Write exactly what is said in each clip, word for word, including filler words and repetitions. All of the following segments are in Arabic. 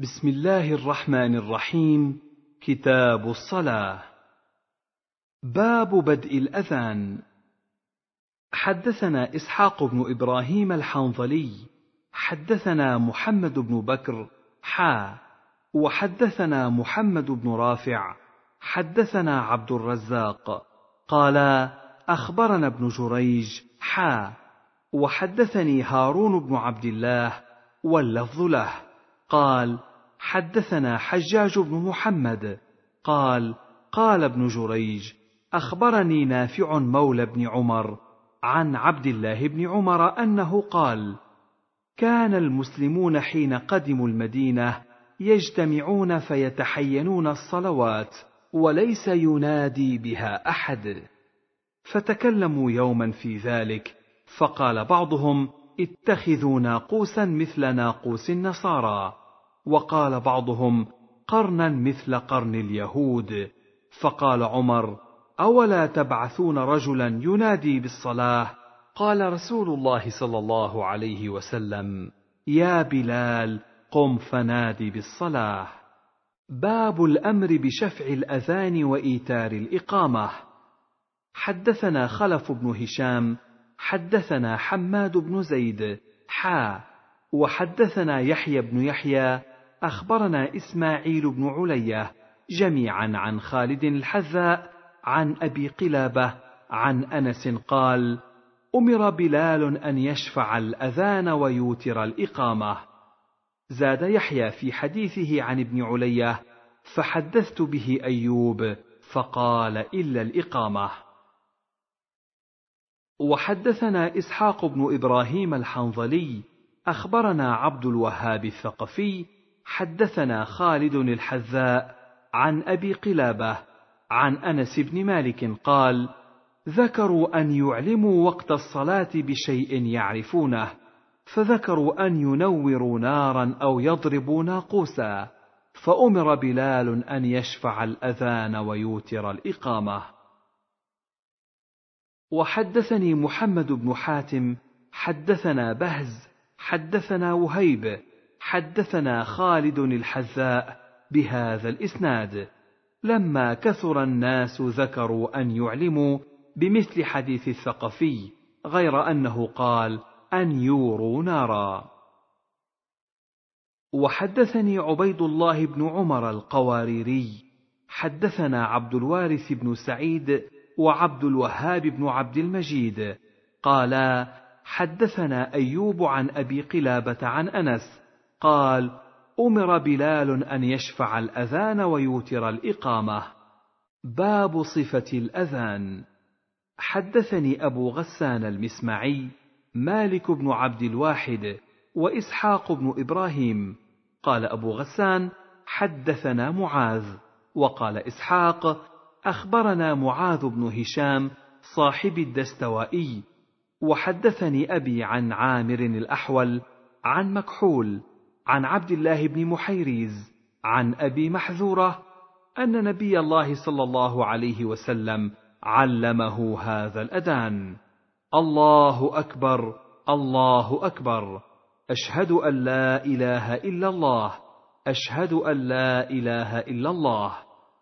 بسم الله الرحمن الرحيم. كتاب الصلاة. باب بدء الأذان. حدثنا إسحاق بن إبراهيم الحنظلي حدثنا محمد بن بكر حا وحدثنا محمد بن رافع حدثنا عبد الرزاق قال أخبرنا ابن جريج حا وحدثني هارون بن عبد الله واللفظ له قال حدثنا حجاج بن محمد قال قال ابن جريج أخبرني نافع مولى بن عمر عن عبد الله بن عمر أنه قال كان المسلمون حين قدموا المدينة يجتمعون فيتحينون الصلوات وليس ينادي بها أحد، فتكلموا يوما في ذلك فقال بعضهم اتخذوا ناقوسا مثل ناقوس النصارى، وقال بعضهم قرنا مثل قرن اليهود، فقال عمر أولا تبعثون رجلا ينادي بالصلاة؟ قال رسول الله صلى الله عليه وسلم يا بلال قم فنادي بالصلاة. باب الأمر بشفع الأذان وإيتار الإقامة. حدثنا خلف بن هشام حدثنا حماد بن زيد حا وحدثنا يحيى بن يحيى أخبرنا إسماعيل بن علية جميعا عن خالد الحذاء عن أبي قلابة عن أنس قال أمر بلال أن يشفع الأذان ويوتر الإقامة. زاد يحيى في حديثه عن ابن علية فحدثت به أيوب فقال إلا الإقامة. وحدثنا إسحاق بن إبراهيم الحنظلي أخبرنا عبد الوهاب الثقفي حدثنا خالد الحذاء عن أبي قلابة عن أنس بن مالك قال ذكروا أن يعلموا وقت الصلاة بشيء يعرفونه، فذكروا أن ينوروا نارا أو يضربوا ناقوسا، فأمر بلال أن يشفع الأذان ويوتر الإقامة. وحدثني محمد بن حاتم حدثنا بهز حدثنا وهيب حدثنا خالد الحذاء بهذا الإسناد، لما كثر الناس ذكروا أن يعلموا بمثل حديث الثقفي، غير أنه قال أن يوروا نارا. وحدثني عبيد الله بن عمر القواريري حدثنا عبد الوارث بن سعيد وعبد الوهاب بن عبد المجيد قالا حدثنا أيوب عن أبي قلابة عن أنس قال أمر بلال أن يشفع الأذان ويوتر الإقامة. باب صفة الأذان. حدثني أبو غسان المسمعي مالك بن عبد الواحد وإسحاق بن إبراهيم قال أبو غسان حدثنا معاذ، وقال إسحاق أخبرنا معاذ بن هشام صاحب الدستوائي، وحدثني أبي عن عامر الأحول عن مكحول عن عبد الله بن محيريز عن أبي محذورة أن نبي الله صلى الله عليه وسلم علمه هذا الأذان: الله أكبر الله أكبر، أشهد أن لا إله إلا الله، أشهد أن لا إله إلا الله،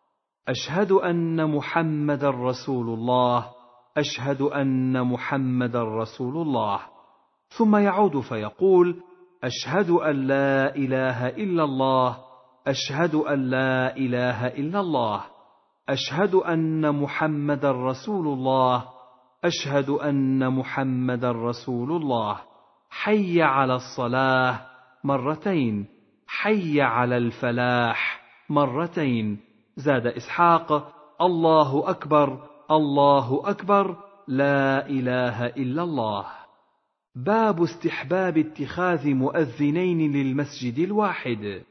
أشهد أن محمد رسول الله، أشهد أن محمد رسول الله، ثم يعود فيقول أشهد أن لا إله إلا الله، أشهد أن لا إله إلا الله، أشهد أن محمد رسول الله، أشهد أن محمد رسول الله، حي على الصلاة مرتين، حي على الفلاح مرتين. زاد إسحاق الله أكبر الله أكبر لا إله إلا الله. باب استحباب اتخاذ مؤذنين للمسجد الواحد.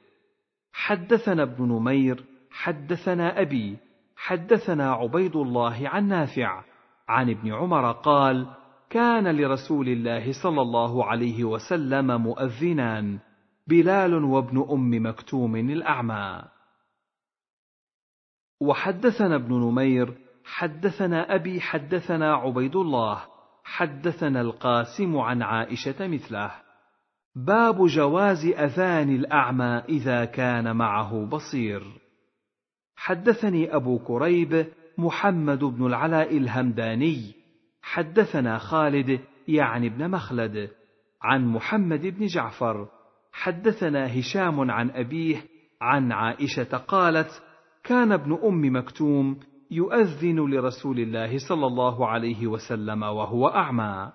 حدثنا ابن نمير حدثنا أبي حدثنا عبيد الله عن نافع عن ابن عمر قال كان لرسول الله صلى الله عليه وسلم مؤذنان، بلال وابن أم مكتوم الأعمى. وحدثنا ابن نمير حدثنا أبي حدثنا عبيد الله حدثنا القاسم عن عائشة مثله. باب جواز أذان الأعمى إذا كان معه بصير. حدثني أبو كريب محمد بن العلاء الهمداني حدثنا خالد يعني بن مخلد عن محمد بن جعفر حدثنا هشام عن أبيه عن عائشة قالت: كان ابن أم مكتوم يؤذن لرسول الله صلى الله عليه وسلم وهو أعمى.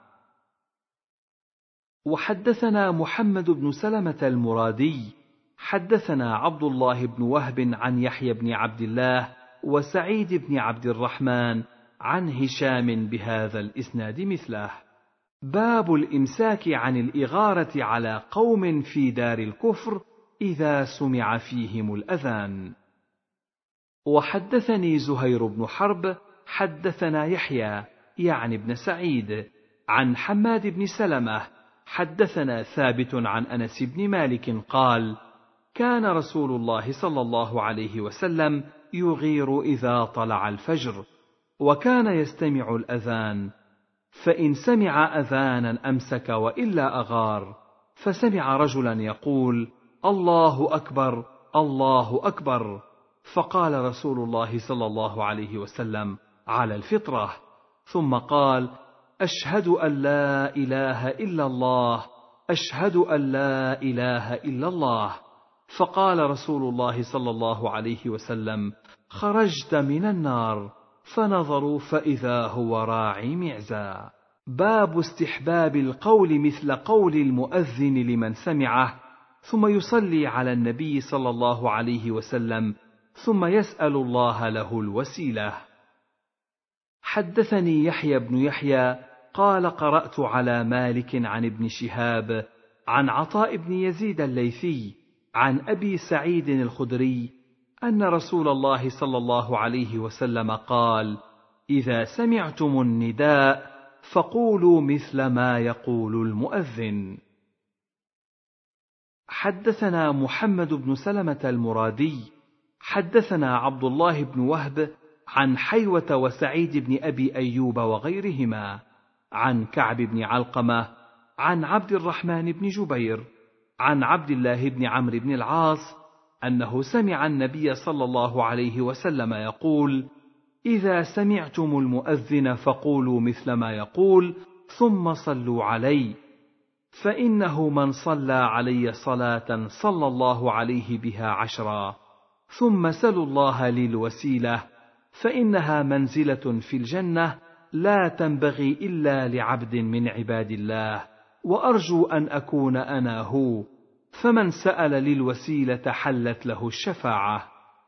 وحدثنا محمد بن سلمة المرادي حدثنا عبد الله بن وهب عن يحيى بن عبد الله وسعيد بن عبد الرحمن عن هشام بهذا الإسناد مثله. باب الإمساك عن الإغارة على قوم في دار الكفر إذا سمع فيهم الأذان. وحدثني زهير بن حرب حدثنا يحيى يعني بن سعيد عن حماد بن سلمة حدثنا ثابت عن أنس بن مالك قال: كان رسول الله صلى الله عليه وسلم يغير إذا طلع الفجر، وكان يستمع الأذان، فإن سمع أذانا أمسك وإلا أغار، فسمع رجلا يقول: الله أكبر الله أكبر، فقال رسول الله صلى الله عليه وسلم: على الفطرة، ثم قال: أشهد أن لا إله إلا الله أشهد أن لا إله إلا الله، فقال رسول الله صلى الله عليه وسلم: خرجت من النار، فنظروا فإذا هو راعي معزى. باب استحباب القول مثل قول المؤذن لمن سمعه، ثم يصلي على النبي صلى الله عليه وسلم، ثم يسأل الله له الوسيلة. حدثني يحيى بن يحيى قال: قرأت على مالك عن ابن شهاب عن عطاء بن يزيد الليثي عن أبي سعيد الخدري أن رسول الله صلى الله عليه وسلم قال: إذا سمعتم النداء فقولوا مثل ما يقول المؤذن. حدثنا محمد بن سلمة المرادي حدثنا عبد الله بن وهب عن حيوة وسعيد بن أبي أيوب وغيرهما عن كعب بن علقمة عن عبد الرحمن بن جبير عن عبد الله بن عمرو بن العاص أنه سمع النبي صلى الله عليه وسلم يقول: إذا سمعتم المؤذن فقولوا مثل ما يقول، ثم صلوا علي، فإنه من صلى علي صلاة صلى الله عليه بها عشرا، ثم سلوا الله لي الوسيلة، فإنها منزلة في الجنة لا تنبغي إلا لعبد من عباد الله، وأرجو أن أكون أنا هو، فمن سأل للوسيلة حلت له الشفاعة.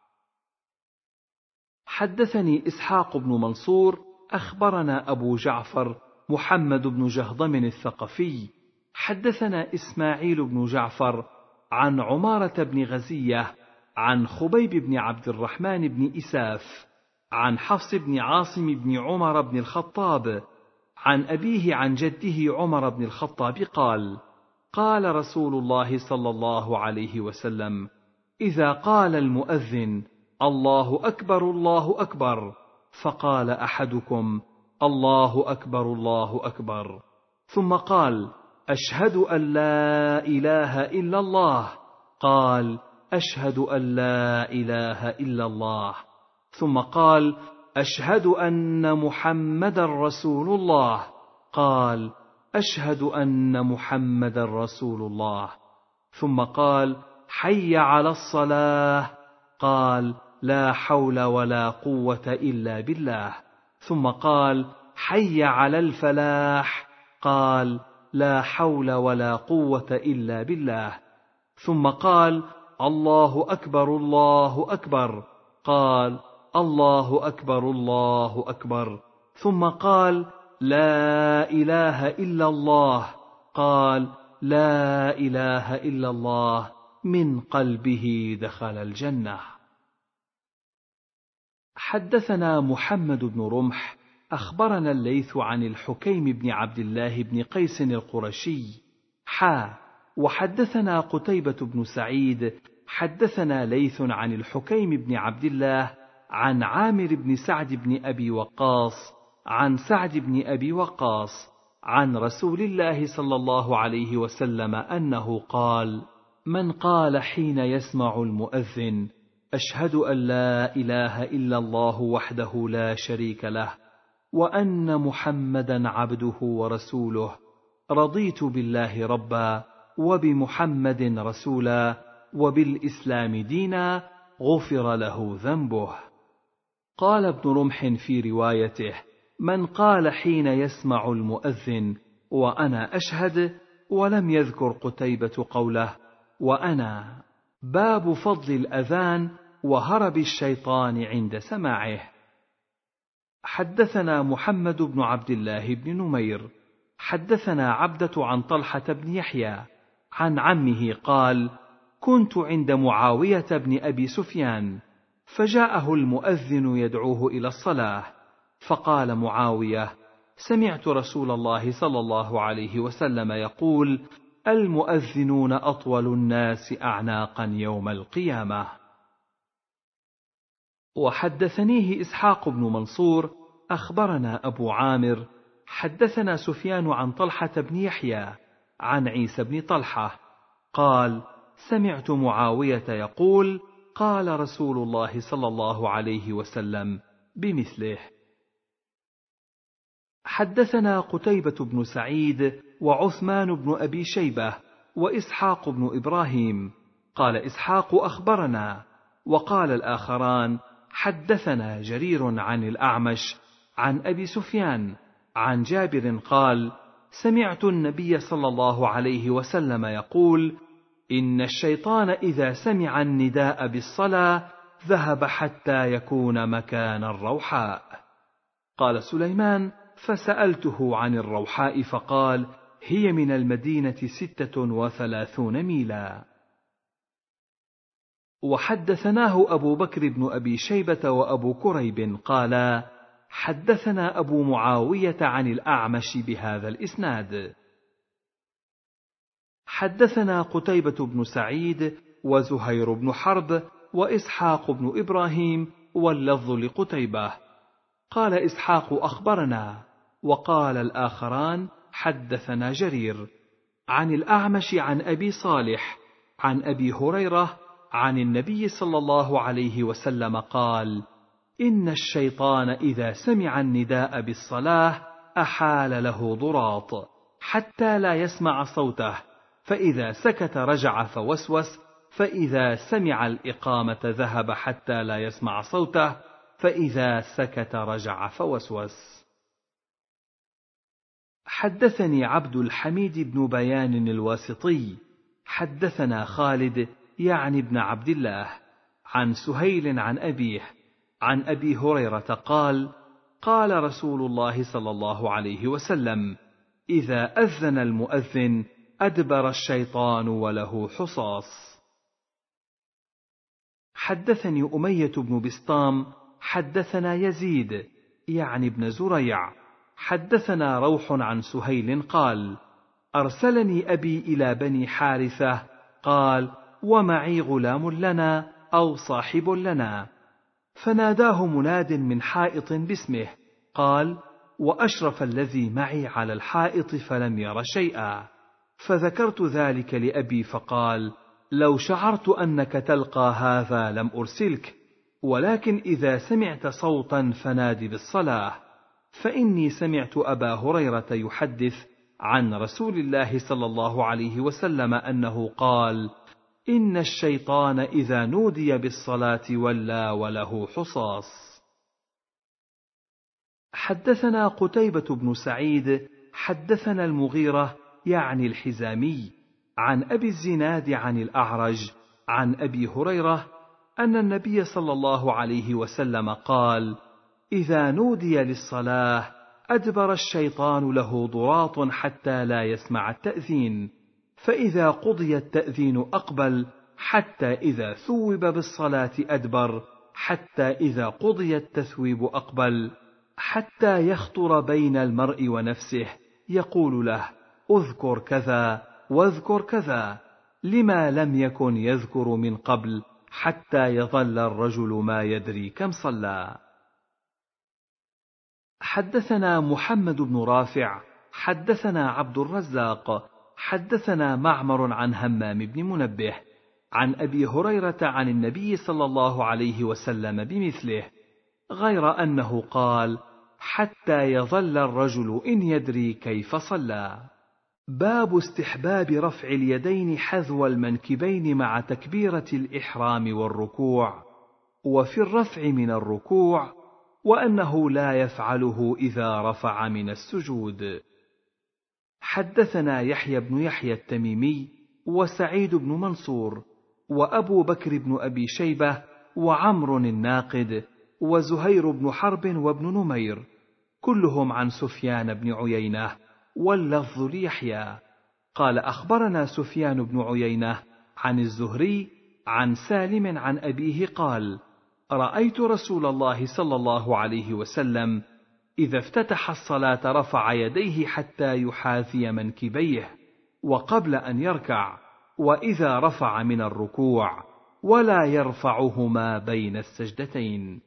حدثني إسحاق بن منصور أخبرنا أبو جعفر محمد بن جهضم الثقفي حدثنا إسماعيل بن جعفر عن عمارة بن غزية عن خبيب بن عبد الرحمن بن إساف عن حفص بن عاصم بن عمر بن الخطاب عن أبيه عن جده عمر بن الخطاب قال: قال رسول الله صلى الله عليه وسلم: إذا قال المؤذن: الله أكبر الله أكبر، فقال أحدكم: الله أكبر الله أكبر، ثم قال: أشهد أن لا إله إلا الله، قال: أشهد أن لا إله إلا الله، ثم قال: أشهد أن محمدا رسول الله، قال: أشهد أن محمدا رسول الله، ثم قال: حي على الصلاة، قال: لا حول ولا قوة إلا بالله، ثم قال: حي على الفلاح، قال: لا حول ولا قوة إلا بالله، ثم قال: الله أكبر الله أكبر، قال: الله أكبر الله أكبر، ثم قال: لا إله إلا الله، قال: لا إله إلا الله، من قلبه دخل الجنة. حدثنا محمد بن رمح أخبرنا الليث عن الحكيم بن عبد الله بن قيس القرشي حا وحدثنا قتيبة بن سعيد حدثنا ليث عن الحكيم بن عبد الله عن عامر بن سعد بن أبي وقاص عن سعد بن أبي وقاص عن رسول الله صلى الله عليه وسلم أنه قال: من قال حين يسمع المؤذن: أشهد أن لا إله إلا الله وحده لا شريك له وأن محمدا عبده ورسوله، رضيت بالله ربا وبمحمد رسولا وبالإسلام دينا، غفر له ذنبه. قال ابن رمح في روايته: من قال حين يسمع المؤذن: وأنا أشهد، ولم يذكر قتيبة قوله وأنا. باب فضل الأذان وهرب الشيطان عند سماعه. حدثنا محمد بن عبد الله بن نمير حدثنا عبدة عن طلحة بن يحيى عن عمه قال: كنت عند معاوية بن أبي سفيان، فجاءه المؤذن يدعوه إلى الصلاة، فقال معاوية: سمعت رسول الله صلى الله عليه وسلم يقول: المؤذنون أطول الناس أعناقا يوم القيامة. وحدثنيه إسحاق بن منصور أخبرنا أبو عامر حدثنا سفيان عن طلحة بن يحيى عن عيسى بن طلحة قال: سمعت معاوية يقول: قال رسول الله صلى الله عليه وسلم بمثله. حدثنا قتيبة بن سعيد وعثمان بن أبي شيبة وإسحاق بن إبراهيم. قال إسحاق: أخبرنا. وقال الآخران: حدثنا جرير عن الأعمش عن أبي سفيان عن جابر قال: سمعت النبي صلى الله عليه وسلم يقول: إن الشيطان إذا سمع النداء بالصلاة ذهب حتى يكون مكان الروحاء. قال سليمان: فسألته عن الروحاء فقال: هي من المدينة ستة وثلاثون ميلا. وحدثناه أبو بكر بن أبي شيبة وأبو كريب قالا: حدثنا أبو معاوية عن الأعمش بهذا الإسناد. حدثنا قتيبة بن سعيد وزهير بن حرب وإسحاق بن إبراهيم واللفظ لقتيبة. قال إسحاق: أخبرنا. وقال الآخران: حدثنا جرير عن الأعمش عن أبي صالح عن أبي هريرة عن النبي صلى الله عليه وسلم قال: إن الشيطان إذا سمع النداء بالصلاة أحال له ضراط حتى لا يسمع صوته، فإذا سكت رجع فوسوس، فإذا سمع الإقامة ذهب حتى لا يسمع صوته، فإذا سكت رجع فوسوس. حدثني عبد الحميد بن بيان الواسطي حدثنا خالد يعني ابن عبد الله عن سهيل عن أبيه عن أبي هريرة قال: قال رسول الله صلى الله عليه وسلم: إذا أذن المؤذن أدبر الشيطان وله حصاص. حدثني أمية بن بسطام حدثنا يزيد يعني ابن زريع حدثنا روح عن سهيل قال: أرسلني أبي إلى بني حارثة قال: ومعي غلام لنا أو صاحب لنا، فناداه مناد من حائط باسمه، قال: وأشرف الذي معي على الحائط فلم ير شيئا، فذكرت ذلك لأبي فقال: لو شعرت أنك تلقى هذا لم أرسلك، ولكن إذا سمعت صوتا فناد بالصلاة، فإني سمعت أبا هريرة يحدث عن رسول الله صلى الله عليه وسلم أنه قال: إن الشيطان إذا نودي بالصلاة ولى وله حصاص. حدثنا قتيبة بن سعيد حدثنا المغيرة يعني الحزامي عن أبي الزناد عن الأعرج عن أبي هريرة أن النبي صلى الله عليه وسلم قال: إذا نودي للصلاة أدبر الشيطان له ضراط حتى لا يسمع التأذين، فإذا قضي التأذين أقبل، حتى إذا ثوب بالصلاة أدبر، حتى إذا قضي التثويب أقبل، حتى يخطر بين المرء ونفسه يقول له: اذكر كذا واذكر كذا، لما لم يكن يذكر من قبل، حتى يظل الرجل ما يدري كم صلى. حدثنا محمد بن رافع حدثنا عبد الرزاق حدثنا معمر عن همام بن منبه عن أبي هريرة عن النبي صلى الله عليه وسلم بمثله، غير أنه قال: حتى يظل الرجل إن يدري كيف صلى. باب استحباب رفع اليدين حذو المنكبين مع تكبيرة الإحرام والركوع، وفي الرفع من الركوع، وأنه لا يفعله إذا رفع من السجود. حدثنا يحيى بن يحيى التميمي وسعيد بن منصور وأبو بكر بن أبي شيبة وعمر الناقد وزهير بن حرب وابن نمير، كلهم عن سفيان بن عيينة، واللفظ ليحيى قال: أخبرنا سفيان بن عيينة عن الزهري عن سالم عن أبيه قال: رأيت رسول الله صلى الله عليه وسلم إذا افتتح الصلاة رفع يديه حتى يحاذي منكبيه، وقبل أن يركع، وإذا رفع من الركوع، ولا يرفعهما بين السجدتين.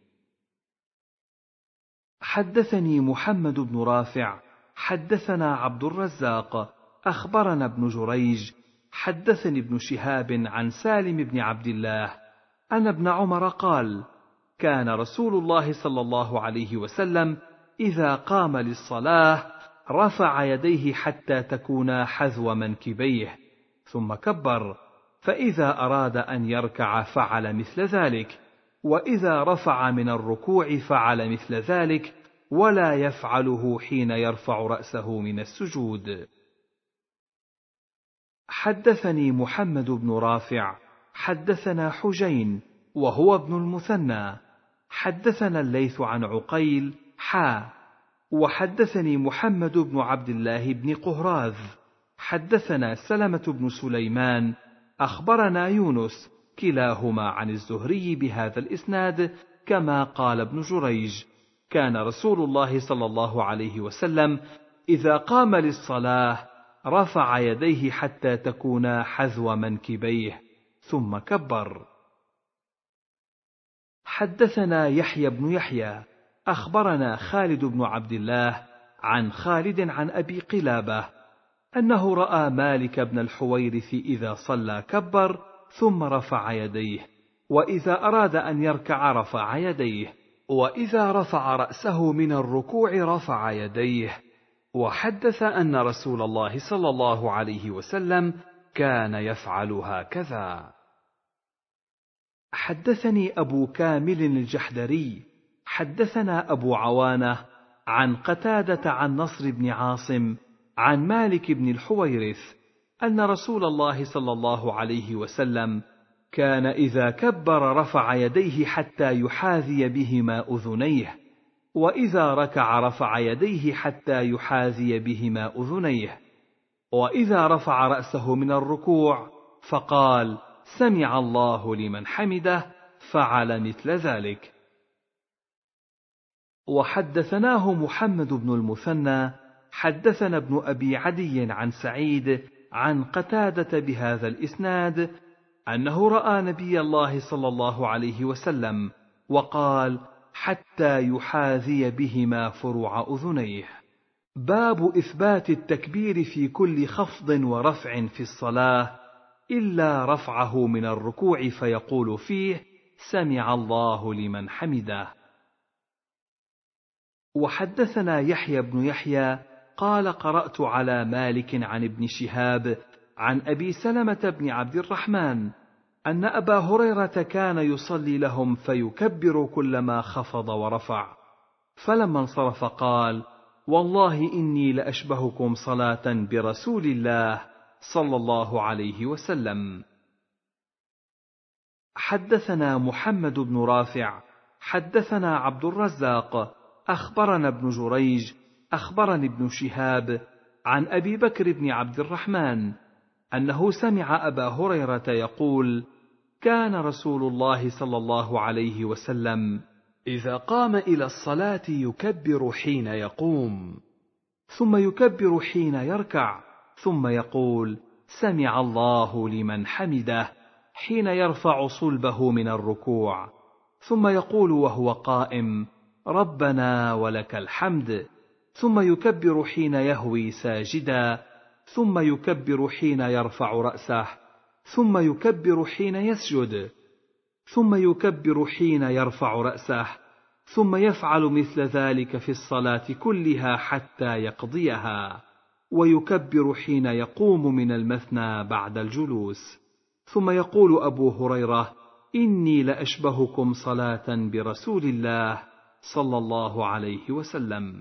حدثني محمد بن رافع حدثنا عبد الرزاق أخبرنا ابن جريج حدثني ابن شهاب عن سالم بن عبد الله أن ابن عمر قال: كان رسول الله صلى الله عليه وسلم إذا قام للصلاة رفع يديه حتى تكونا حذو منكبيه، ثم كبر، فإذا أراد أن يركع فعل مثل ذلك، وإذا رفع من الركوع فعل مثل ذلك، ولا يفعله حين يرفع رأسه من السجود. حدثني محمد بن رافع حدثنا حجين وهو ابن المثنى حدثنا الليث عن عقيل حا وحدثني محمد بن عبد الله بن قهراذ حدثنا سلمة بن سليمان أخبرنا يونس كلاهما عن الزهري بهذا الإسناد كما قال ابن جريج: كان رسول الله صلى الله عليه وسلم إذا قام للصلاة رفع يديه حتى تكونا حذو منكبيه، ثم كبر. حدثنا يحيى بن يحيى أخبرنا خالد بن عبد الله عن خالد عن أبي قلابة أنه رأى مالك بن الحويرث إذا صلى كبر ثم رفع يديه، وإذا أراد أن يركع رفع يديه، وإذا رفع رأسه من الركوع رفع يديه. وحدث أن رسول الله صلى الله عليه وسلم كان يفعل هكذا. حدثني أبو كامل الجحدري حدثنا أبو عوانة عن قتادة عن نصر بن عاصم عن مالك بن الحويرث أن رسول الله صلى الله عليه وسلم كان إذا كبر رفع يديه حتى يحاذي بهما أذنيه، وإذا ركع رفع يديه حتى يحاذي بهما أذنيه، وإذا رفع رأسه من الركوع فقال: سمع الله لمن حمده، فعل مثل ذلك. وحدثناه محمد بن المثنى حدثنا ابن أبي عدي عن سعيد عن قتادة بهذا الإسناد أنه رأى نبي الله صلى الله عليه وسلم وقال: حتى يحاذي بهما فروع أذنيه. باب إثبات التكبير في كل خفض ورفع في الصلاة إلا رفعه من الركوع فيقول فيه: سمع الله لمن حمده. وحدثنا يحيى بن يحيى قال: قرأت على مالك عن ابن شهاب عن أبي سلمة بن عبد الرحمن أن أبا هريرة كان يصلي لهم فيكبر كلما خفض ورفع، فلما انصرف قال: والله إني لأشبهكم صلاة برسول الله صلى الله عليه وسلم. حدثنا محمد بن رافع حدثنا عبد الرزاق أخبرنا ابن جريج أخبرني ابن شهاب عن أبي بكر بن عبد الرحمن أنه سمع أبا هريرة يقول: كان رسول الله صلى الله عليه وسلم إذا قام إلى الصلاة يكبر حين يقوم، ثم يكبر حين يركع، ثم يقول: سمع الله لمن حمده، حين يرفع صلبه من الركوع، ثم يقول وهو قائم: ربنا ولك الحمد، ثم يكبر حين يهوي ساجدا، ثم يكبر حين يرفع رأسه، ثم يكبر حين يسجد، ثم يكبر حين يرفع رأسه، ثم يفعل مثل ذلك في الصلاة كلها حتى يقضيها، ويكبر حين يقوم من المثنى بعد الجلوس. ثم يقول أبو هريرة: إني لأشبهكم صلاة برسول الله صلى الله عليه وسلم.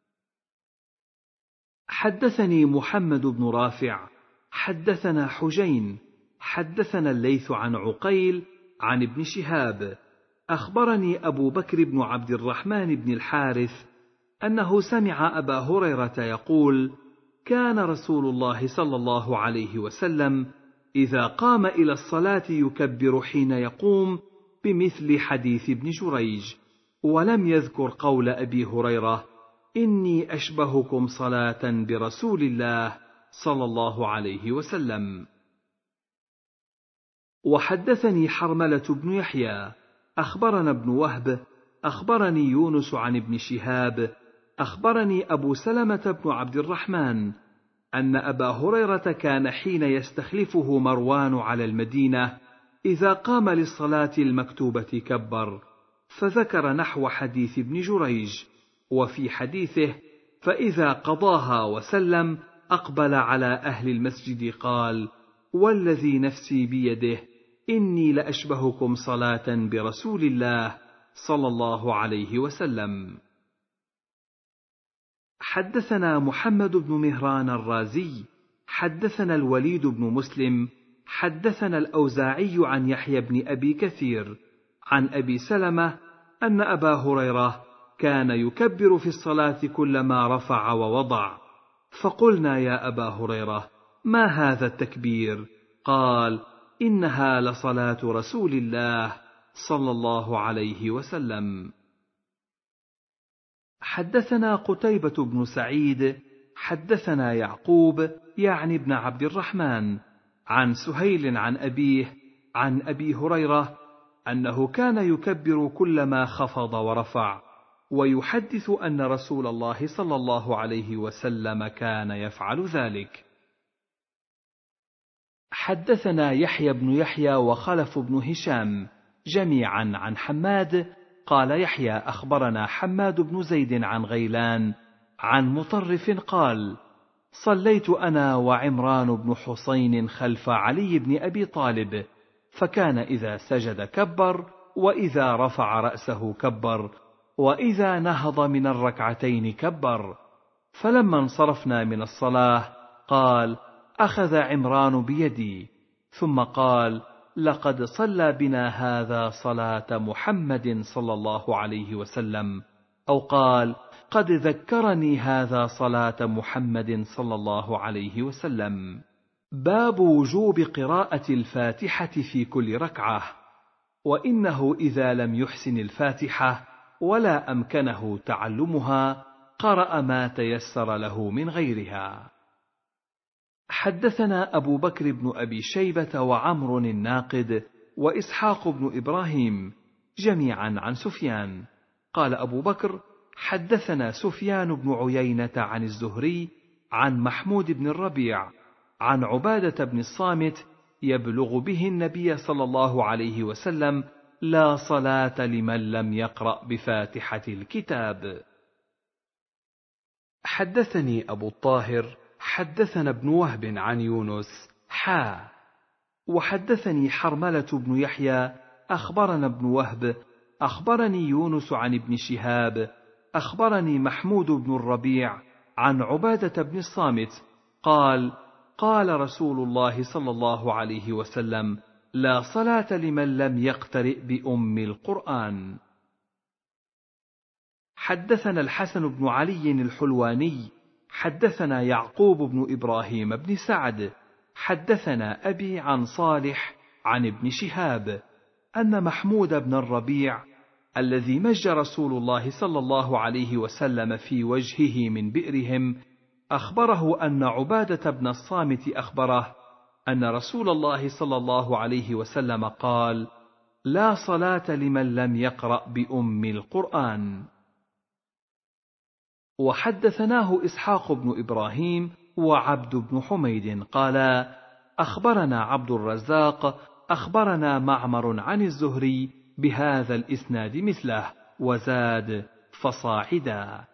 حدثني محمد بن رافع حدثنا حجين حدثنا الليث عن عقيل عن ابن شهاب أخبرني أبو بكر بن عبد الرحمن بن الحارث أنه سمع أبا هريرة يقول: كان رسول الله صلى الله عليه وسلم إذا قام إلى الصلاة يكبر حين يقوم بمثل حديث ابن جريج، ولم يذكر قول أبي هريرة: إني أشبهكم صلاة برسول الله صلى الله عليه وسلم. وحدثني حرملة بن يحيى أخبرنا ابن وهب أخبرني يونس عن ابن شهاب أخبرني أبو سلمة بن عبد الرحمن أن أبا هريرة كان حين يستخلفه مروان على المدينة إذا قام للصلاة المكتوبة كبر، فذكر نحو حديث ابن جريج، وفي حديثه: فإذا قضاها وسلم أقبل على أهل المسجد قال: والذي نفسي بيده إني لأشبهكم صلاة برسول الله صلى الله عليه وسلم. حدثنا محمد بن مهران الرازي حدثنا الوليد بن مسلم حدثنا الأوزاعي عن يحيى بن أبي كثير عن أبي سلمة أن أبا هريرة كان يكبر في الصلاة كلما رفع ووضع، فقلنا: يا أبا هريرة، ما هذا التكبير؟ قال: إنها لصلاة رسول الله صلى الله عليه وسلم. حدثنا قتيبة بن سعيد حدثنا يعقوب يعني ابن عبد الرحمن عن سهيل عن أبيه عن أبي هريرة أنه كان يكبر كلما خفض ورفع، ويحدث أن رسول الله صلى الله عليه وسلم كان يفعل ذلك. حدثنا يحيى بن يحيى وخلف بن هشام جميعا عن حماد قال يحيى أخبرنا حماد بن زيد عن غيلان عن مطرف قال: صليت أنا وعمران بن حسين خلف علي بن أبي طالب، فكان إذا سجد كبر، وإذا رفع رأسه كبر، وإذا نهض من الركعتين كبر. فلما انصرفنا من الصلاة قال: أخذ عمران بيدي، ثم قال: لقد صلى بنا هذا صلاة محمد صلى الله عليه وسلم، أو قال: قد ذكرني هذا صلاة محمد صلى الله عليه وسلم. باب وجوب قراءة الفاتحة في كل ركعة، وإنه إذا لم يحسن الفاتحة ولا أمكنه تعلمها قرأ ما تيسر له من غيرها. حدثنا أبو بكر بن أبي شيبة وعمر الناقد وإسحاق بن إبراهيم جميعا عن سفيان قال أبو بكر: حدثنا سفيان بن عيينة عن الزهري عن محمود بن الربيع عن عبادة بن الصامت يبلغ به النبي صلى الله عليه وسلم: لا صلاة لمن لم يقرأ بفاتحة الكتاب. حدثني أبو الطاهر حدثنا ابن وهب عن يونس حا وحدثني حرملة بن يحيى أخبرنا ابن وهب أخبرني يونس عن ابن شهاب أخبرني محمود بن الربيع عن عبادة بن الصامت قال: قال رسول الله صلى الله عليه وسلم: لا صلاة لمن لم يقترئ بأم القرآن. حدثنا الحسن بن علي الحلواني حدثنا يعقوب بن إبراهيم بن سعد حدثنا أبي عن صالح عن ابن شهاب أن محمود بن الربيع الذي مج رسول الله صلى الله عليه وسلم في وجهه من بئرهم أخبره أن عبادة بن الصامت أخبره أن رسول الله صلى الله عليه وسلم قال: لا صلاة لمن لم يقرأ بأم القرآن. وحدثناه إسحاق بن إبراهيم وعبد بن حميد قالا أخبرنا عبد الرزاق أخبرنا معمر عن الزهري بهذا الإسناد مثله، وزاد فصاعدا.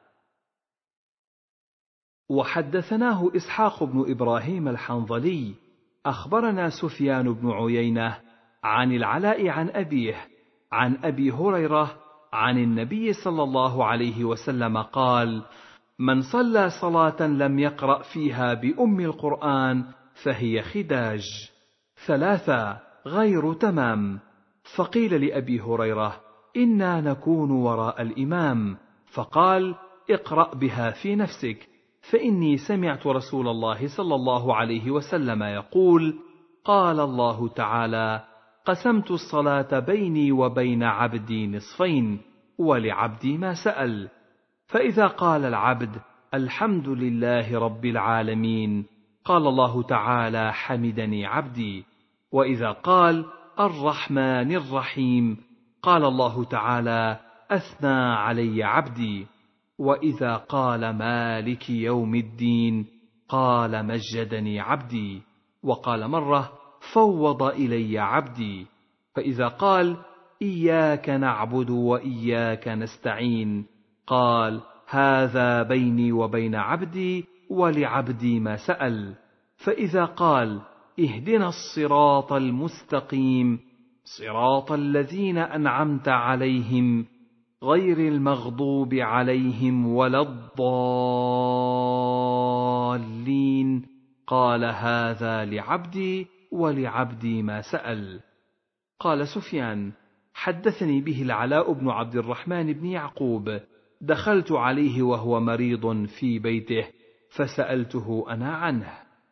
وحدثناه إسحاق بن إبراهيم الحنظلي أخبرنا سفيان بن عيينة عن العلاء عن أبيه عن أبي هريرة عن النبي صلى الله عليه وسلم قال: من صلى صلاة لم يقرأ فيها بأم القرآن فهي خداج. ثلاثة غير تمام. فقيل لأبي هريرة: إنا نكون وراء الإمام، فقال: اقرأ بها في نفسك، فإني سمعت رسول الله صلى الله عليه وسلم يقول: قال الله تعالى: قسمت الصلاة بيني وبين عبدي نصفين، ولعبدي ما سأل. فإذا قال العبد: الحمد لله رب العالمين، قال الله تعالى: حمدني عبدي. وإذا قال: الرحمن الرحيم، قال الله تعالى: أثنى علي عبدي. وإذا قال: مالك يوم الدين، قال: مجدني عبدي. وقال مرة: فوض إلي عبدي. فإذا قال: إياك نعبد وإياك نستعين، قال: هذا بيني وبين عبدي، ولعبدي ما سأل. فإذا قال: اهدنا الصراط المستقيم، صراط الذين أنعمت عليهم غير المغضوب عليهم ولا الضالين، قال: هذا لعبدي ولعبدي ما سأل. قال سفيان: حدثني به العلاء بن عبد الرحمن بن يعقوب، دخلت عليه وهو مريض في بيته فسألته أنا عنه.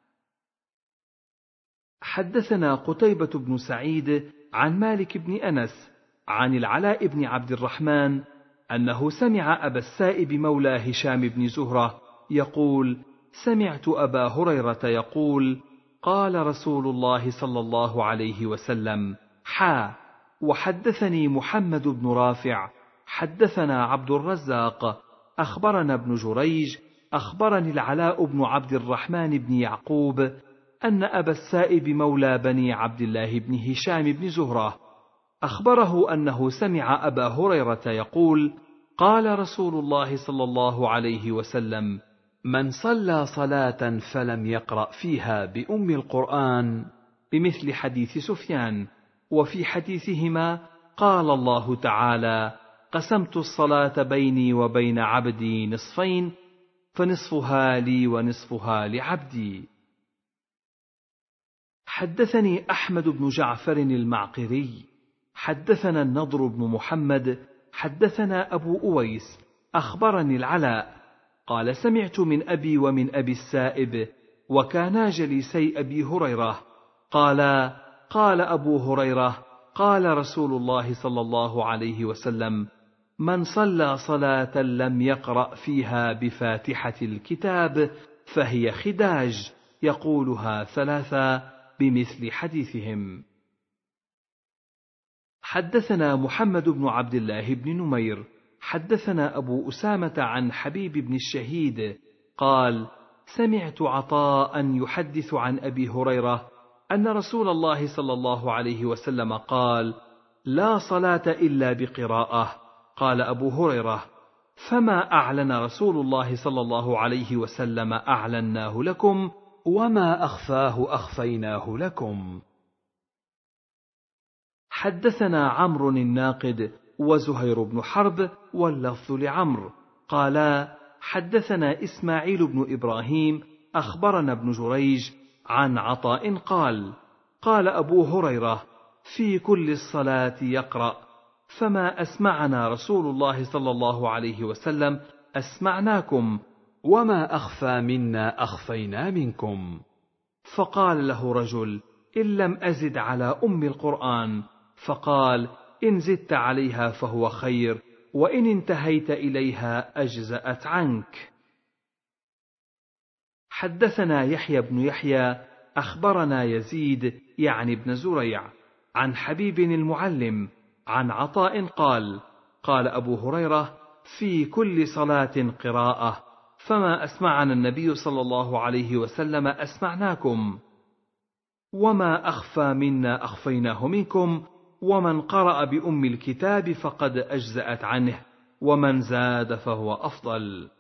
حدثنا قتيبة بن سعيد عن مالك بن أنس عن العلاء بن عبد الرحمن أنه سمع أبا السائب مولى هشام بن زهرة يقول: سمعت أبا هريرة يقول: قال رسول الله صلى الله عليه وسلم: حا. وحدثني محمد بن رافع حدثنا عبد الرزاق أخبرنا ابن جريج أخبرني العلاء بن عبد الرحمن بن يعقوب أن أبا السائب مولى بني عبد الله بن هشام بن زهرة أخبره أنه سمع أبا هريرة يقول: قال رسول الله صلى الله عليه وسلم: من صلى صلاة فلم يقرأ فيها بأم القرآن، بمثل حديث سفيان. وفي حديثهما قال الله تعالى: قسمت الصلاة بيني وبين عبدي نصفين، فنصفها لي ونصفها لعبدي. حدثني أحمد بن جعفر المعقري حدثنا النضر بن محمد حدثنا أبو أويس أخبرني العلاء قال: سمعت من أبي ومن أبي السائب وكانا جليسي أبي هريرة قال: قال أبو هريرة: قال رسول الله صلى الله عليه وسلم: من صلى صلاة لم يقرأ فيها بفاتحة الكتاب فهي خداج، يقولها ثلاثة، بمثل حديثهم. حدثنا محمد بن عبد الله بن نمير حدثنا أبو أسامة عن حبيب بن الشهيد قال: سمعت عطاء يحدث عن أبي هريرة أن رسول الله صلى الله عليه وسلم قال: لا صلاة إلا بقراءة. قال أبو هريرة: فما أعلن رسول الله صلى الله عليه وسلم أعلناه لكم، وما أخفاه أخفيناه لكم. حدثنا عمرو الناقد وزهير بن حرب واللفظ لعمرو قالا: حدثنا إسماعيل بن إبراهيم أخبرنا ابن جريج عن عطاء قال: قال أبو هريرة: في كل الصلاة يقرأ، فما أسمعنا رسول الله صلى الله عليه وسلم أسمعناكم، وما أخفى منا أخفينا منكم. فقال له رجل: إن لم أزد على أم القرآن. فقال: إن زدت عليها فهو خير، وإن انتهيت إليها أجزأت عنك. حدثنا يحيى بن يحيى أخبرنا يزيد يعني ابن زريع عن حبيب المعلم عن عطاء قال: قال أبو هريرة: في كل صلاة قراءة، فما أسمعنا النبي صلى الله عليه وسلم أسمعناكم، وما أخفى منا أخفيناه منكم، ومن قرأ بأم الكتاب فقد أجزأت عنه، ومن زاد فهو أفضل.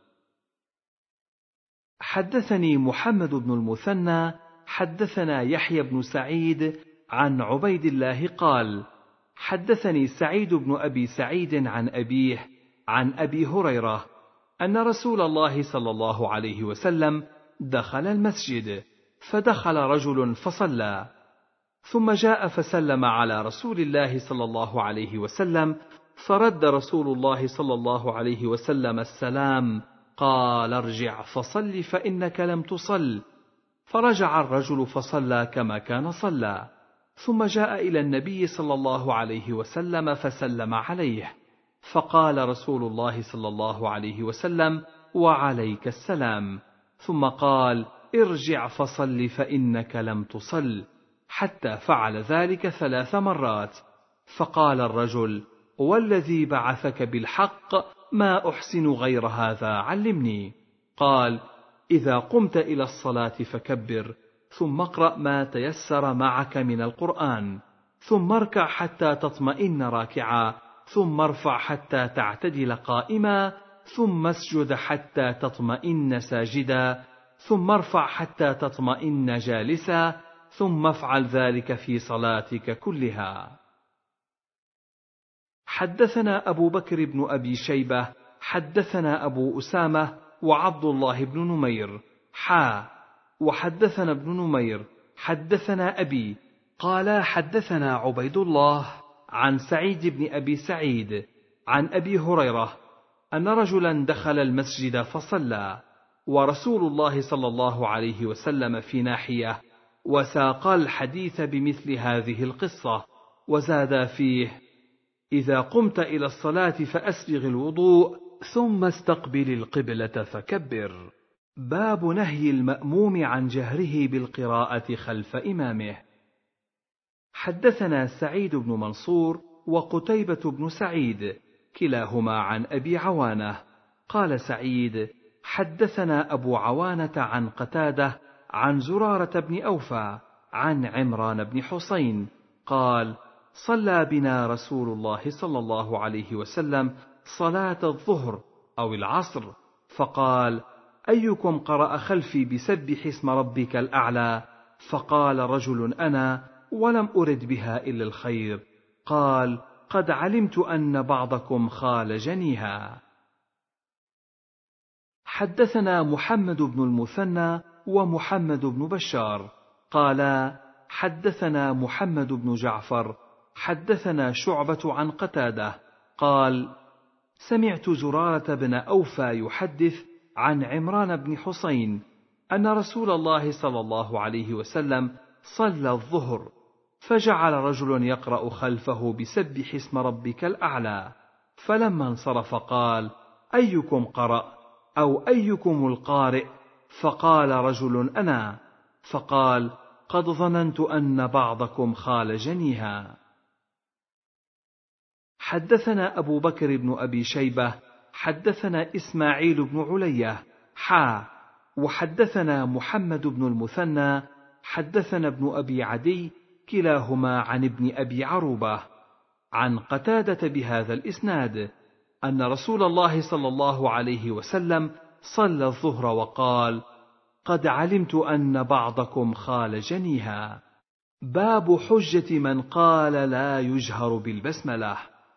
حدثني محمد بن المثنى حدثنا يحيى بن سعيد عن عبيد الله قال: حدثني سعيد بن أبي سعيد عن أبيه عن أبي هريرة أن رسول الله صلى الله عليه وسلم دخل المسجد، فدخل رجل فصلى، ثم جاء فسلم على رسول الله صلى الله عليه وسلم، فرد رسول الله صلى الله عليه وسلم السلام، قال: ارجع فصل فإنك لم تصل. فرجع الرجل فصلى كما كان صلى، ثم جاء إلى النبي صلى الله عليه وسلم فسلم عليه، فقال رسول الله صلى الله عليه وسلم: وعليك السلام. ثم قال: ارجع فصل فإنك لم تصل، حتى فعل ذلك ثلاث مرات. فقال الرجل: والذي بعثك بالحق ما أحسن غير هذا، علمني. قال: إذا قمت إلى الصلاة فكبر، ثم اقرأ ما تيسر معك من القرآن، ثم اركع حتى تطمئن راكعا، ثم ارفع حتى تعتدل قائما، ثم اسجد حتى تطمئن ساجدا، ثم ارفع حتى تطمئن جالسا، ثم افعل ذلك في صلاتك كلها. حدثنا أبو بكر بن أبي شيبة حدثنا أبو أسامة وعبد الله بن نمير حا وحدثنا ابن نمير حدثنا أبي قال: حدثنا عبيد الله عن سعيد بن أبي سعيد عن أبي هريرة أن رجلا دخل المسجد فصلى، ورسول الله صلى الله عليه وسلم في ناحية، وساقا الحديث بمثل هذه القصة، وزاد فيه: إذا قمت إلى الصلاة فأسبغ الوضوء، ثم استقبل القبلة فكبر. باب نهي المأموم عن جهره بالقراءة خلف إمامه. حدثنا سعيد بن منصور وقتيبة بن سعيد كلاهما عن أبي عوانة قال سعيد: حدثنا أبو عوانة عن قتادة عن زرارة بن أوفى عن عمران بن حسين قال: صلى بنا رسول الله صلى الله عليه وسلم صلاة الظهر أو العصر، فقال: أيكم قرأ خلفي بسبح اسم ربك الأعلى؟ فقال رجل: أنا، ولم أرد بها إلا الخير. قال: قد علمت أن بعضكم خالجنيها. حدثنا محمد بن المثنى ومحمد بن بشار قالا: حدثنا محمد بن جعفر حدثنا شعبة عن قتادة قال: سمعت زرارة بن أوفى يحدث عن عمران بن حسين أن رسول الله صلى الله عليه وسلم صلى الظهر، فجعل رجل يقرأ خلفه بسبح اسم ربك الأعلى، فلما انصرف قال: أيكم قرأ أو أيكم القارئ؟ فقال رجل: أنا. فقال: قد ظننت أن بعضكم خالجنيها. حدثنا أبو بكر بن أبي شيبة حدثنا إسماعيل بن علية حا وحدثنا محمد بن المثنى حدثنا ابن أبي عدي كلاهما عن ابن أبي عروبة عن قتادة بهذا الإسناد أن رسول الله صلى الله عليه وسلم صلى الظهر وقال: قد علمت أن بعضكم خالجنيها. باب حجة من قال لا يجهر بالبسملة.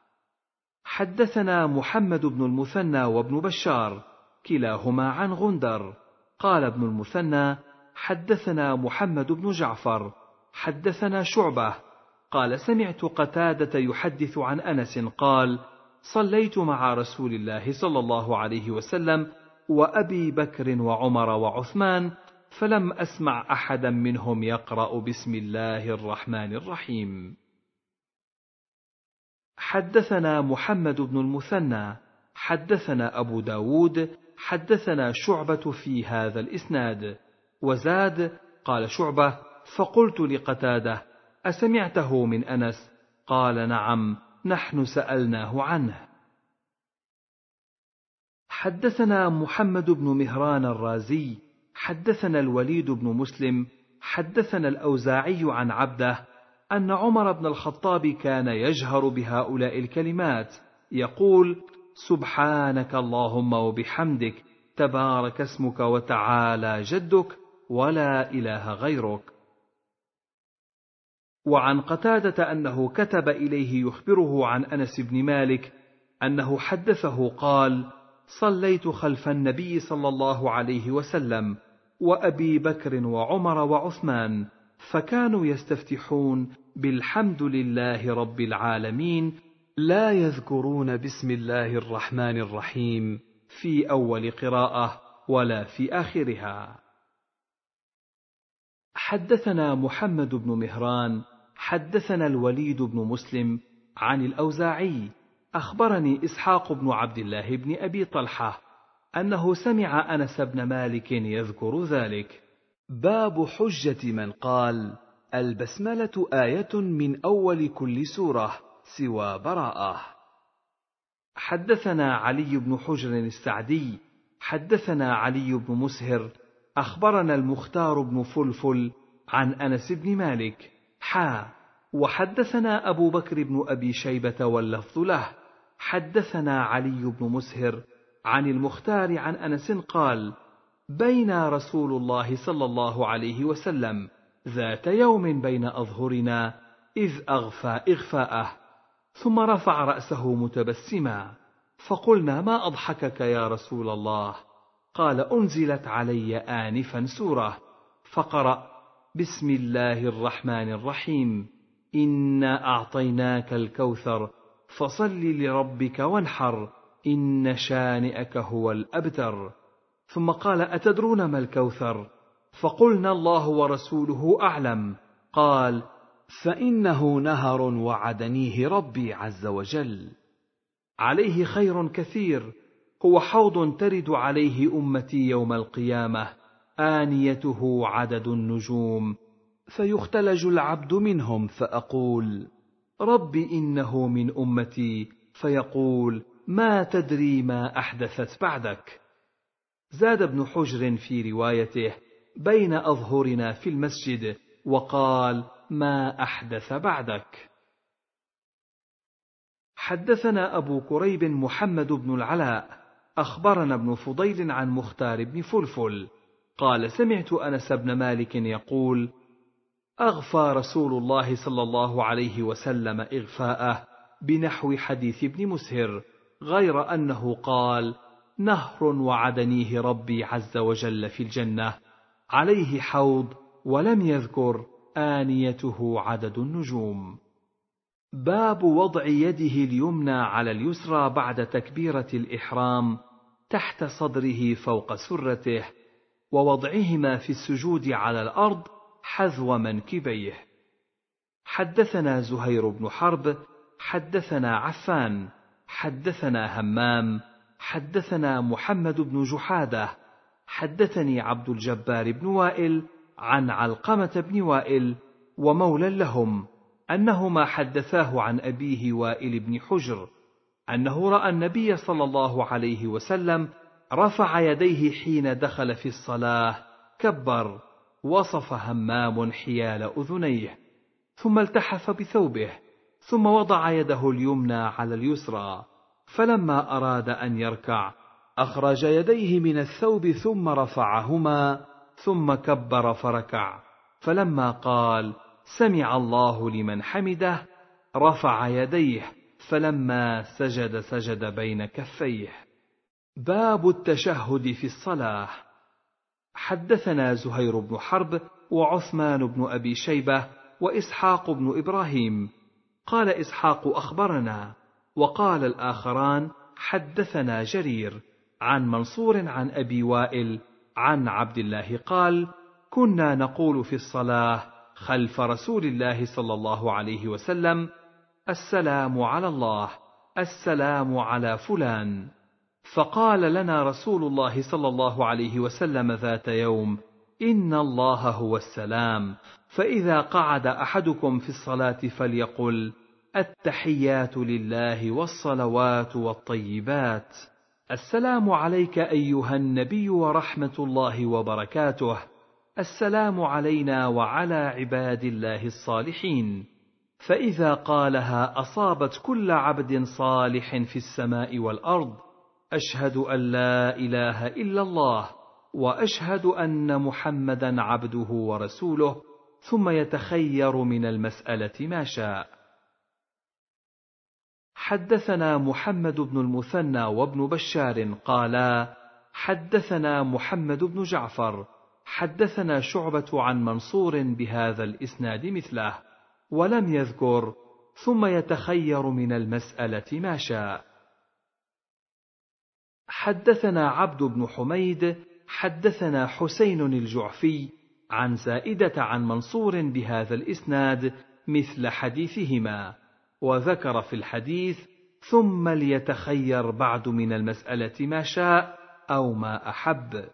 حدثنا محمد بن المثنى وابن بشار كلاهما عن غندر قال ابن المثنى: حدثنا محمد بن جعفر حدثنا شعبة قال: سمعت قتادة يحدث عن أنس قال: صليت مع رسول الله صلى الله عليه وسلم وأبي بكر وعمر وعثمان، فلم أسمع أحدا منهم يقرأ بسم الله الرحمن الرحيم. حدثنا محمد بن المثنى حدثنا أبو داود حدثنا شعبة في هذا الإسناد، وزاد قال شعبة: فقلت لقتادة: أسمعته من أنس؟ قال: نعم، نحن سألناه عنه. حدثنا محمد بن مهران الرازي حدثنا الوليد بن مسلم حدثنا الأوزاعي عن عبده أن عمر بن الخطاب كان يجهر بهؤلاء الكلمات يقول: سبحانك اللهم وبحمدك، تبارك اسمك وتعالى جدك، ولا إله غيرك. وعن قتادة أنه كتب إليه يخبره عن أنس بن مالك أنه حدثه قال: صليت خلف النبي صلى الله عليه وسلم وأبي بكر وعمر وعثمان، فكانوا يستفتحون بالحمد لله رب العالمين، لا يذكرون بسم الله الرحمن الرحيم في أول قراءة ولا في آخرها. حدثنا محمد بن مهران حدثنا الوليد بن مسلم عن الأوزاعي أخبرني إسحاق بن عبد الله بن أبي طلحة أنه سمع أنس بن مالك يذكر ذلك. باب حجة من قال: البسملة آية من أول كل سورة سوى براءة. حدثنا علي بن حجر السعدي حدثنا علي بن مسهر أخبرنا المختار بن فلفل عن أنس بن مالك حا وحدثنا أبو بكر بن أبي شيبة واللفظ له حدثنا علي بن مسهر عن المختار عن أنس قال: بين رسول الله صلى الله عليه وسلم ذات يوم بين أظهرنا إذ أغفى إغفاءه، ثم رفع رأسه متبسما، فقلنا: ما أضحكك يا رسول الله؟ قال: أنزلت علي آنفا سورة، فقرأ: بسم الله الرحمن الرحيم، إنا أعطيناك الكوثر فصل لربك وانحر، إن شانئك هو الأبتر. ثم قال: أتدرون ما الكوثر؟ فقلنا: الله ورسوله أعلم. قال: فإنه نهر وعدنيه ربي عز وجل، عليه خير كثير، هو حوض ترد عليه أمتي يوم القيامة، آنيته عدد النجوم، فيختلج العبد منهم فأقول: رب إنه من أمتي، فيقول: ما تدري ما أحدثت بعدك. زاد ابن حجر في روايته: بين أظهرنا في المسجد، وقال: ما أحدث بعدك. حدثنا أبو كريب محمد بن العلاء أخبرنا ابن فضيل عن مختار بن فلفل قال: سمعت أنس بن مالك يقول: أغفى رسول الله صلى الله عليه وسلم إغفاءه بنحو حديث ابن مسهر، غير أنه قال: نهر وعدنيه ربي عز وجل في الجنة، عليه حوض، ولم يذكر آنيته عدد النجوم. باب وضع يده اليمنى على اليسرى بعد تكبيرة الإحرام تحت صدره فوق سرته، ووضعهما في السجود على الأرض حذو منكبيه. حدثنا زهير بن حرب حدثنا عفان حدثنا همام حدثنا محمد بن جحادة حدثني عبد الجبار بن وائل عن علقمة بن وائل ومولى لهم أنهما حدثاه عن أبيه وائل بن حجر أنه رأى النبي صلى الله عليه وسلم رفع يديه حين دخل في الصلاة كبر، وصف همام حيال أذنيه، ثم التحف بثوبه، ثم وضع يده اليمنى على اليسرى، فلما أراد أن يركع أخرج يديه من الثوب ثم رفعهما، ثم كبر فركع، فلما قال: سمع الله لمن حمده، رفع يديه، فلما سجد سجد بين كفيه. باب التشهد في الصلاة. حدثنا زهير بن حرب وعثمان بن أبي شيبة وإسحاق بن إبراهيم. قال إسحاق: أخبرنا. وقال الآخران: حدثنا جرير عن منصور عن أبي وائل عن عبد الله قال: كنا نقول في الصلاة خلف رسول الله صلى الله عليه وسلم: السلام على الله، السلام على فلان. فقال لنا رسول الله صلى الله عليه وسلم ذات يوم: إن الله هو السلام، فإذا قعد أحدكم في الصلاة فليقل: التحيات لله والصلوات والطيبات، السلام عليك أيها النبي ورحمة الله وبركاته. السلام علينا وعلى عباد الله الصالحين. فإذا قالها أصابت كل عبد صالح في السماء والأرض. أشهد أن لا إله إلا الله وأشهد أن محمدا عبده ورسوله، ثم يتخير من المسألة ما شاء. حدثنا محمد بن المثنى وابن بشار قالا حدثنا محمد بن جعفر حدثنا شعبة عن منصور بهذا الإسناد مثله، ولم يذكر ثم يتخير من المسألة ما شاء. حدثنا عبد بن حميد حدثنا حسين الجعفي عن زائدة عن منصور بهذا الإسناد مثل حديثهما، وذكر في الحديث ثم ليتخير بعد من المسألة ما شاء أو ما أحب.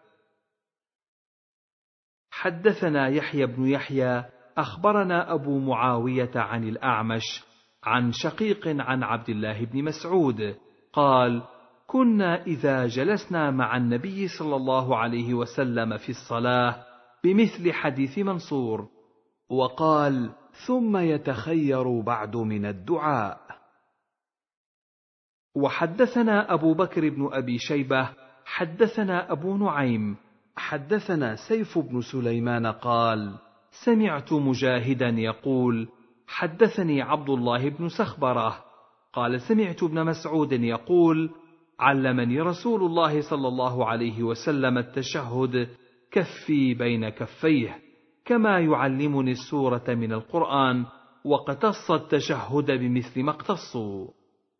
حدثنا يحيى بن يحيى أخبرنا أبو معاوية عن الأعمش عن شقيق عن عبد الله بن مسعود قال: كنا إذا جلسنا مع النبي صلى الله عليه وسلم في الصلاة بمثل حديث منصور، وقال: ثم يتخير بعد من الدعاء. وحدثنا أبو بكر بن أبي شيبة حدثنا أبو نعيم حدثنا سيف بن سليمان قال: سمعت مجاهدا يقول: حدثني عبد الله بن سخبرة قال: سمعت ابن مسعود يقول: علمني رسول الله صلى الله عليه وسلم التشهد كفي بين كفيه، كما يعلمني السورة من القرآن، واقتص التشهد بمثل ما اقتصوا.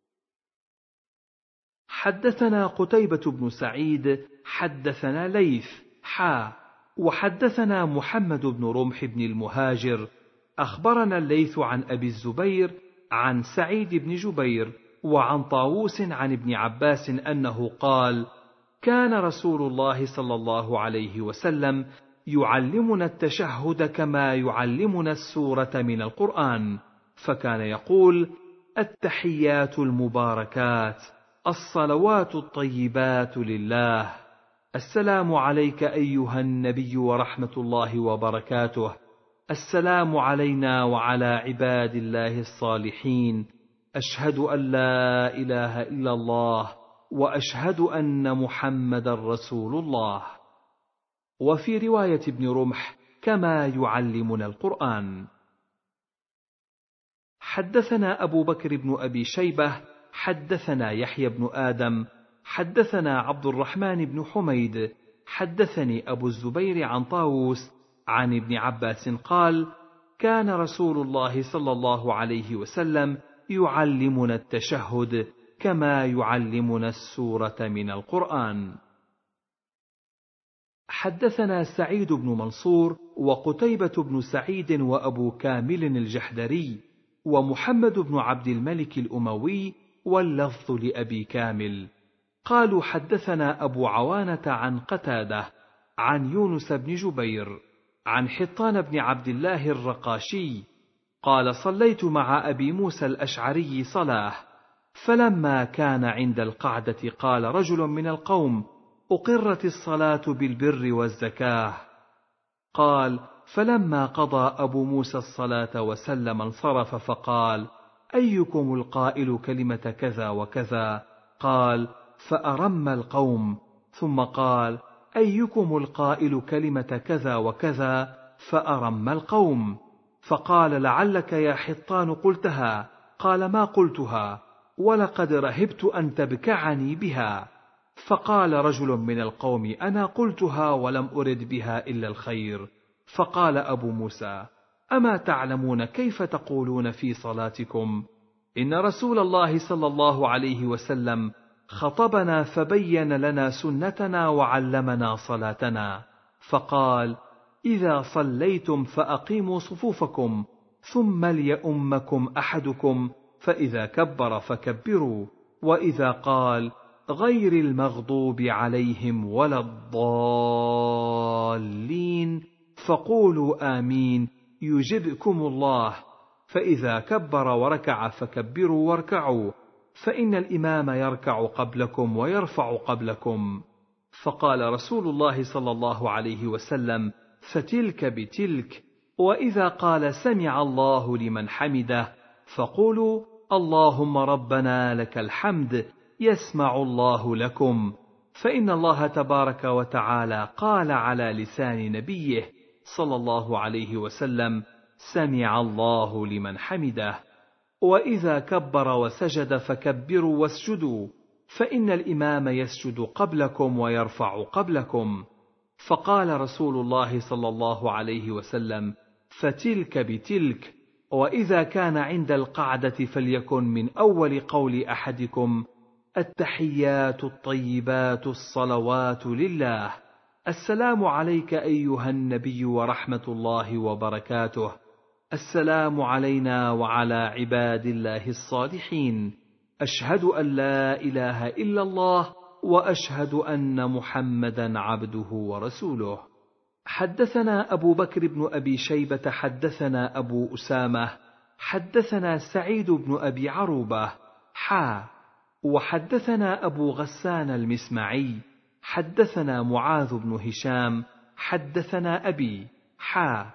حدثنا قتيبة بن سعيد حدثنا ليث حا وحدثنا محمد بن رمح بن المهاجر أخبرنا الليث عن أبي الزبير عن سعيد بن جبير وعن طاووس عن ابن عباس أنه قال: كان رسول الله صلى الله عليه وسلم يعلمنا التشهد كما يعلمنا السورة من القرآن، فكان يقول: التحيات المباركات الصلوات الطيبات لله، السلام عليك أيها النبي ورحمة الله وبركاته، السلام علينا وعلى عباد الله الصالحين، أشهد أن لا إله إلا الله وأشهد أن محمدا رسول الله. وفي رواية ابن رمح: كما يعلمنا القرآن. حدثنا أبو بكر بن أبي شيبة حدثنا يحيى بن آدم حدثنا عبد الرحمن بن حميد حدثني أبو الزبير عن طاووس عن ابن عباس قال: كان رسول الله صلى الله عليه وسلم يعلمنا التشهد كما يعلمنا السورة من القرآن. حدثنا سعيد بن منصور وقتيبة بن سعيد وأبو كامل الجحدري ومحمد بن عبد الملك الأموي، واللفظ لأبي كامل، قالوا: حدثنا أبو عوانة عن قتادة عن يونس بن جبير عن حطان بن عبد الله الرقاشي قال: صليت مع أبي موسى الأشعري صلاة، فلما كان عند القعدة قال رجل من القوم: أقرت الصلاة بالبر والزكاة. قال: فلما قضى أبو موسى الصلاة وسلم انصرف فقال: أيكم القائل كلمة كذا وكذا؟ قال: فأرم القوم. ثم قال: أيكم القائل كلمة كذا وكذا؟ فأرم القوم. فقال: لعلك يا حطان قلتها. قال: ما قلتها، ولقد رهبت أن تبكعني بها. فقال رجل من القوم: أنا قلتها ولم أرد بها إلا الخير. فقال أبو موسى: أما تعلمون كيف تقولون في صلاتكم؟ إن رسول الله صلى الله عليه وسلم خطبنا فبين لنا سنتنا وعلمنا صلاتنا، فقال: إذا صليتم فأقيموا صفوفكم، ثم ليؤمكم أحدكم، فإذا كبر فكبروا، وإذا قال: غير المغضوب عليهم ولا الضالين فقولوا آمين يجبكم الله، فإذا كبر وركع فكبروا واركعوا، فإن الإمام يركع قبلكم ويرفع قبلكم. فقال رسول الله صلى الله عليه وسلم: فتلك بتلك. وإذا قال سمع الله لمن حمده فقولوا اللهم ربنا لك الحمد، يسمع الله لكم، فإن الله تبارك وتعالى قال على لسان نبيه صلى الله عليه وسلم: سمع الله لمن حمده. وإذا كبر وسجد فكبروا واسجدوا، فإن الإمام يسجد قبلكم ويرفع قبلكم. فقال رسول الله صلى الله عليه وسلم: فتلك بتلك. وإذا كان عند القعدة فليكن من أول قول أحدكم: التحيات الطيبات الصلوات لله، السلام عليك أيها النبي ورحمة الله وبركاته، السلام علينا وعلى عباد الله الصالحين، أشهد أن لا إله إلا الله وأشهد أن محمدا عبده ورسوله. حدثنا أبو بكر بن أبي شيبة حدثنا أبو أسامة حدثنا سعيد بن أبي عروبة حا وحدثنا أبو غسان المسمعي حدثنا معاذ بن هشام حدثنا أبي حا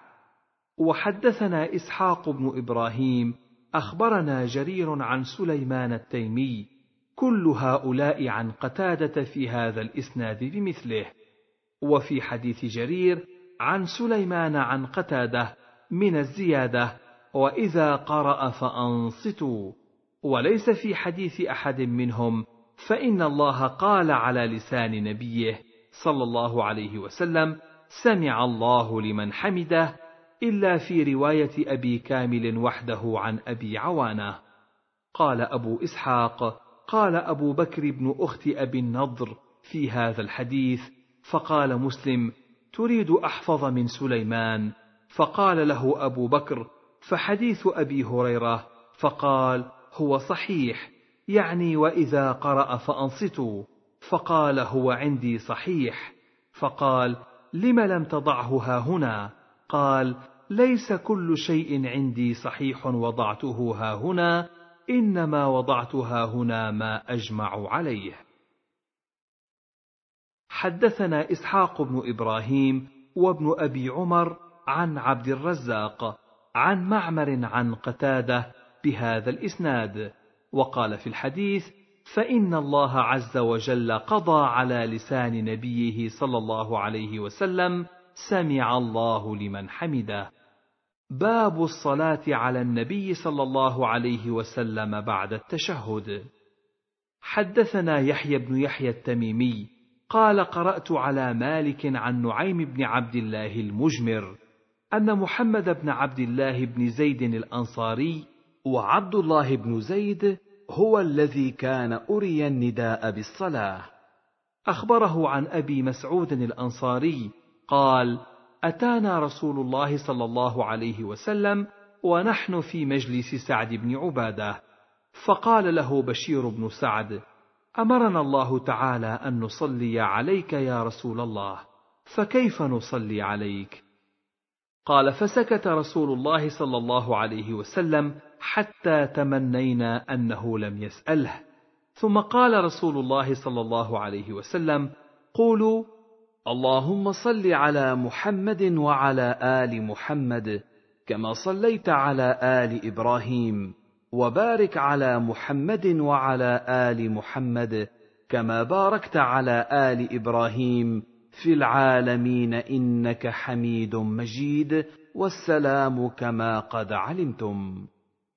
وحدثنا إسحاق بن إبراهيم أخبرنا جرير عن سليمان التيمي، كل هؤلاء عن قتادة في هذا الإسناد بمثله. وفي حديث جرير عن سليمان عن قتادة من الزيادة: وإذا قرأ فأنصتوا، وليس في حديث أحد منهم فإن الله قال على لسان نبيه صلى الله عليه وسلم: سمع الله لمن حمده، إلا في رواية أبي كامل وحده عن أبي عوانة. قال أبو إسحاق: قال أبو بكر بن أخت أبي النضر في هذا الحديث، فقال مسلم: تريد أحفظ من سليمان؟ فقال له أبو بكر: فحديث أبي هريرة، فقال: هو صحيح، يعني وإذا قرأ فأنصتوا، فقال: هو عندي صحيح. فقال: لم لم تضعه ها هنا؟ قال: ليس كل شيء عندي صحيح وضعته ها هنا، إنما وضعت ها هنا ما أجمع عليه. حدثنا إسحاق بن إبراهيم وابن أبي عمر عن عبد الرزاق عن معمر عن قتادة بهذا الإسناد، وقال في الحديث: فإن الله عز وجل قضى على لسان نبيه صلى الله عليه وسلم: سمع الله لمن حمده. باب الصلاة على النبي صلى الله عليه وسلم بعد التشهد. حدثنا يحيى بن يحيى التميمي قال: قرأت على مالك عن نعيم بن عبد الله المجمر أن محمد بن عبد الله بن زيد الأنصاري وعبد الله بن زيد هو الذي كان أري النداء بالصلاة أخبره عن أبي مسعود الأنصاري قال: أتانا رسول الله صلى الله عليه وسلم ونحن في مجلس سعد بن عبادة، فقال له بشير بن سعد: أمرنا الله تعالى أن نصلي عليك يا رسول الله، فكيف نصلي عليك؟ قال: فسكت رسول الله صلى الله عليه وسلم حتى تمنينا أنه لم يسأله، ثم قال رسول الله صلى الله عليه وسلم: قولوا اللهم صل على محمد وعلى آل محمد كما صليت على آل إبراهيم، وبارك على محمد وعلى آل محمد كما باركت على آل إبراهيم في العالمين إنك حميد مجيد، والسلام كما قد علمتم.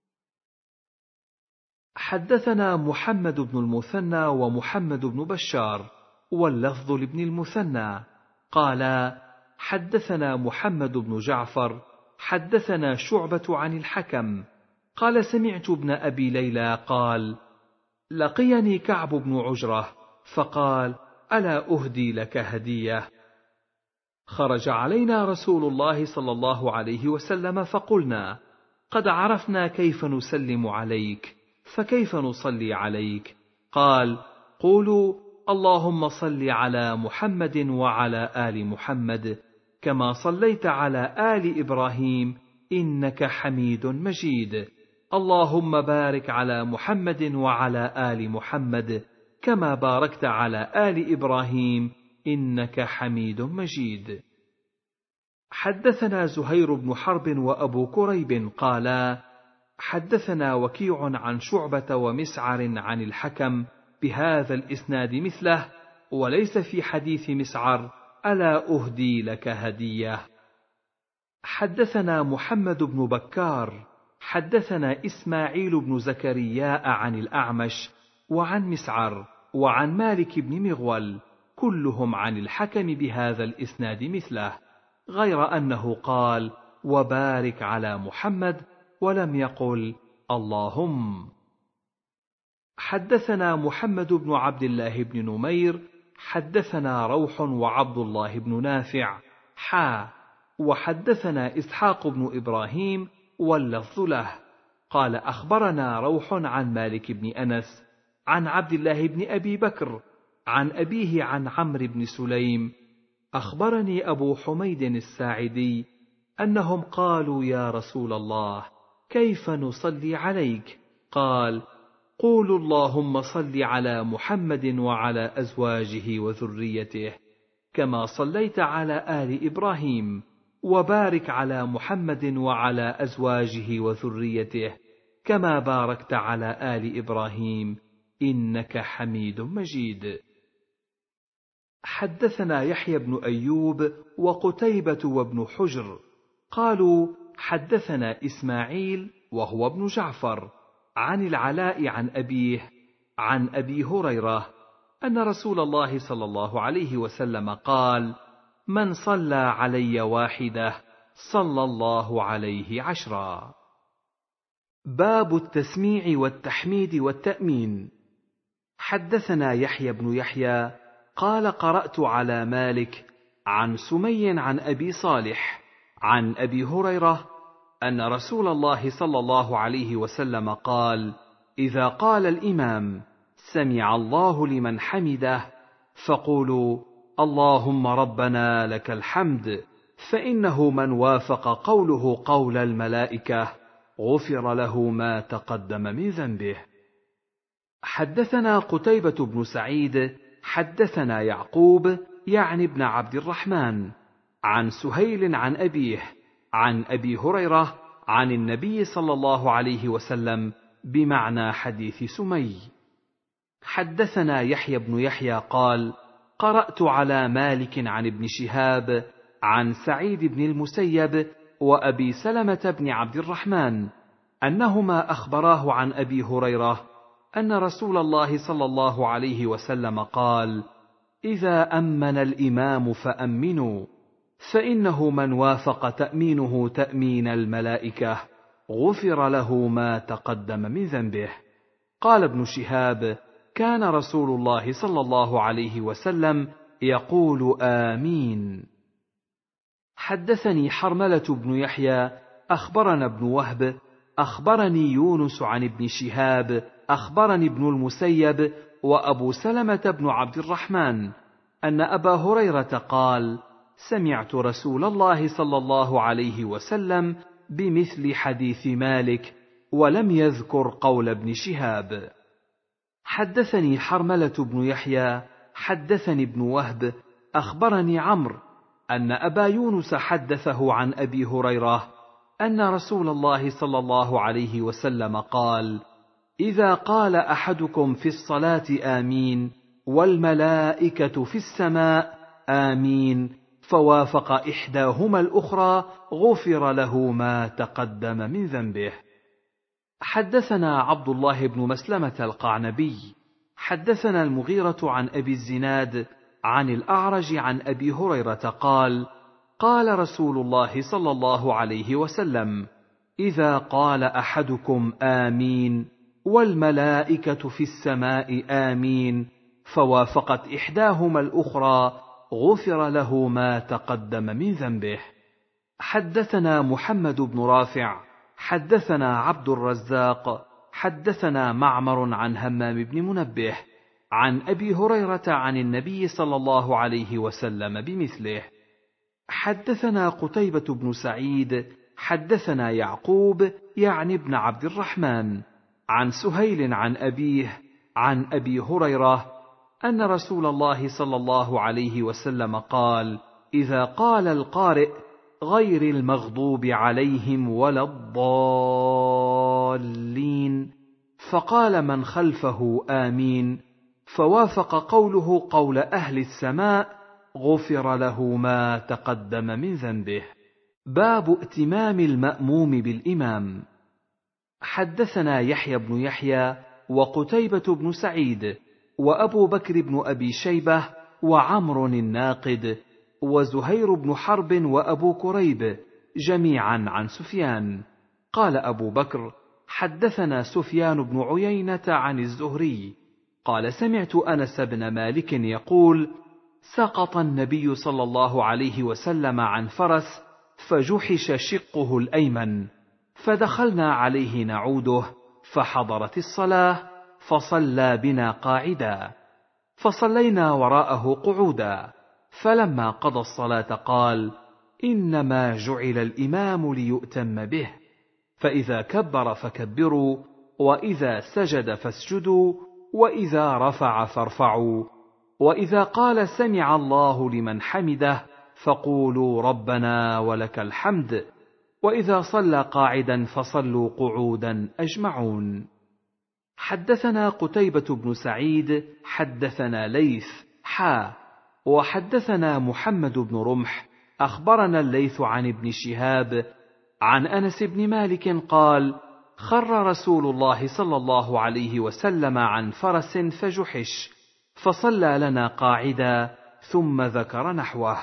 حدثنا محمد بن المثنى ومحمد بن بشار واللفظ لابن المثنى قالا: حدثنا محمد بن جعفر حدثنا شعبة عن الحكم قال: سمعت ابن أبي ليلى قال: لقيني كعب بن عجرة فقال: ألا أهدي لك هدية؟ خرج علينا رسول الله صلى الله عليه وسلم فقلنا: قد عرفنا كيف نسلم عليك، فكيف نصلي عليك؟ قال: قولوا اللهم صل على محمد وعلى آل محمد كما صليت على آل إبراهيم إنك حميد مجيد، اللهم بارك على محمد وعلى آل محمد كما باركت على آل إبراهيم إنك حميد مجيد. حدثنا زهير بن حرب وأبو كريب قالا حدثنا وكيع عن شعبة ومسعر عن الحكم بهذا الإسناد مثله، وليس في حديث مسعر ألا أهدي لك هدية. حدثنا محمد بن بكار حدثنا إسماعيل بن زكرياء عن الأعمش وعن مسعر وعن مالك بن مغول كلهم عن الحكم بهذا الإسناد مثله، غير أنه قال وبارك على محمد ولم يقل اللهم. حدثنا محمد بن عبد الله بن نمير حدثنا روح وعبد الله بن نافع حا وحدثنا إسحاق بن إبراهيم واللفظ له قال أخبرنا روح عن مالك بن أنس عن عبد الله بن أبي بكر عن أبيه عن عمرو بن سليم أخبرني أبو حميد الساعدي أنهم قالوا يا رسول الله كيف نصلي عليك؟ قال قولوا اللهم صل على محمد وعلى أزواجه وذريته كما صليت على آل إبراهيم، وبارك على محمد وعلى أزواجه وذريته كما باركت على آل إبراهيم إنك حميد مجيد. حدثنا يحيى بن أيوب وقتيبة وابن حجر قالوا حدثنا إسماعيل وهو ابن جعفر عن العلاء عن أبيه عن أبي هريرة أن رسول الله صلى الله عليه وسلم قال من صلى علي واحدة صلى الله عليه عشرا. باب التسميع والتحميد والتأمين. حدثنا يحيى بن يحيى قال قرأت على مالك عن سمي عن أبي صالح عن أبي هريرة أن رسول الله صلى الله عليه وسلم قال إذا قال الإمام سمع الله لمن حمده فقولوا اللهم ربنا لك الحمد، فإنه من وافق قوله قول الملائكة غفر له ما تقدم من ذنبه. حدثنا قتيبة بن سعيد حدثنا يعقوب يعني ابن عبد الرحمن عن سهيل عن أبيه عن أبي هريرة عن النبي صلى الله عليه وسلم بمعنى حديث سمي. حدثنا يحيى بن يحيى قال قرأت على مالك عن ابن شهاب عن سعيد بن المسيب وأبي سلمة بن عبد الرحمن أنهما أخبراه عن أبي هريرة أن رسول الله صلى الله عليه وسلم قال إذا أمن الإمام فأمنوا، فإنه من وافق تأمينه تأمين الملائكة غفر له ما تقدم من ذنبه. قال ابن شهاب كان رسول الله صلى الله عليه وسلم يقول آمين. حدثني حرملة بن يحيى أخبرنا ابن وهب أخبرني يونس عن ابن شهاب أخبرني ابن المسيب وأبو سلمة بن عبد الرحمن أن أبا هريرة قال سمعت رسول الله صلى الله عليه وسلم بمثل حديث مالك ولم يذكر قول ابن شهاب. حدثني حرملة بن يحيى حدثني ابن وهب أخبرني عمرو أن أبا يونس حدثه عن أبي هريرة أن رسول الله صلى الله عليه وسلم قال إذا قال أحدكم في الصلاة آمين والملائكة في السماء آمين فوافق إحداهما الأخرى غفر له ما تقدم من ذنبه. حدثنا عبد الله بن مسلمة القعنبي حدثنا المغيرة عن أبي الزناد عن الأعرج عن أبي هريرة قال قال رسول الله صلى الله عليه وسلم إذا قال أحدكم آمين والملائكة في السماء آمين فوافقت إحداهما الأخرى غفر له ما تقدم من ذنبه. حدثنا محمد بن رافع حدثنا عبد الرزاق حدثنا معمر عن همام بن منبه عن أبي هريرة عن النبي صلى الله عليه وسلم بمثله. حدثنا قتيبة بن سعيد حدثنا يعقوب يعني ابن عبد الرحمن عن سهيل عن أبيه عن أبي هريرة أن رسول الله صلى الله عليه وسلم قال: إذا قال القارئ غير المغضوب عليهم ولا الضالين فقال من خلفه آمين فوافق قوله قول أهل السماء غفر له ما تقدم من ذنبه. باب ائتمام المأموم بالإمام. حدثنا يحيى بن يحيى وقتيبة بن سعيد وأبو بكر بن أبي شيبة وعمر الناقد وزهير بن حرب وأبو كريب جميعا عن سفيان. قال أبو بكر: حدثنا سفيان بن عيينة عن الزهري قال: سمعت أنس بن مالك يقول: سقط النبي صلى الله عليه وسلم عن فرس فجحش شقه الأيمن، فدخلنا عليه نعوده، فحضرت الصلاة فصلى بنا قاعدا، فصلينا وراءه قعودا، فلما قضى الصلاة قال: إنما جعل الإمام ليؤتم به، فإذا كبر فكبروا، وإذا سجد فاسجدوا، وإذا رفع فارفعوا، وإذا قال سمع الله لمن حمده فقولوا ربنا ولك الحمد، وإذا صلى قاعدا فصلوا قعودا أجمعون. حدثنا قتيبة بن سعيد حدثنا ليث حا وحدثنا محمد بن رمح أخبرنا الليث عن ابن شهاب عن أنس بن مالك قال: خر رسول الله صلى الله عليه وسلم عن فرس فجحش، فصلى لنا قاعدا، ثم ذكر نحوه.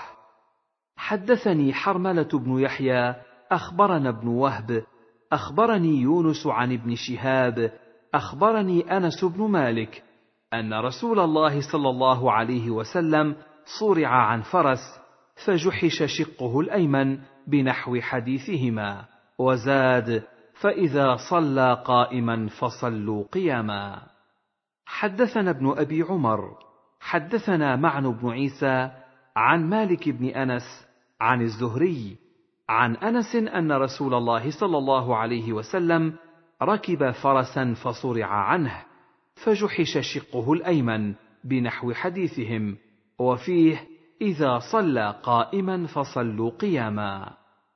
حدثني حرملة بن يحيى أخبرنا ابن وهب أخبرني يونس عن ابن شهاب أخبرني أنس بن مالك أن رسول الله صلى الله عليه وسلم صرع عن فرس فجحش شقه الأيمن بنحو حديثهما، وزاد: فإذا صلى قائما فصلوا قياما. حدثنا ابن أبي عمر حدثنا معن بن عيسى عن مالك بن أنس عن الزهري عن أنس أن رسول الله صلى الله عليه وسلم ركب فرسا فصرع عنه فجحش شقه الأيمن بنحو حديثهم، وفيه: إذا صلى قائما فصلوا قياما.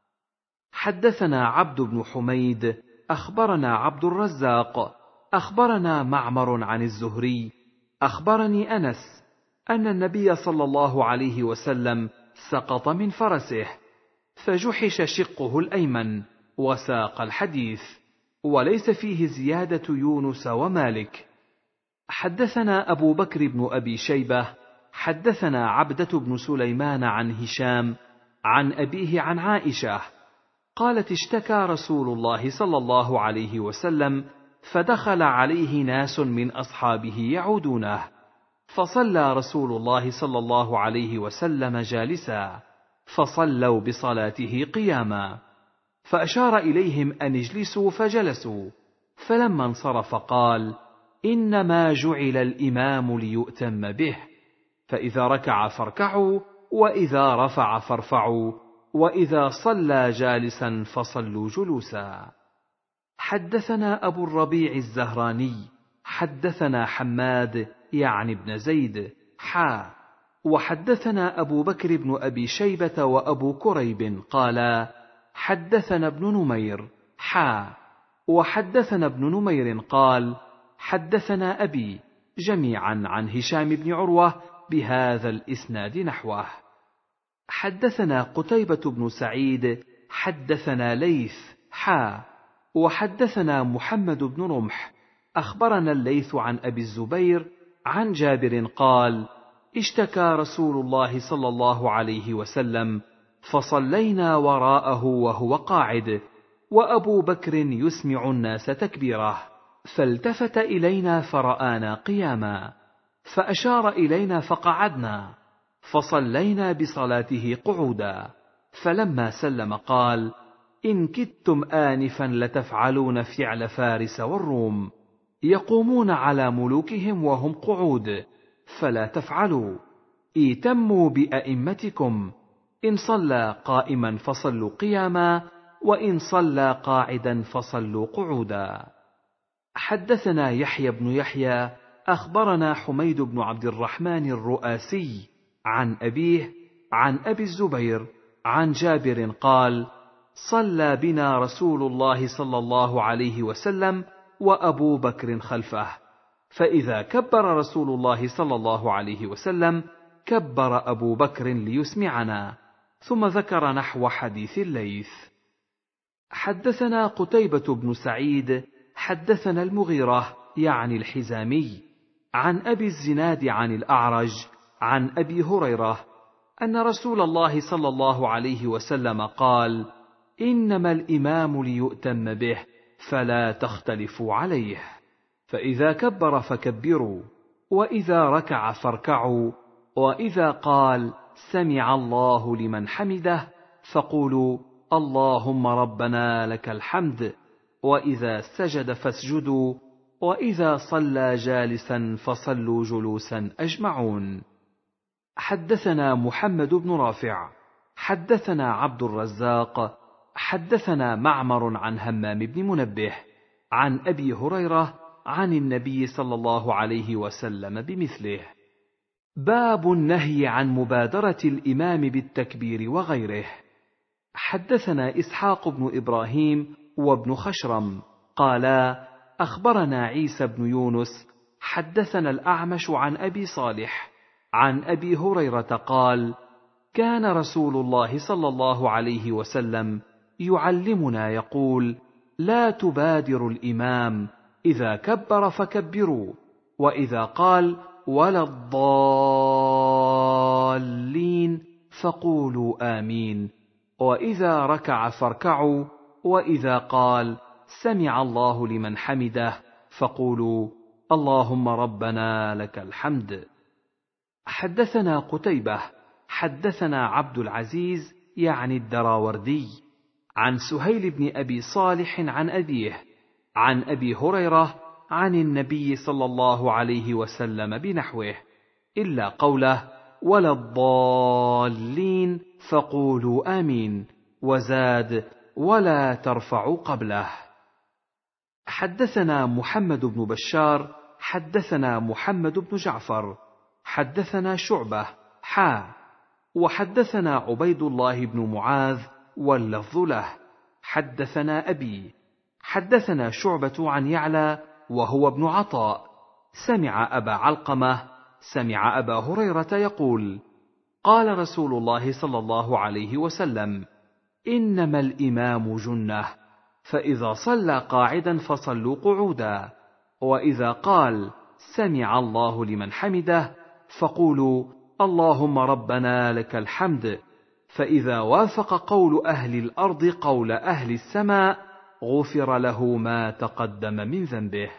حدثنا عبد بن حميد أخبرنا عبد الرزاق أخبرنا معمر عن الزهري أخبرني أنس أن النبي صلى الله عليه وسلم سقط من فرسه فجحش شقه الأيمن، وساق الحديث، وليس فيه زيادة يونس ومالك. حدثنا أبو بكر بن أبي شيبة حدثنا عبدة بن سليمان عن هشام عن أبيه عن عائشة قالت: اشتكى رسول الله صلى الله عليه وسلم فدخل عليه ناس من أصحابه يعودونه، فصلى رسول الله صلى الله عليه وسلم جالسا، فصلوا بصلاته قياما، فأشار إليهم أن اجلسوا فجلسوا، فلما انصرف قال: إنما جعل الإمام ليؤتم به، فإذا ركع فاركعوا، وإذا رفع فارفعوا، وإذا صلى جالسا فصلوا جلوسا. حدثنا أبو الربيع الزهراني حدثنا حماد يعني ابن زيد حا وحدثنا أبو بكر بن أبي شيبة وأبو كريب قالا: حدثنا ابن نمير حا وحدثنا ابن نمير قال: حدثنا أبي، جميعا عن هشام بن عروة بهذا الإسناد نحوه. حدثنا قتيبة بن سعيد حدثنا ليث حا وحدثنا محمد بن رمح أخبرنا الليث عن أبي الزبير عن جابر قال: اشتكى رسول الله صلى الله عليه وسلم فصلينا وراءه وهو قاعد، وأبو بكر يسمع الناس تكبيره، فالتفت إلينا فرآنا قياما، فأشار إلينا فقعدنا، فصلينا بصلاته قعودا، فلما سلم قال: إن كدتم آنفا لتفعلون فعل فارس والروم، يقومون على ملوكهم وهم قعود، فلا تفعلوا، ائتموا بأئمتكم، إن صلى قائما فصلوا قياما، وإن صلى قاعدا فصلوا قعودا. حدثنا يحيى بن يحيى أخبرنا حميد بن عبد الرحمن الرؤاسي عن أبيه عن أبي الزبير عن جابر قال: صلى بنا رسول الله صلى الله عليه وسلم وأبو بكر خلفه، فإذا كبر رسول الله صلى الله عليه وسلم كبر أبو بكر ليسمعنا، ثم ذكر نحو حديث الليث. حدثنا قتيبة بن سعيد حدثنا المغيرة يعني الحزامي عن أبي الزناد عن الأعرج عن أبي هريرة أن رسول الله صلى الله عليه وسلم قال: إنما الإمام ليؤتم به فلا تختلفوا عليه، فإذا كبر فكبروا، وإذا ركع فاركعوا، وإذا قال سمع الله لمن حمده فقولوا اللهم ربنا لك الحمد، وإذا سجد فاسجدوا، وإذا صلى جالسا فصلوا جلوسا أجمعون. حدثنا محمد بن رافع حدثنا عبد الرزاق حدثنا معمر عن همام بن منبه عن أبي هريرة عن النبي صلى الله عليه وسلم بمثله. باب النهي عن مبادرة الإمام بالتكبير وغيره. حدثنا إسحاق بن إبراهيم وابن خشرم قالا: أخبرنا عيسى بن يونس حدثنا الأعمش عن أبي صالح عن أبي هريرة قال: كان رسول الله صلى الله عليه وسلم يعلمنا يقول: لا تبادروا الإمام، إذا كبر فكبروا، وإذا قال ولا الضالين فقولوا آمين، وإذا ركع فاركعوا، وإذا قال سمع الله لمن حمده فقولوا اللهم ربنا لك الحمد. حدثنا قتيبة حدثنا عبد العزيز يعني الدراوردي عن سهيل بن أبي صالح عن أبيه عن أبي هريرة عن النبي صلى الله عليه وسلم بنحوه، إلا قوله ولا الضالين فقولوا آمين، وزاد ولا ترفعوا قبله. حدثنا محمد بن بشار حدثنا محمد بن جعفر حدثنا شعبة حا وحدثنا عبيد الله بن معاذ واللفظ له حدثنا أبي حدثنا شعبة عن يعلى وهو ابن عطاء سمع أبا علقمة سمع أبا هريرة يقول: قال رسول الله صلى الله عليه وسلم: إنما الإمام جنة، فإذا صلى قاعدا فصلوا قعودا، وإذا قال سمع الله لمن حمده فقولوا اللهم ربنا لك الحمد، فإذا وافق قول أهل الأرض قول أهل السماء غفر له ما تقدم من ذنبه.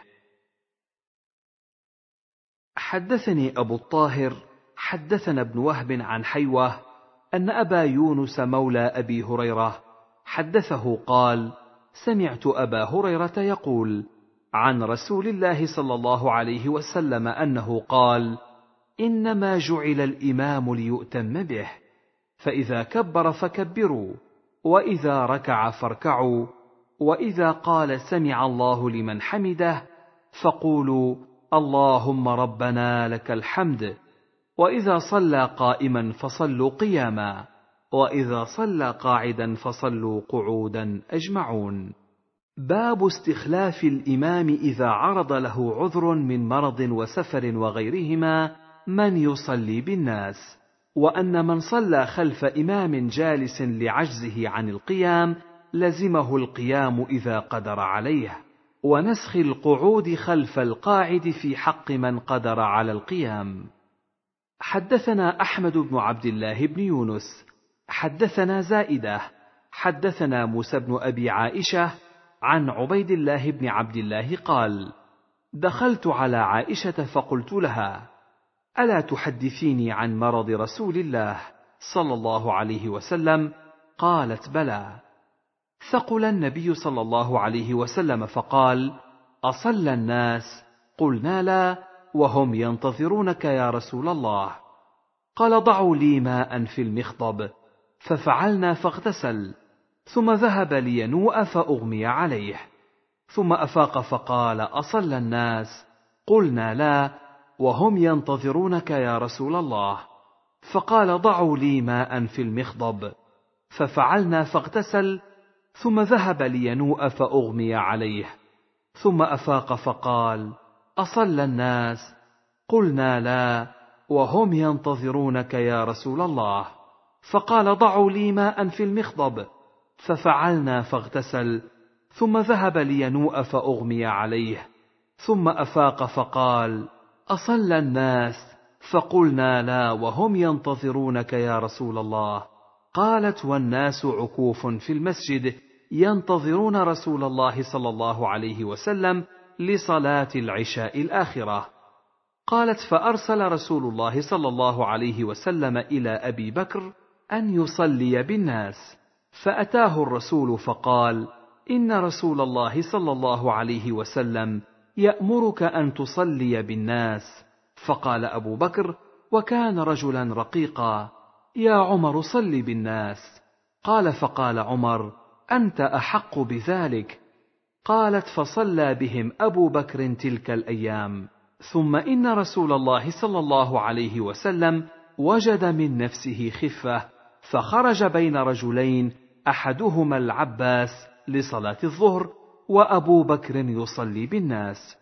حدثني أبو الطاهر حدثنا ابن وهب عن حيوة أن أبا يونس مولى أبي هريرة حدثه قال: سمعت أبا هريرة يقول عن رسول الله صلى الله عليه وسلم أنه قال: إنما جعل الإمام ليؤتم به، فإذا كبر فكبروا، وإذا ركع فاركعوا، وإذا قال سمع الله لمن حمده فقولوا اللهم ربنا لك الحمد، وإذا صلى قائما فصلوا قياما، وإذا صلى قاعدا فصلوا قعودا أجمعون. باب استخلاف الإمام إذا عرض له عذر من مرض وسفر وغيرهما من يصلي بالناس، وأن من صلى خلف إمام جالس لعجزه عن القيام لزمه القيام إذا قدر عليه، ونسخ القعود خلف القاعد في حق من قدر على القيام. حدثنا أحمد بن عبد الله بن يونس حدثنا زائدة حدثنا موسى بن أبي عائشة عن عبيد الله بن عبد الله قال: دخلت على عائشة فقلت لها: ألا تحدثيني عن مرض رسول الله صلى الله عليه وسلم؟ قالت: بلى. ثقل النبي صلى الله عليه وسلم فقال: أصلى الناس؟ قلنا: لا، وهم ينتظرونك يا رسول الله. قال: ضعوا لي ماء في المخضب، ففعلنا فاغتسل، ثم ذهب لينوء فأغمي عليه، ثم أفاق فقال: أصلى الناس؟ قلنا: لا، وهم ينتظرونك يا رسول الله. فقال: ضعوا لي ماء في المخضب، ففعلنا فاغتسل، ثم ذهب لينوء فأغمي عليه، ثم أفاق فقال: أصلى الناس؟ قلنا: لا، وهم ينتظرونك يا رسول الله. فقال: ضعوا لي ماء في المخضب، ففعلنا فاغتسل، ثم ذهب لينوء فأغمي عليه، ثم أفاق فقال: أصلى الناس؟ فقلنا: لا، وهم ينتظرونك يا رسول الله. قالت: والناس عكوف في المسجد ينتظرون رسول الله صلى الله عليه وسلم لصلاة العشاء الآخرة. قالت: فأرسل رسول الله صلى الله عليه وسلم إلى أبي بكر أن يصلي بالناس، فأتاه الرسول فقال: إن رسول الله صلى الله عليه وسلم يأمرك أن تصلي بالناس. فقال أبو بكر، وكان رجلا رقيقا: يا عمر صل بالناس. قال: فقال عمر: أنت أحق بذلك. قالت: فصلى بهم أبو بكر تلك الأيام. ثم إن رسول الله صلى الله عليه وسلم وجد من نفسه خفة، فخرج بين رجلين، أحدهما العباس لصلاة الظهر، وأبو بكر يصلي بالناس.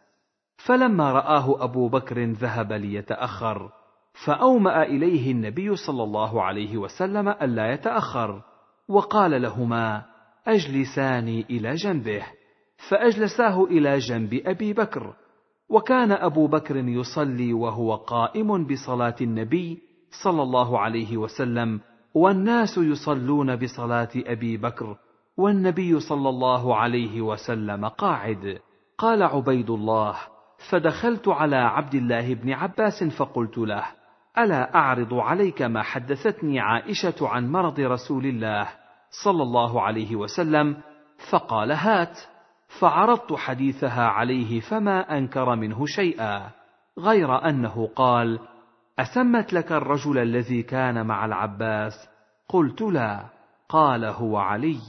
فلما رآه أبو بكر ذهب ليتأخر، فأومأ إليه النبي صلى الله عليه وسلم ألا يتأخر، وقال لهما: أجلساني إلى جنبه. فأجلساه إلى جنب أبي بكر، وكان أبو بكر يصلي وهو قائم بصلاة النبي صلى الله عليه وسلم، والناس يصلون بصلاة أبي بكر، والنبي صلى الله عليه وسلم قاعد. قال عبيد الله: فدخلت على عبد الله بن عباس فقلت له: ألا أعرض عليك ما حدثتني عائشة عن مرض رسول الله صلى الله عليه وسلم؟ فقال: هات. فعرضت حديثها عليه فما أنكر منه شيئا، غير أنه قال: أسمت لك الرجل الذي كان مع العباس؟ قلت: لا. قال: هو علي.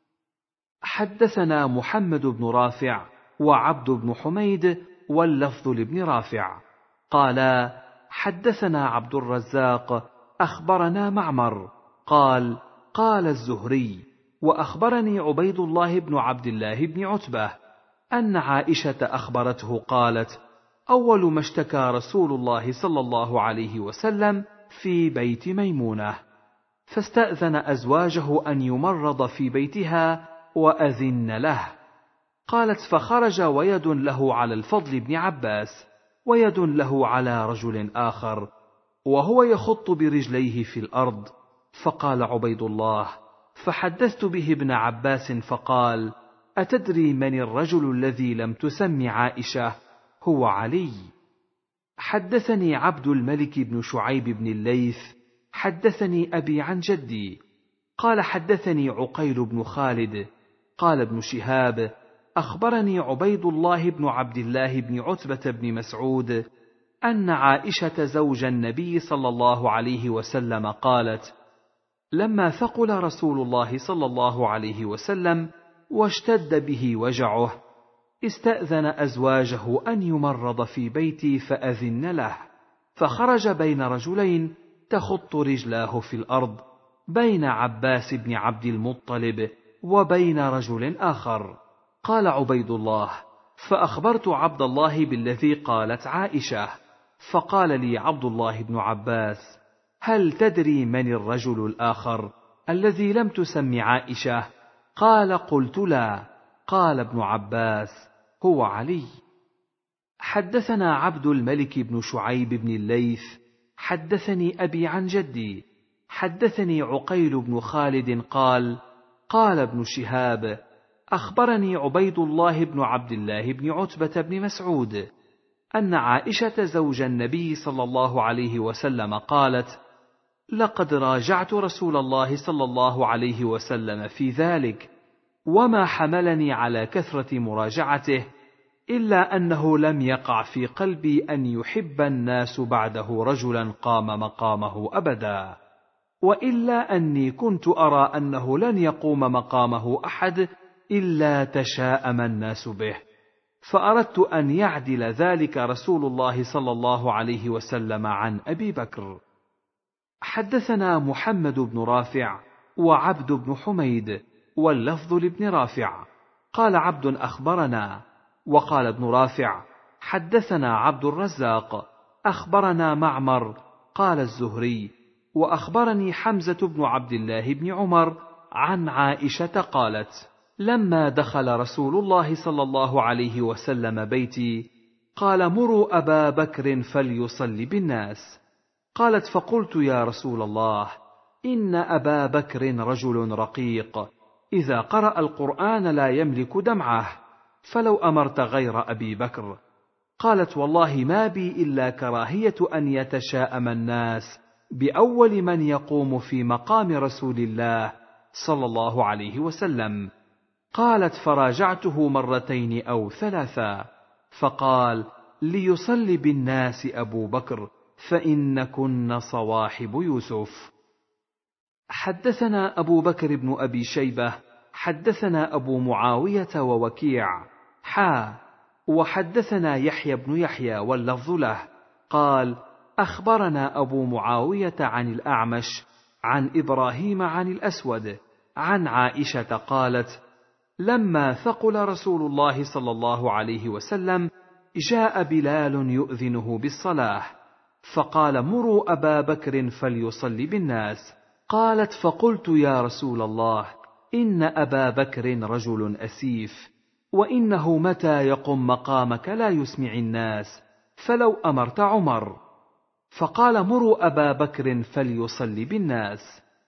حدثنا محمد بن رافع وعبد بن حميد واللفظ لابن رافع قالا: حدثنا عبد الرزاق أخبرنا معمر قال: قال الزهري: وأخبرني عبيد الله بن عبد الله بن عتبة أن عائشة أخبرته قالت: أول ما اشتكى رسول الله صلى الله عليه وسلم في بيت ميمونة، فاستأذن أزواجه أن يمرض في بيتها وأذن له. قالت: فخرج ويد له على الفضل بن عباس، ويد له على رجل آخر، وهو يخط برجليه في الأرض. فقال عبيد الله: فحدثت به ابن عباس فقال: أتدري من الرجل الذي لم تسم عائشة؟ هو علي. حدثني عبد الملك بن شعيب بن الليث حدثني أبي عن جدي قال: حدثني عقيل بن خالد قال ابن شهاب: أخبرني عبيد الله بن عبد الله بن عتبة بن مسعود أن عائشة زوج النبي صلى الله عليه وسلم قالت: لما ثقل رسول الله صلى الله عليه وسلم واشتد به وجعه، استأذن أزواجه أن يمرض في بيتي فأذن له، فخرج بين رجلين تخط رجلاه في الأرض، بين عباس بن عبد المطلب وبين رجل آخر. قال عبيد الله: فأخبرت عبد الله بالذي قالت عائشة، فقال لي عبد الله بن عباس: هل تدري من الرجل الآخر الذي لم تسم عائشة؟ قال: قلت: لا. قال ابن عباس: هو علي. حدثنا عبد الملك بن شعيب بن الليث حدثني أبي عن جدي حدثني عقيل بن خالد قال: قال ابن شهاب: أخبرني عبيد الله بن عبد الله بن عتبة بن مسعود أن عائشة زوج النبي صلى الله عليه وسلم قالت: لقد راجعت رسول الله صلى الله عليه وسلم في ذلك، وما حملني على كثرة مراجعته إلا أنه لم يقع في قلبي أن يحب الناس بعده رجلا قام مقامه أبدا. وإلا أني كنت أرى أنه لن يقوم مقامه أحد إلا تشاءم الناس به، فأردت أن يعدل ذلك رسول الله صلى الله عليه وسلم عن أبي بكر. حدثنا محمد بن رافع وعبد بن حميد، واللفظ لابن رافع. قال عبد أخبرنا، وقال ابن رافع حدثنا عبد الرزاق أخبرنا معمر قال الزهري وأخبرني حمزة بن عبد الله بن عمر عن عائشة قالت: لما دخل رسول الله صلى الله عليه وسلم بيتي قال: مروا أبا بكر فليصلي بالناس. قالت: فقلت: يا رسول الله، إن أبا بكر رجل رقيق، إذا قرأ القرآن لا يملك دمعه، فلو أمرت غير أبي بكر. قالت: والله ما بي إلا كراهية أن يتشاءم الناس بأول من يقوم في مقام رسول الله صلى الله عليه وسلم. قالت: فراجعته مرتين أو ثلاثا، فقال: ليصلي بالناس أبو بكر، فإنكن صواحب يوسف. حدثنا أبو بكر بن أبي شيبة حدثنا أبو معاوية ووكيع حا وحدثنا يحيى بن يحيى واللفظ له قال: أخبرنا أبو معاوية عن الأعمش عن إبراهيم عن الأسود عن عائشة قالت: لما ثقل رسول الله صلى الله عليه وسلم جاء بلال يؤذنه بالصلاة، فقال: مروا أبا بكر فليصلي بالناس. قالت: فقلت: يا رسول الله، إن أبا بكر رجل أسيف، وإنه متى يقم مقامك لا يسمع الناس، فلو أمرت عمر. فقال: مروا أبا بكر فليصلي بالناس.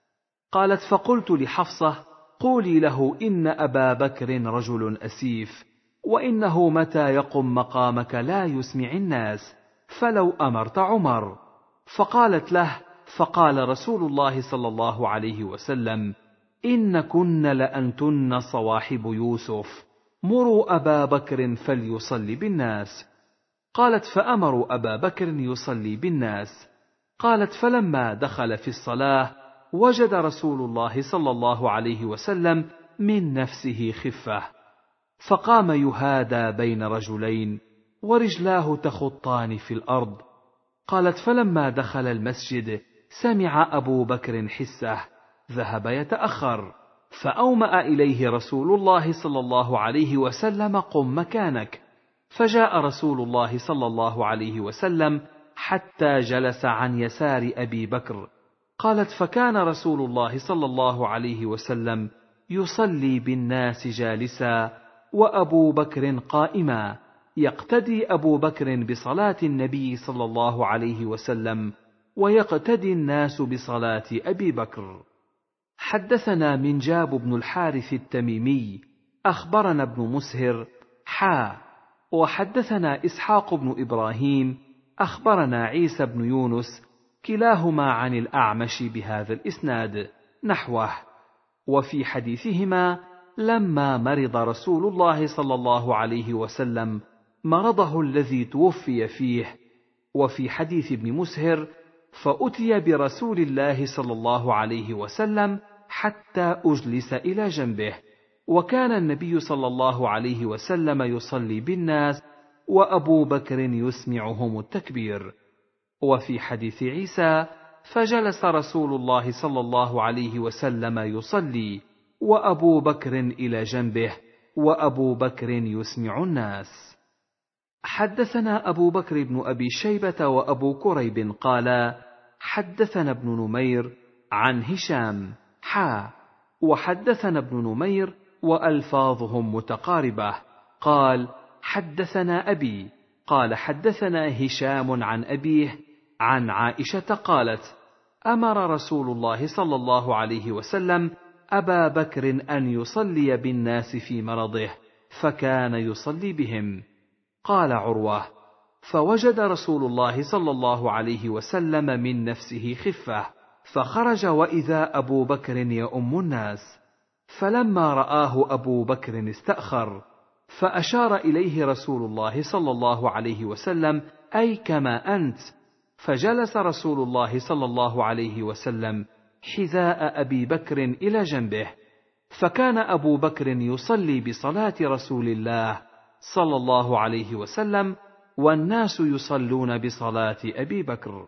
قالت: فقلت لحفصة: قولي له إن أبا بكر رجل أسيف، وإنه متى يقم مقامك لا يسمع الناس، فلو أمرت عمر. فقالت له: فقال رسول الله صلى الله عليه وسلم: إن كن لأنتن صواحب يوسف، مروا أبا بكر فليصلي بالناس. قالت: فأمروا أبا بكر يصلي بالناس. قالت: فلما دخل في الصلاة وجد رسول الله صلى الله عليه وسلم من نفسه خفة، فقام يهادى بين رجلين ورجلاه تخطان في الأرض. قالت: فلما دخل المسجد سمع أبو بكر حسه، ذهب يتأخر، فأومأ إليه رسول الله صلى الله عليه وسلم: قم مكانك. فجاء رسول الله صلى الله عليه وسلم حتى جلس عن يسار أبي بكر. قالت: فكان رسول الله صلى الله عليه وسلم يصلي بالناس جالسا وأبو بكر قائما، يقتدي أبو بكر بصلاة النبي صلى الله عليه وسلم، ويقتدي الناس بصلاة أبي بكر. حدثنا منجاب بن الحارث التميمي أخبرنا ابن مسهر حا وحدثنا إسحاق بن إبراهيم أخبرنا عيسى بن يونس كلاهما عن الأعمش بهذا الإسناد نحوه. وفي حديثهما: لما مرض رسول الله صلى الله عليه وسلم مرضه الذي توفي فيه. وفي حديث ابن مسهر: فأتي برسول الله صلى الله عليه وسلم حتى أجلس إلى جنبه، وكان النبي صلى الله عليه وسلم يصلي بالناس وأبو بكر يسمعهم التكبير. وفي حديث عيسى: فجلس رسول الله صلى الله عليه وسلم يصلي وأبو بكر إلى جنبه وأبو بكر يسمع الناس. حدثنا أبو بكر بن أبي شيبة وأبو كريب قالا: حدثنا ابن نمير عن هشام حا وحدثنا ابن نمير وألفاظهم متقاربة قال: حدثنا أبي قال: حدثنا هشام عن أبيه عن عائشة قالت: أمر رسول الله صلى الله عليه وسلم أبا بكر أن يصلي بالناس في مرضه، فكان يصلي بهم. قال عروة: فوجد رسول الله صلى الله عليه وسلم من نفسه خفة، فخرج وإذا أبو بكر يؤم الناس، فلما رآه أبو بكر استأخر، فأشار إليه رسول الله صلى الله عليه وسلم: أي كما أنت. فجلس رسول الله صلى الله عليه وسلم حذاء أبي بكر إلى جنبه، فكان أبو بكر يصلي بصلاة رسول الله صلى الله عليه وسلم، والناس يصلون بصلاة أبي بكر.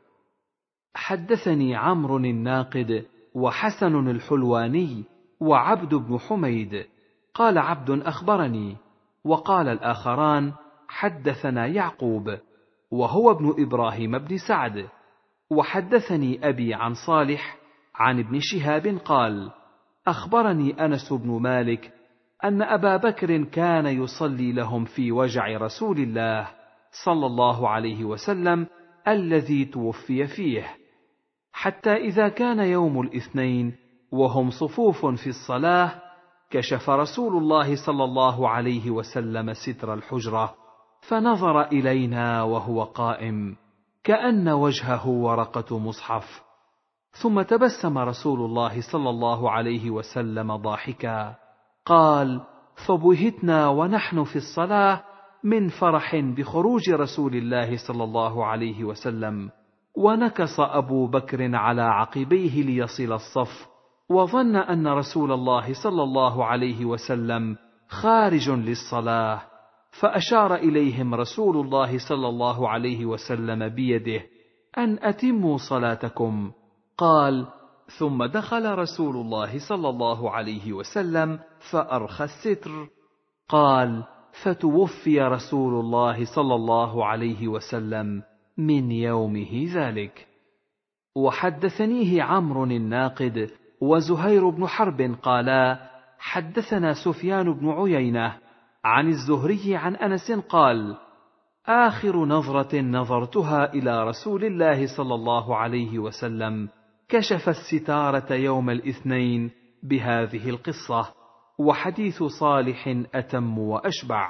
حدثني عمرو الناقد وحسن الحلواني وعبد بن حميد قال عبد أخبرني، وقال الآخران حدثنا يعقوب وهو ابن إبراهيم بن سعد. وحدثني أبي عن صالح عن ابن شهاب قال أخبرني أنس بن مالك أن أبا بكر كان يصلي لهم في وجع رسول الله صلى الله عليه وسلم الذي توفي فيه، حتى إذا كان يوم الاثنين وهم صفوف في الصلاة كشف رسول الله صلى الله عليه وسلم ستر الحجرة فنظر إلينا وهو قائم كأن وجهه ورقة مصحف، ثم تبسم رسول الله صلى الله عليه وسلم ضاحكا قال فبهتنا ونحن في الصلاة من فرح بخروج رسول الله صلى الله عليه وسلم، ونكص أبو بكر على عقبيه ليصل الصف، وظن أن رسول الله صلى الله عليه وسلم خارج للصلاة، فأشار إليهم رسول الله صلى الله عليه وسلم بيده أن أتموا صلاتكم. قال ثم دخل رسول الله صلى الله عليه وسلم فأرخى الستر. قال فتوفي رسول الله صلى الله عليه وسلم من يومه ذلك. وحدثنيه عمرو الناقد وزهير بن حرب قالا حدثنا سفيان بن عيينة عن الزهري عن أنس قال آخر نظرة نظرتها إلى رسول الله صلى الله عليه وسلم كشف الستارة يوم الاثنين بهذه القصة، وحديث صالح أتم وأشبع.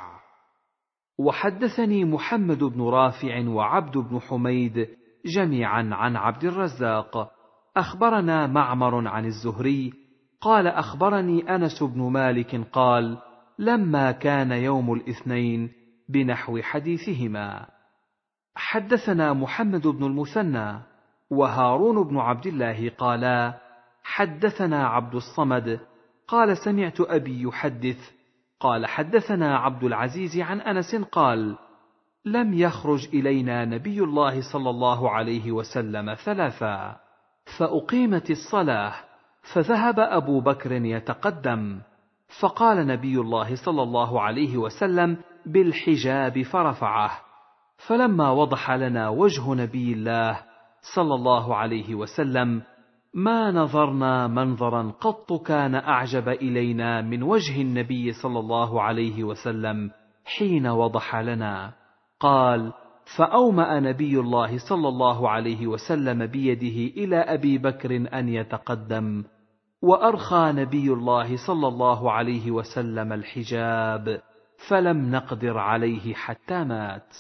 وحدثني محمد بن رافع وعبد بن حميد جميعا عن عبد الرزاق أخبرنا معمر عن الزهري قال أخبرني أنس بن مالك قال لما كان يوم الاثنين بنحو حديثهما. حدثنا محمد بن المثنى وهارون بن عبد الله قالا حدثنا عبد الصمد قال سمعت أبي يحدث قال حدثنا عبد العزيز عن أنس قال لم يخرج إلينا نبي الله صلى الله عليه وسلم ثلاثا، فأقيمت الصلاة فذهب أبو بكر يتقدم، فقال نبي الله صلى الله عليه وسلم بالحجاب فرفعه، فلما وضح لنا وجه نبي الله صلى الله عليه وسلم ما نظرنا منظرا قط كان أعجب إلينا من وجه النبي صلى الله عليه وسلم حين وضح لنا. قال فأومأ نبي الله صلى الله عليه وسلم بيده إلى أبي بكر أن يتقدم، وأرخى نبي الله صلى الله عليه وسلم الحجاب فلم نقدر عليه حتى مات.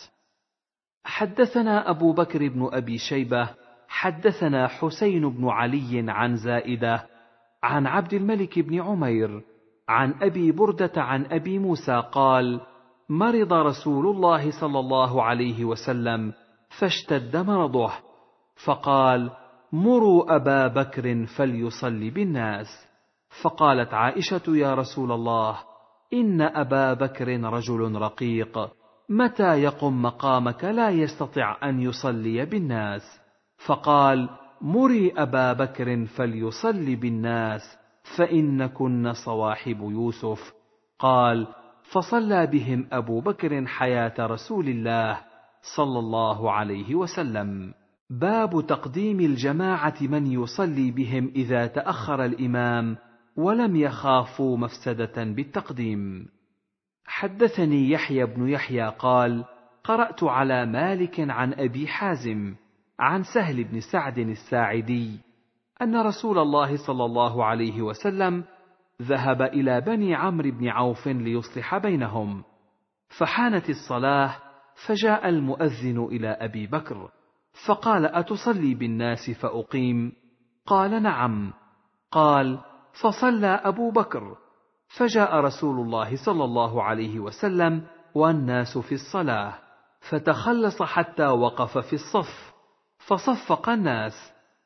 حدثنا أبو بكر بن أبي شيبة حدثنا حسين بن علي عن زائدة عن عبد الملك بن عمير عن أبي بردة عن أبي موسى قال مرض رسول الله صلى الله عليه وسلم فاشتد مرضه، فقال مروا أبا بكر فليصلي بالناس، فقالت عائشة يا رسول الله إن أبا بكر رجل رقيق متى يقم مقامك لا يستطيع أن يصلي بالناس، فقال مري أبا بكر فليصلي بالناس فإنكن صواحب يوسف. قال فصلى بهم أبو بكر حياة رسول الله صلى الله عليه وسلم. باب تقديم الجماعة من يصلي بهم إذا تأخر الإمام ولم يخافوا مفسدة بالتقديم. حدثني يحيى بن يحيى قال قرأت على مالك عن أبي حازم عن سهل بن سعد الساعدي أن رسول الله صلى الله عليه وسلم ذهب إلى بني عمرو بن عوف ليصلح بينهم، فحانت الصلاة فجاء المؤذن إلى أبي بكر فقال أتصلي بالناس فأقيم؟ قال نعم. قال فصلى أبو بكر، فجاء رسول الله صلى الله عليه وسلم والناس في الصلاة فتخلص حتى وقف في الصف فصفق الناس،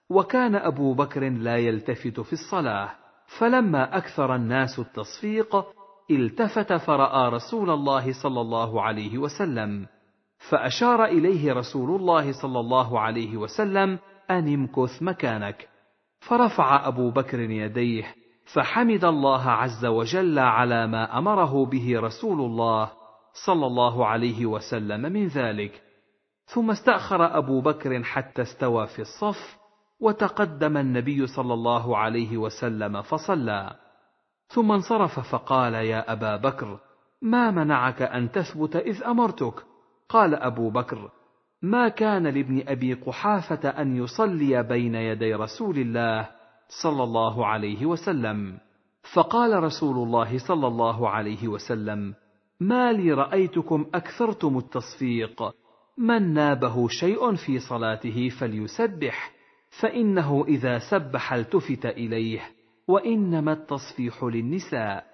وكان أبو بكر لا يلتفت في الصلاة، فلما أكثر الناس التصفيق التفت فرأى رسول الله صلى الله عليه وسلم، فأشار إليه رسول الله صلى الله عليه وسلم أن امكث مكانك، فرفع أبو بكر يديه فحمد الله عز وجل على ما أمره به رسول الله صلى الله عليه وسلم من ذلك، ثم استأخر أبو بكر حتى استوى في الصف، وتقدم النبي صلى الله عليه وسلم فصلى، ثم انصرف فقال: يا أبا بكر، ما منعك أن تثبت إذ أمرتك؟ قال أبو بكر: ما كان لابن أبي قحافة أن يصلي بين يدي رسول الله صلى الله عليه وسلم. فقال رسول الله صلى الله عليه وسلم: ما لي رأيتكم أكثرتم التصفيق، من نابه شيء في صلاته فليسبح، فإنه إذا سبح التفت إليه، وإنما التصفيح للنساء.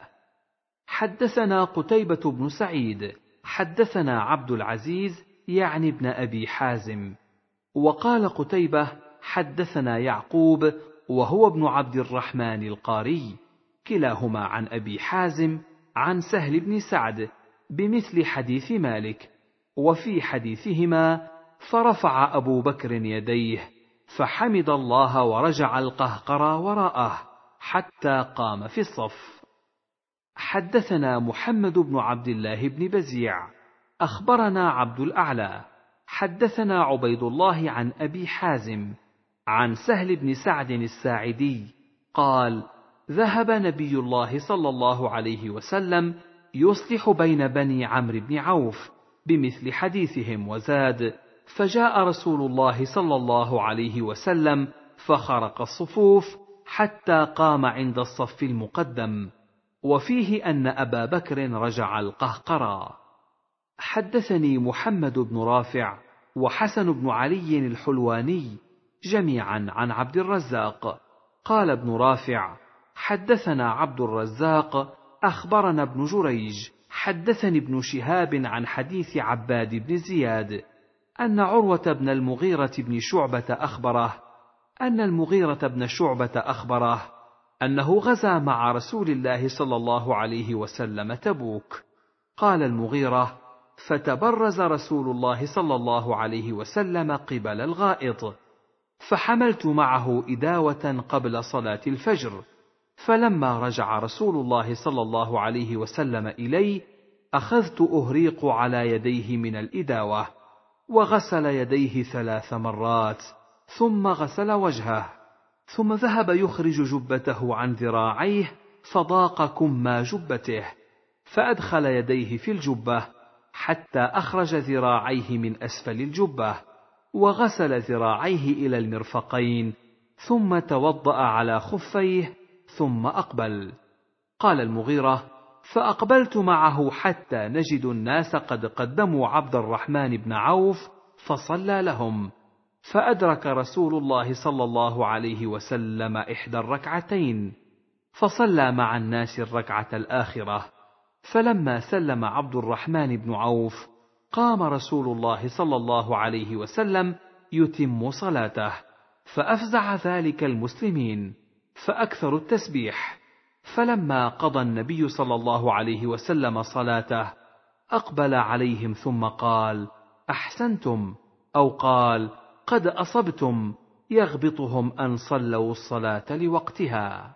حدثنا قتيبة بن سعيد حدثنا عبد العزيز يعني ابن أبي حازم. وقال قتيبة: حدثنا يعقوب وهو ابن عبد الرحمن القاري، كلاهما عن أبي حازم عن سهل بن سعد بمثل حديث مالك، وفي حديثهما: فرفع أبو بكر يديه فحمد الله ورجع القهقرى وراءه حتى قام في الصف. حدثنا محمد بن عبد الله بن بزيع أخبرنا عبد الأعلى حدثنا عبيد الله عن أبي حازم عن سهل بن سعد الساعدي قال: ذهب نبي الله صلى الله عليه وسلم يصلح بين بني عمرو بن عوف بمثل حديثهم وزاد: فجاء رسول الله صلى الله عليه وسلم فخرق الصفوف حتى قام عند الصف المقدم، وفيه أن أبا بكر رجع القهقرى. حدثني محمد بن رافع وحسن بن علي الحلواني جميعا عن عبد الرزاق قال ابن رافع: حدثنا عبد الرزاق أخبرنا ابن جريج حدثني ابن شهاب عن حديث عباد بن زياد أن عروة بن المغيرة بن شعبة أخبره أن المغيرة بن شعبة أخبره أنه غزا مع رسول الله صلى الله عليه وسلم تبوك. قال المغيرة: فتبرز رسول الله صلى الله عليه وسلم قبل الغائط، فحملت معه إداوة قبل صلاة الفجر، فلما رجع رسول الله صلى الله عليه وسلم إلي أخذت أهريق على يديه من الإداوة، وغسل يديه ثلاث مرات، ثم غسل وجهه، ثم ذهب يخرج جبته عن ذراعيه فضاق كما جبته، فأدخل يديه في الجبة حتى أخرج ذراعيه من أسفل الجبة، وغسل ذراعيه إلى المرفقين، ثم توضأ على خفيه ثم أقبل. قال المغيرة: فأقبلت معه حتى نجد الناس قد قدموا عبد الرحمن بن عوف فصلى لهم، فأدرك رسول الله صلى الله عليه وسلم إحدى الركعتين، فصلى مع الناس الركعة الآخرة، فلما سلم عبد الرحمن بن عوف قام رسول الله صلى الله عليه وسلم يتم صلاته، فأفزع ذلك المسلمين فأكثروا التسبيح، فلما قضى النبي صلى الله عليه وسلم صلاته أقبل عليهم ثم قال: أحسنتم، أو قال: قد أصبتم، يغبطهم أن صلوا الصلاة لوقتها.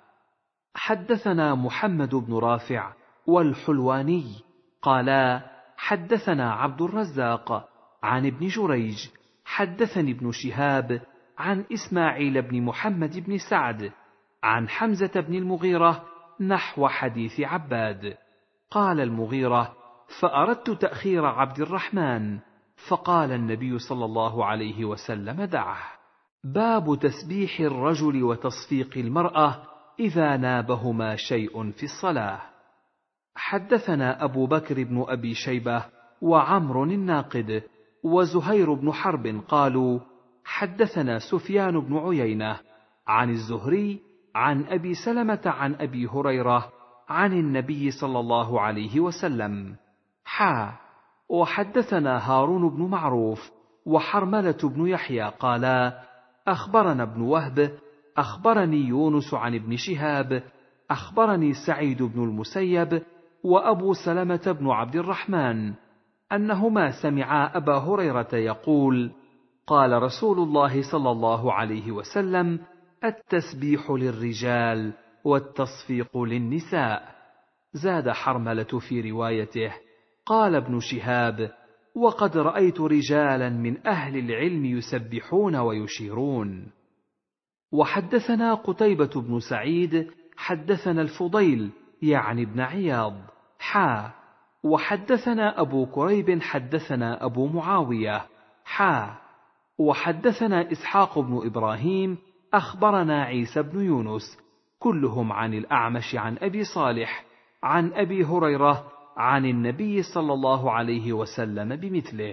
حدثنا محمد بن رافع والحلواني قالا: حدثنا عبد الرزاق عن ابن جريج حدثني ابن شهاب عن إسماعيل بن محمد بن سعد عن حمزة بن المغيرة نحو حديث عباد. قال المغيرة: فأردت تأخير عبد الرحمن، فقال النبي صلى الله عليه وسلم: دعه. باب تسبيح الرجل وتصفيق المرأة إذا نابهما شيء في الصلاة. حدثنا أبو بكر بن أبي شيبة وعمر الناقد وزهير بن حرب قالوا: حدثنا سفيان بن عيينة عن الزهري عن أبي سلمة عن أبي هريرة عن النبي صلى الله عليه وسلم حا. وحدثنا هارون بن معروف وحرملة بن يحيى قالا: أخبرنا ابن وهب أخبرني يونس عن ابن شهاب أخبرني سعيد بن المسيب وأبو سلمة بن عبد الرحمن أنهما سمعا أبا هريرة يقول: قال رسول الله صلى الله عليه وسلم: التسبيح للرجال والتصفيق للنساء. زاد حرملة في روايته: قال ابن شهاب: وقد رأيت رجالا من أهل العلم يسبحون ويشيرون. وحدثنا قتيبة بن سعيد حدثنا الفضيل يعني ابن عياض حا وحدثنا أبو كريب حدثنا أبو معاوية حا وحدثنا إسحاق بن إبراهيم أخبرنا عيسى بن يونس كلهم عن الأعمش عن أبي صالح عن أبي هريرة عن النبي صلى الله عليه وسلم بمثله.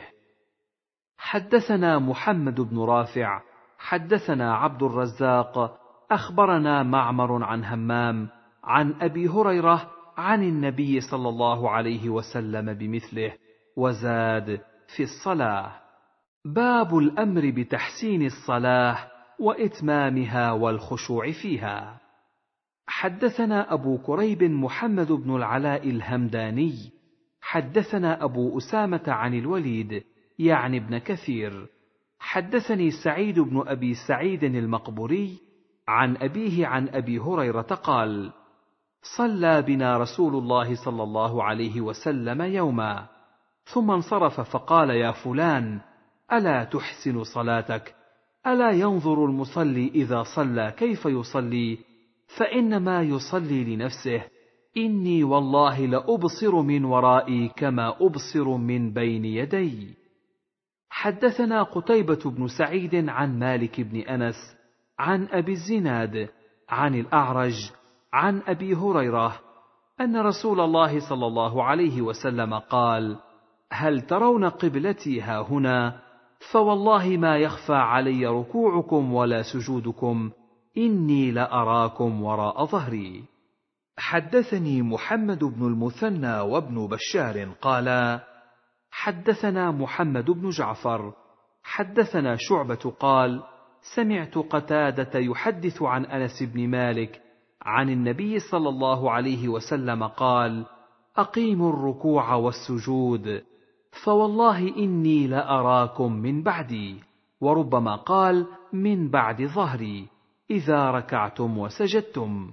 حدثنا محمد بن رافع حدثنا عبد الرزاق أخبرنا معمر عن همام عن أبي هريرة عن النبي صلى الله عليه وسلم بمثله، وزاد في الصلاة. باب الأمر بتحسين الصلاة وإتمامها والخشوع فيها. حدثنا أبو كريب محمد بن العلاء الهمداني حدثنا أبو أسامة عن الوليد يعني ابن كثير حدثني سعيد بن أبي سعيد المقبوري عن أبيه عن أبي هريرة قال: صلى بنا رسول الله صلى الله عليه وسلم يوما ثم انصرف فقال: يا فلان، ألا تحسن صلاتك؟ ألا ينظر المصلي إذا صلى كيف يصلي؟ فإنما يصلي لنفسه. إني والله لأبصر من ورائي كما أبصر من بين يدي. حدثنا قتيبة بن سعيد عن مالك بن أنس عن أبي الزناد عن الأعرج عن أبي هريرة أن رسول الله صلى الله عليه وسلم قال: هل ترون قبلتي هاهنا؟ فوالله ما يخفى علي ركوعكم ولا سجودكم، إني لأراكم وراء ظهري. حدثني محمد بن المثنى وابن بشار قالا: حدثنا محمد بن جعفر حدثنا شعبة قال: سمعت قتادة يحدث عن أنس بن مالك عن النبي صلى الله عليه وسلم قال: أقيموا الركوع والسجود، فوالله إني لأراكم من بعدي، وربما قال من بعد ظهري، إذا ركعتم وسجدتم.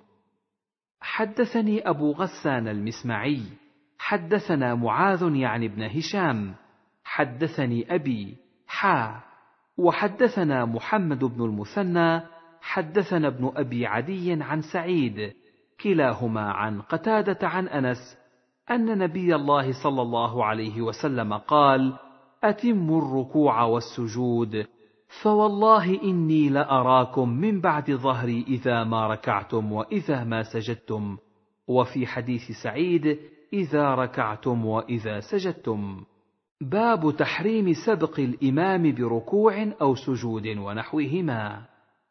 حدثني أبو غسان المسمعي حدثنا معاذ يعني ابن هشام حدثني أبي حا وحدثنا محمد بن المثنى حدثنا ابن أبي عدي عن سعيد كلاهما عن قتادة عن أنس أن نبي الله صلى الله عليه وسلم قال: أتموا الركوع والسجود، فوالله إني لأراكم من بعد ظهري إذا ما ركعتم وإذا ما سجدتم. وفي حديث سعيد: إذا ركعتم وإذا سجدتم. باب تحريم سبق الإمام بركوع أو سجود ونحوهما.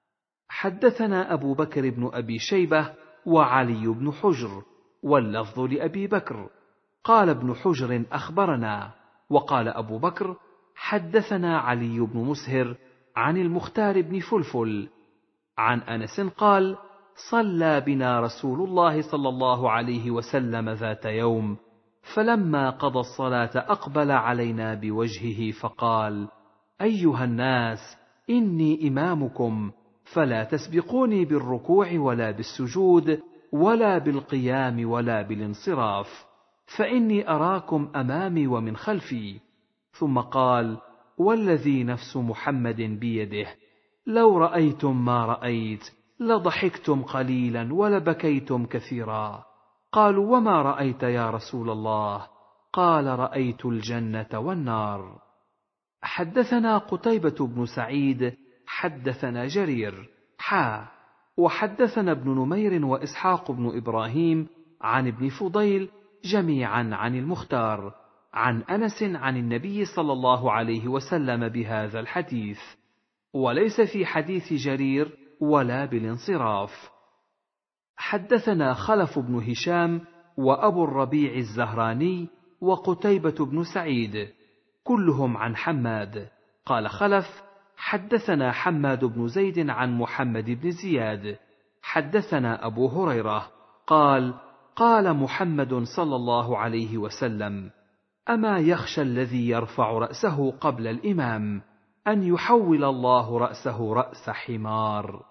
حدثنا أبو بكر بن أبي شيبة وعلي بن حجر، واللفظ لأبي بكر. قال ابن حجر: أخبرنا. وقال أبو بكر: حدثنا علي بن مسهر عن المختار بن فلفل عن أنس قال: صلى بنا رسول الله صلى الله عليه وسلم ذات يوم، فلما قضى الصلاة أقبل علينا بوجهه فقال: أيها الناس، إني إمامكم، فلا تسبقوني بالركوع ولا بالسجود ولا بالقيام ولا بالانصراف، فإني أراكم أمامي ومن خلفي. ثم قال: والذي نفس محمد بيده، لو رأيتم ما رأيت لضحكتم قليلا ولبكيتم كثيرا. قالوا: وما رأيت يا رسول الله؟ قال: رأيت الجنة والنار. حدثنا قتيبة بن سعيد حدثنا جرير حا وحدثنا ابن نمير وإسحاق بن إبراهيم عن ابن فضيل جميعا عن المختار عن أنس عن النبي صلى الله عليه وسلم بهذا الحديث، وليس في حديث جرير ولا بالانصراف. حدثنا خلف بن هشام وأبو الربيع الزهراني وقتيبة بن سعيد كلهم عن حماد. قال خلف: حدثنا حماد بن زيد عن محمد بن زياد حدثنا أبو هريرة قال قال محمد صلى الله عليه وسلم: أما يخشى الذي يرفع رأسه قبل الإمام أن يحول الله رأسه رأس حمار.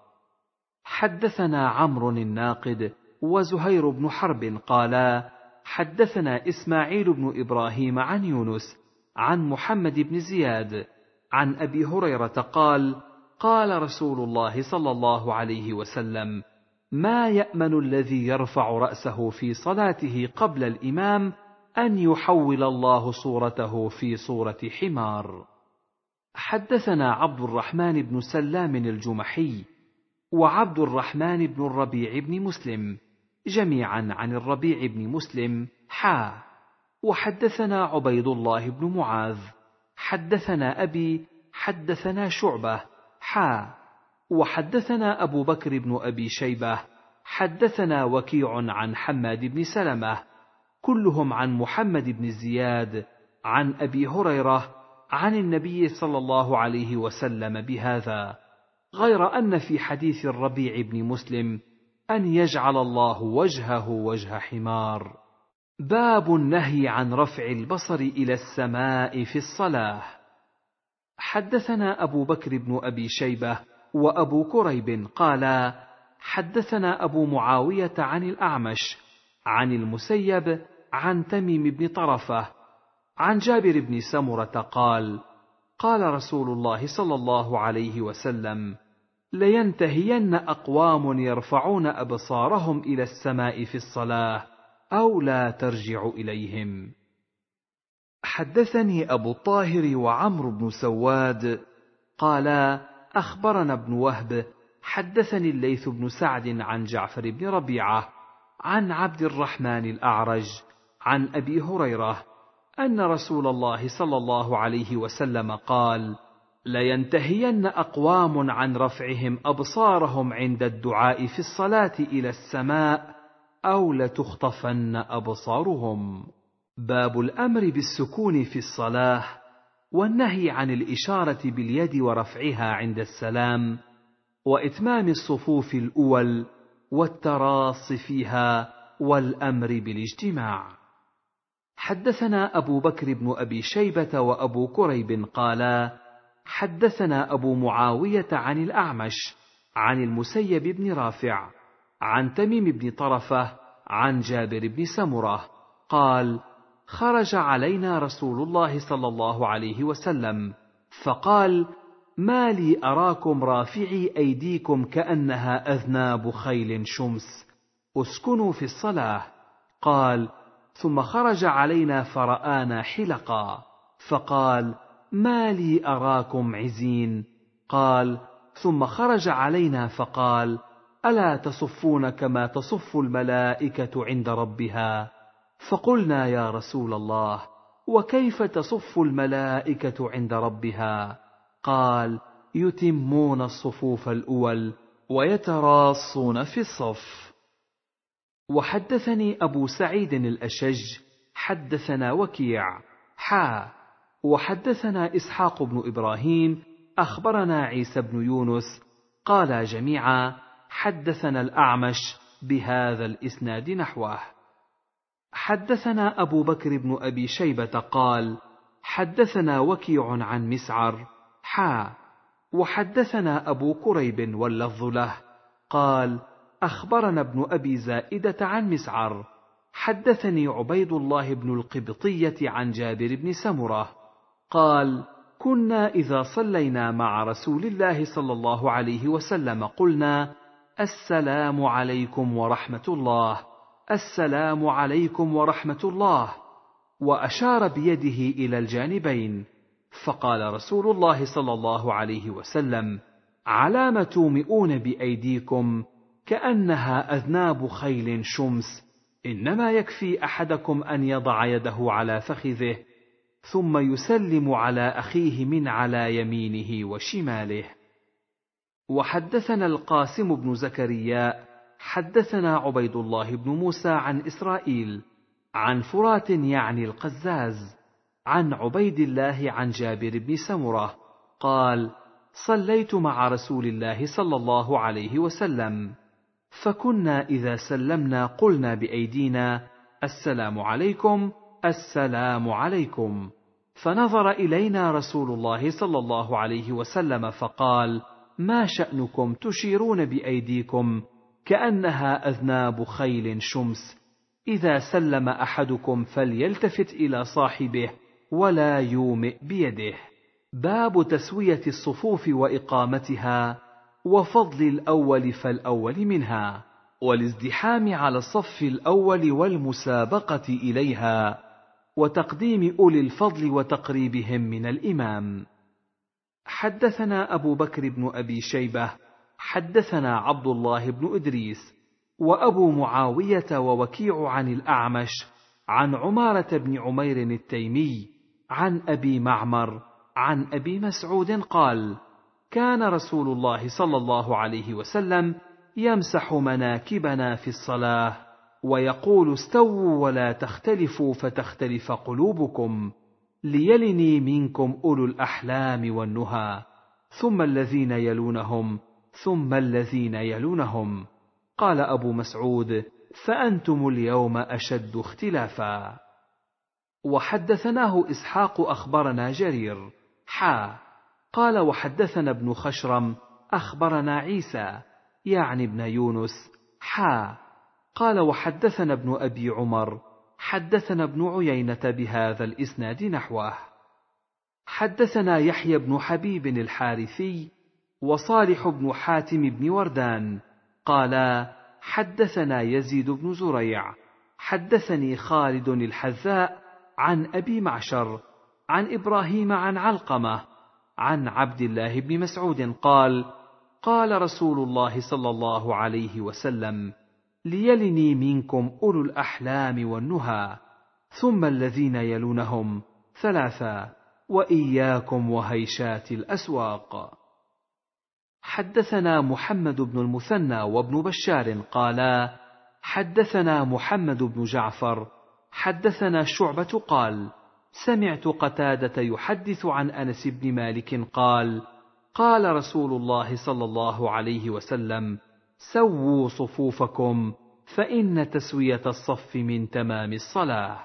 حدثنا عمرو الناقد وزهير بن حرب قالا حدثنا إسماعيل بن إبراهيم عن يونس عن محمد بن زياد عن أبي هريرة قال قال رسول الله صلى الله عليه وسلم: ما يأمن الذي يرفع رأسه في صلاته قبل الإمام أن يحول الله صورته في صورة حمار. حدثنا عبد الرحمن بن سلام الجمحي وعبد الرحمن بن الربيع بن مسلم جميعا عن الربيع بن مسلم حا وحدثنا عبيد الله بن معاذ حدثنا أبي حدثنا شعبة حا وحدثنا أبو بكر بن أبي شيبة حدثنا وكيع عن حماد بن سلمة كلهم عن محمد بن زياد عن أبي هريرة عن النبي صلى الله عليه وسلم بهذا، غير أن في حديث الربيع بن مسلم أن يجعل الله وجهه وجه حمار. باب النهي عن رفع البصر إلى السماء في الصلاة. حدثنا أبو بكر بن أبي شيبة وأبو كريب قالا حدثنا أبو معاوية عن الأعمش عن المسيب عن تميم بن طرفة عن جابر بن سمرة قال قال رسول الله صلى الله عليه وسلم: لينتهين أقوام يرفعون أبصارهم إلى السماء في الصلاة أو لا ترجع إليهم. حدثني أبو الطاهر وعمرو بن سواد قالا أخبرنا ابن وهب حدثني الليث بن سعد عن جعفر بن ربيعة عن عبد الرحمن الأعرج عن أبي هريرة أن رسول الله صلى الله عليه وسلم قال: لينتهين أقوام عن رفعهم أبصارهم عند الدعاء في الصلاة إلى السماء أو لتخطفن أبصارهم. باب الأمر بالسكون في الصلاة والنهي عن الإشارة باليد ورفعها عند السلام وإتمام الصفوف الأول والتراص فيها والأمر بالاجتماع. حدثنا أبو بكر بن أبي شيبة وأبو كريب قالا حدثنا أبو معاوية عن الأعمش عن المسيب بن رافع عن تميم بن طرفة عن جابر بن سمرة قال: خرج علينا رسول الله صلى الله عليه وسلم فقال: ما لي أراكم رافعي أيديكم كأنها أذناب خيل شمس، اسكنوا في الصلاة. قال: ثم خرج علينا فرآنا حلقا فقال: ما لي أراكم عزين. قال: ثم خرج علينا فقال: ألا تصفون كما تصف الملائكة عند ربها؟ فقلنا: يا رسول الله، وكيف تصف الملائكة عند ربها؟ قال: يتمون الصفوف الأول ويتراصون في الصف. وحدثني أبو سعيد الأشج حدثنا وكيع حا وحدثنا إسحاق بن إبراهيم أخبرنا عيسى بن يونس قال جميعا حدثنا الأعمش بهذا الإسناد نحوه. حدثنا أبو بكر بن أبي شيبة قال حدثنا وكيع عن مسعر حا وحدثنا أبو كريب واللفظ له قال أخبرنا ابن أبي زائدة عن مسعر حدثني عبيد الله بن القبطية عن جابر بن سمرة قال: كنا إذا صلينا مع رسول الله صلى الله عليه وسلم قلنا: السلام عليكم ورحمة الله، السلام عليكم ورحمة الله، وأشار بيده إلى الجانبين. فقال رسول الله صلى الله عليه وسلم: علام تومئون بأيديكم كأنها أذناب خيل شمس، إنما يكفي أحدكم أن يضع يده على فخذه ثم يسلم على أخيه من على يمينه وشماله. وحدثنا القاسم بن زكريا حدثنا عبيد الله بن موسى عن إسرائيل عن فرات يعني القزاز عن عبيد الله عن جابر بن سمرة قال: صليت مع رسول الله صلى الله عليه وسلم، فكنا إذا سلمنا قلنا بأيدينا: السلام عليكم، السلام عليكم. فنظر إلينا رسول الله صلى الله عليه وسلم فقال: ما شأنكم تشيرون بأيديكم كأنها أذناب خيل شمس؟ إذا سلم أحدكم فليلتفت إلى صاحبه ولا يومئ بيده. باب تسوية الصفوف وإقامتها، وفضل الأول فالأول منها، والازدحام على الصف الأول والمسابقة إليها، وتقديم أولي الفضل وتقريبهم من الإمام. حدثنا أبو بكر بن أبي شيبة حدثنا عبد الله بن إدريس وأبو معاوية ووكيع عن الأعمش عن عمارة بن عمير التيمي عن أبي معمر عن أبي مسعود قال: كان رسول الله صلى الله عليه وسلم يمسح مناكبنا في الصلاة ويقول: استووا ولا تختلفوا فتختلف قلوبكم، ليلني منكم أولو الأحلام والنهى، ثم الذين يلونهم ثم الذين يلونهم. قال أبو مسعود: فأنتم اليوم أشد اختلافا. وحدثناه إسحاق أخبرنا جرير حا قال: وحدثنا ابن خشرم أخبرنا عيسى يعني ابن يونس حا قال: وحدثنا ابن أبي عمر حدثنا ابن عيينة بهذا الإسناد نحوه. حدثنا يحيى بن حبيب الحارثي وصالح بن حاتم بن وردان قالا: حدثنا يزيد بن زريع حدثني خالد الحذاء عن أبي معشر عن إبراهيم عن علقمة عن عبد الله بن مسعود قال: قال رسول الله صلى الله عليه وسلم: ليلني منكم أولو الأحلام والنهى، ثم الذين يلونهم ثلاثا، وإياكم وهيشات الأسواق. حدثنا محمد بن المثنى وابن بشار قالا: حدثنا محمد بن جعفر حدثنا شعبة قال: سمعت قتادة يحدث عن أنس بن مالك قال: قال رسول الله صلى الله عليه وسلم: سووا صفوفكم فإن تسوية الصف من تمام الصلاة.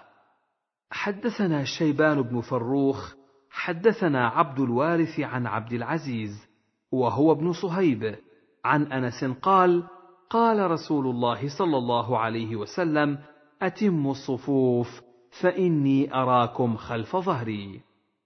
حدثنا شيبان بن فروخ حدثنا عبد الوارث عن عبد العزيز وهو ابن صهيب عن أنس قال: قال رسول الله صلى الله عليه وسلم: أتموا الصفوف فإني أراكم خلف ظهري.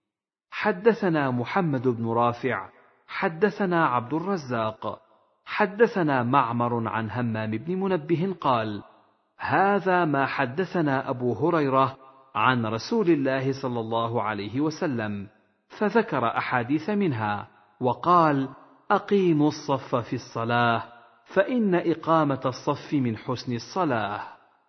حدثنا محمد بن رافع حدثنا عبد الرزاق حدثنا معمر عن همام بن منبه قال: هذا ما حدثنا أبو هريرة عن رسول الله صلى الله عليه وسلم، فذكر أحاديث منها وقال: أقيموا الصف في الصلاة فإن إقامة الصف من حسن الصلاة.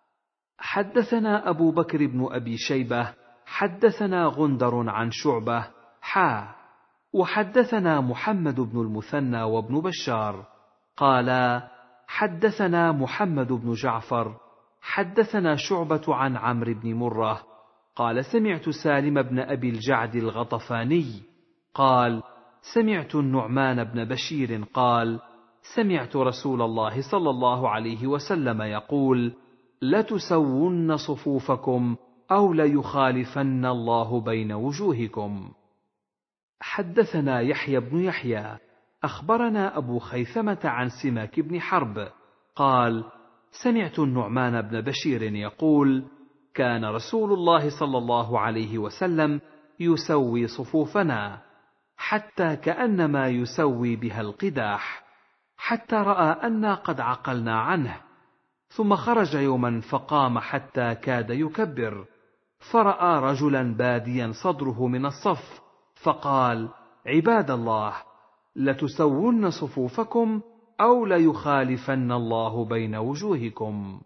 حدثنا أبو بكر بن أبي شيبة حدثنا غندر عن شعبة حا وحدثنا محمد بن المثنى وابن بشار قالا: حدثنا محمد بن جعفر حدثنا شعبة عن عمرو بن مرة قال: سمعت سالم بن أبي الجعد الغطفاني قال: سمعت النعمان بن بشير قال: سمعت رسول الله صلى الله عليه وسلم يقول: لتسون صفوفكم أو ليخالفن الله بين وجوهكم. حدثنا يحيى بن يحيى أخبرنا أبو خيثمة عن سماك بن حرب قال: سمعت النعمان بن بشير يقول: كان رسول الله صلى الله عليه وسلم يسوي صفوفنا حتى كأنما يسوي بها القداح، حتى رأى أنا قد عقلنا عنه، ثم خرج يوما فقام حتى كاد يكبر، فرأى رجلا باديا صدره من الصف فقال: عباد الله، لتسون صفوفكم أو ليخالفن الله بين وجوهكم.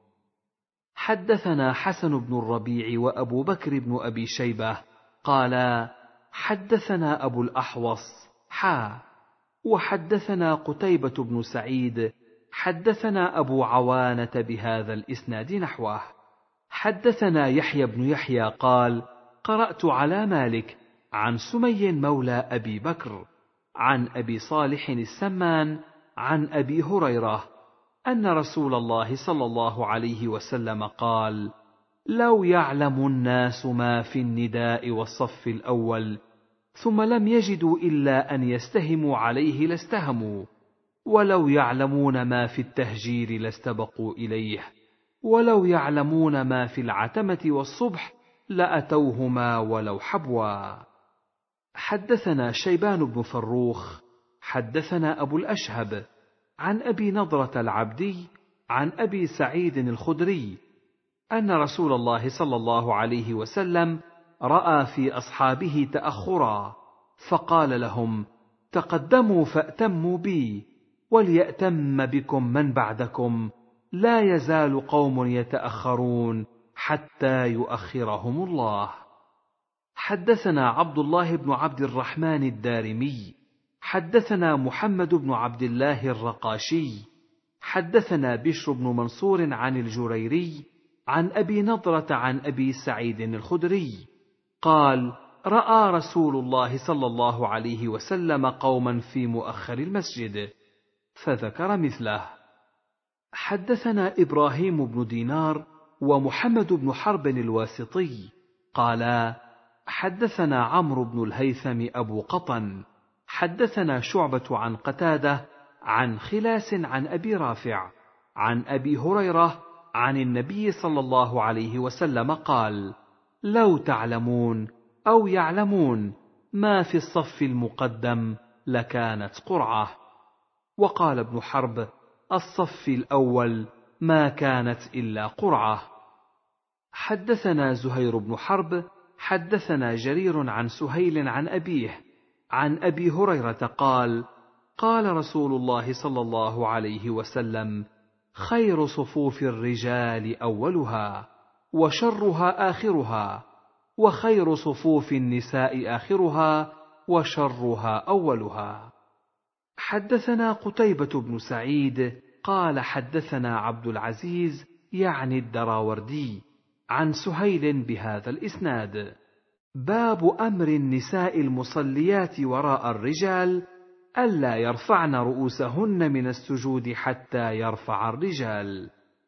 حدثنا حسن بن الربيع وأبو بكر بن أبي شيبة قالا: حدثنا أبو الأحوص حا وحدثنا قتيبة بن سعيد حدثنا أبو عوانة بهذا الإسناد نحوه. حدثنا يحيى بن يحيى قال: قرأت على مالك عن سمي مولى أبي بكر عن أبي صالح السمان عن أبي هريرة أن رسول الله صلى الله عليه وسلم قال: لو يعلم الناس ما في النداء والصف الأول ثم لم يجدوا إلا أن يستهموا عليه لاستهموا، ولو يعلمون ما في التهجير لاستبقوا إليه، ولو يعلمون ما في العتمة والصبح لأتوهما ولو حبوا. حدثنا شيبان بن فروخ حدثنا أبو الأشهب عن أبي نضرة العبدي عن أبي سعيد الخدري أن رسول الله صلى الله عليه وسلم رأى في أصحابه تأخرا، فقال لهم: تقدموا فأتموا بي، وليأتم بكم من بعدكم، لا يزال قوم يتأخرون حتى يؤخرهم الله. حدثنا عبد الله بن عبد الرحمن الدارمي حدثنا محمد بن عبد الله الرقاشي حدثنا بشر بن منصور عن الجريري عن أبي نضرة عن أبي سعيد الخدري قال: رأى رسول الله صلى الله عليه وسلم قوما في مؤخر المسجد، فذكر مثله. حدثنا إبراهيم بن دينار ومحمد بن حرب الواسطي قالا: حدثنا عمرو بن الهيثم أبو قطن حدثنا شعبة عن قتادة عن خلاس عن أبي رافع عن أبي هريرة عن النبي صلى الله عليه وسلم قال: لو تعلمون أو يعلمون ما في الصف المقدم لكانت قرعة. وقال ابن حرب: الصف الأول ما كانت إلا قرعة. حدثنا زهير بن حرب حدثنا جرير عن سهيل عن أبيه عن أبي هريرة قال: قال رسول الله صلى الله عليه وسلم: خير صفوف الرجال أولها، وشرها آخرها، وخير صفوف النساء آخرها، وشرها أولها. حدثنا قتيبة بن سعيد قال: حدثنا عبد العزيز يعني الدراوردي عن سهيل بهذا الإسناد. باب أمر النساء المصليات وراء الرجال ألا يرفعن رؤوسهن من السجود حتى يرفع الرجال.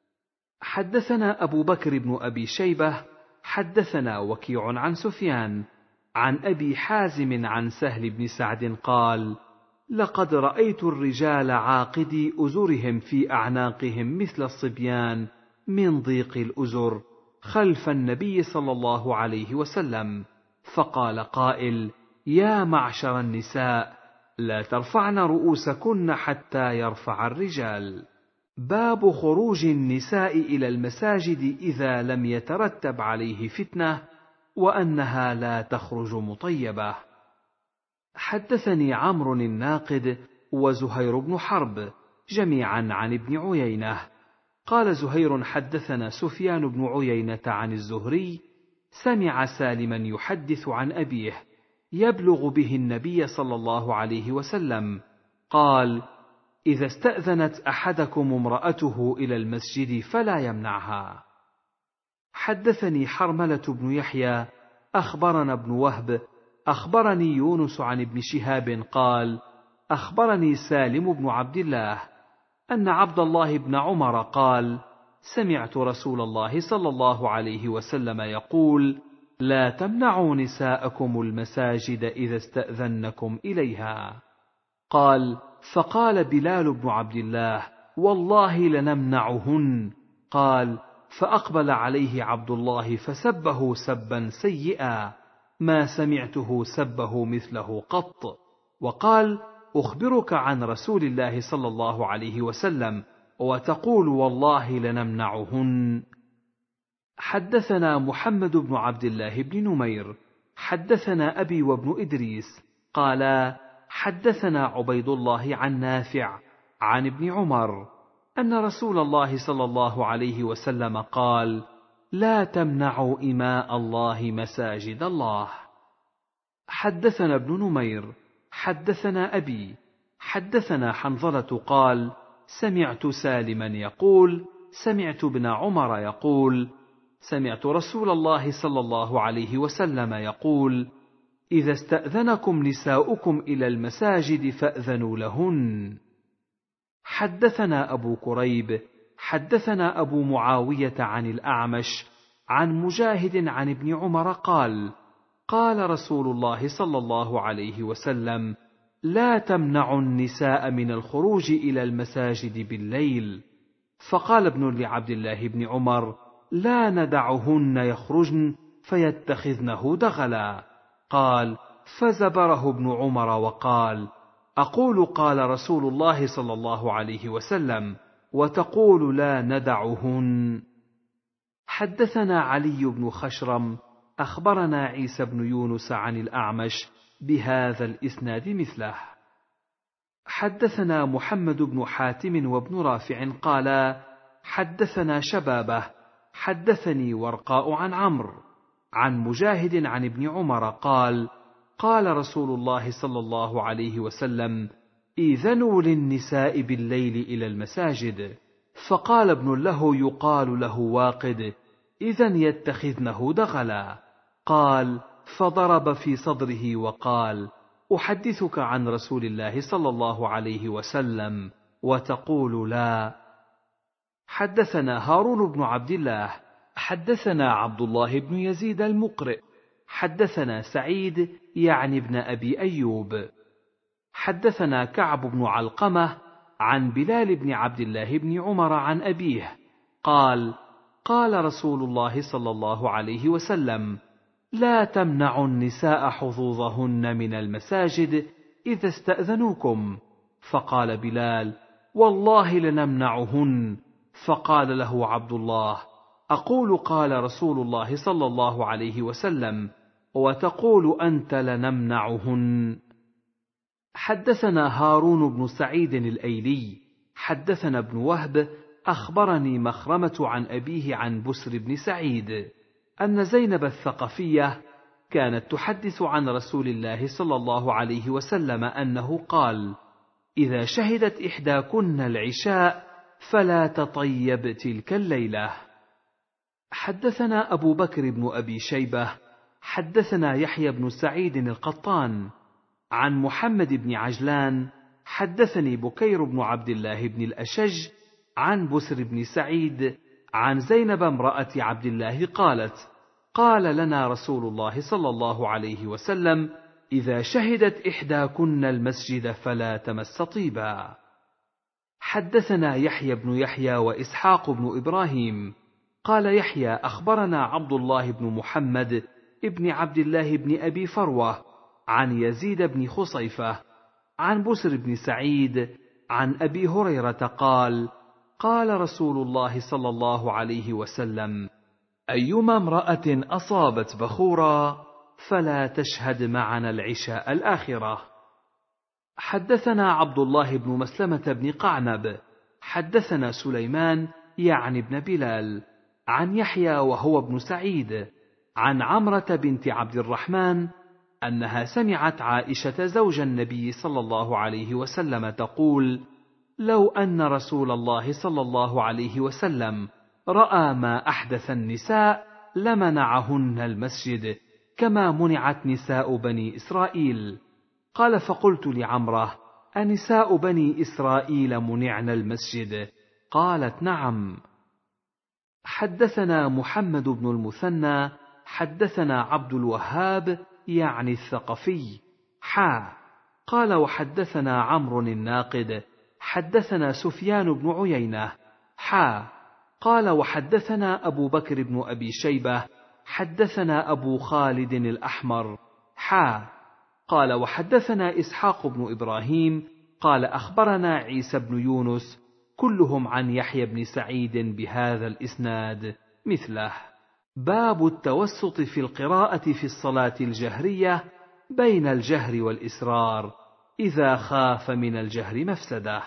حدثنا أبو بكر بن أبي شيبة حدثنا وكيع عن سفيان عن أبي حازم عن سهل بن سعد قال: لقد رأيت الرجال عاقدي أزرهم في أعناقهم مثل الصبيان من ضيق الأزر خلف النبي صلى الله عليه وسلم، فقال قائل: يا معشر النساء، لا ترفعن رؤوسكن حتى يرفع الرجال. باب خروج النساء إلى المساجد إذا لم يترتب عليه فتنة، وأنها لا تخرج مطيبة. حدثني عمرو الناقد وزهير بن حرب جميعا عن ابن عيينة قال زهير: حدثنا سفيان بن عيينة عن الزهري سمع سالما يحدث عن أبيه يبلغ به النبي صلى الله عليه وسلم قال: إذا استأذنت أحدكم امرأته إلى المسجد فلا يمنعها. حدثني حرملة بن يحيى أخبرنا ابن وهب أخبرني يونس عن ابن شهاب قال: أخبرني سالم بن عبد الله أن عبد الله بن عمر قال: سمعت رسول الله صلى الله عليه وسلم يقول: لا تمنعوا نساءكم المساجد إذا استأذنكم إليها. قال: فقال بلال بن عبد الله: والله لنمنعهن. قال: فأقبل عليه عبد الله فسبه سبا سيئا ما سمعته سبه مثله قط، وقال: أخبرك عن رسول الله صلى الله عليه وسلم وتقول والله لنمنعهن. حدثنا محمد بن عبد الله بن نمير حدثنا أبي وابن إدريس قالا: حدثنا عبيد الله عن نافع عن ابن عمر أن رسول الله صلى الله عليه وسلم قال: لا تمنعوا إماء الله مساجد الله. حدثنا ابن نمير حدثنا أبي حدثنا حنظلة قال: سمعت سالما يقول: سمعت ابن عمر يقول: سمعت رسول الله صلى الله عليه وسلم يقول: إذا استأذنكم نساؤكم إلى المساجد فأذنوا لهن. حدثنا أبو كريب حدثنا أبو معاوية عن الأعمش عن مجاهد عن ابن عمر قال: قال رسول الله صلى الله عليه وسلم: لا تمنعوا النساء من الخروج إلى المساجد بالليل. فقال ابن لعبد الله بن عمر: لا ندعهن يخرجن فيتخذنه دغلا. قال: فزبره ابن عمر وقال: أقول قال رسول الله صلى الله عليه وسلم وتقول لا ندعهن. حدثنا علي بن خشرم أخبرنا عيسى بن يونس عن الأعمش بهذا الإسناد مثله. حدثنا محمد بن حاتم وابن رافع قالا: حدثنا شبابه حدثني ورقاء عن عمرو عن مجاهد عن ابن عمر قال: قال رسول الله صلى الله عليه وسلم: إذنوا للنساء بالليل إلى المساجد. فقال ابن له يقال له واقد: إذن يتخذنه دغلا. قال: فضرب في صدره وقال: أحدثك عن رسول الله صلى الله عليه وسلم وتقول لا. حدثنا هارون بن عبد الله حدثنا عبد الله بن يزيد المقرئ حدثنا سعيد يعني ابن أبي أيوب حدثنا كعب بن علقمة عن بلال بن عبد الله بن عمر عن أبيه قال: قال رسول الله صلى الله عليه وسلم: لا تمنعوا النساء حظوظهن من المساجد إذا استأذنوكم. فقال بلال: والله لنمنعهن. فقال له عبد الله: أقول قال رسول الله صلى الله عليه وسلم وتقول أنت لنمنعهن. حدثنا هارون بن سعيد الأيلي حدثنا ابن وهب أخبرني مخرمة عن أبيه عن بسر بن سعيد أن زينب الثقفية كانت تحدث عن رسول الله صلى الله عليه وسلم أنه قال: إذا شهدت إحداكن العشاء فلا تطيب تلك الليلة. حدثنا أبو بكر بن أبي شيبة حدثنا يحيى بن سعيد القطان عن محمد بن عجلان حدثني بكير بن عبد الله بن الأشج عن بسر بن سعيد عن زينب امرأة عبد الله قالت: قال لنا رسول الله صلى الله عليه وسلم: إذا شهدت إحداكن المسجد فلا تمس طيبا. حدثنا يحيى بن يحيى وإسحاق بن إبراهيم قال يحيى: أخبرنا عبد الله بن محمد ابن عبد الله بن أبي فروة عن يزيد بن خصيفة عن بسر بن سعيد عن أبي هريرة قال: قال رسول الله صلى الله عليه وسلم: أيما امرأة أصابت بخورا فلا تشهد معنا العشاء الآخرة. حدثنا عبد الله بن مسلمة بن قعنب حدثنا سليمان يعني ابن بلال عن يحيى وهو ابن سعيد عن عمرة بنت عبد الرحمن أنها سمعت عائشة زوج النبي صلى الله عليه وسلم تقول: لو أن رسول الله صلى الله عليه وسلم رأى ما أحدث النساء لمنعهن المسجد كما منعت نساء بني إسرائيل. قال: فقلت لعمرة: أنساء بني إسرائيل منعن المسجد؟ قالت: نعم. حدثنا محمد بن المثنى حدثنا عبد الوهاب يعني الثقفي حا قال: وحدثنا عمرو الناقد حدثنا سفيان بن عيينة حا قال: وحدثنا أبو بكر بن أبي شيبة حدثنا أبو خالد الأحمر حا قال: وحدثنا إسحاق بن إبراهيم قال: أخبرنا عيسى بن يونس كلهم عن يحيى بن سعيد بهذا الإسناد مثله. باب التوسط في القراءة في الصلاة الجهرية بين الجهر والإسرار إذا خاف من الجهر مفسدة.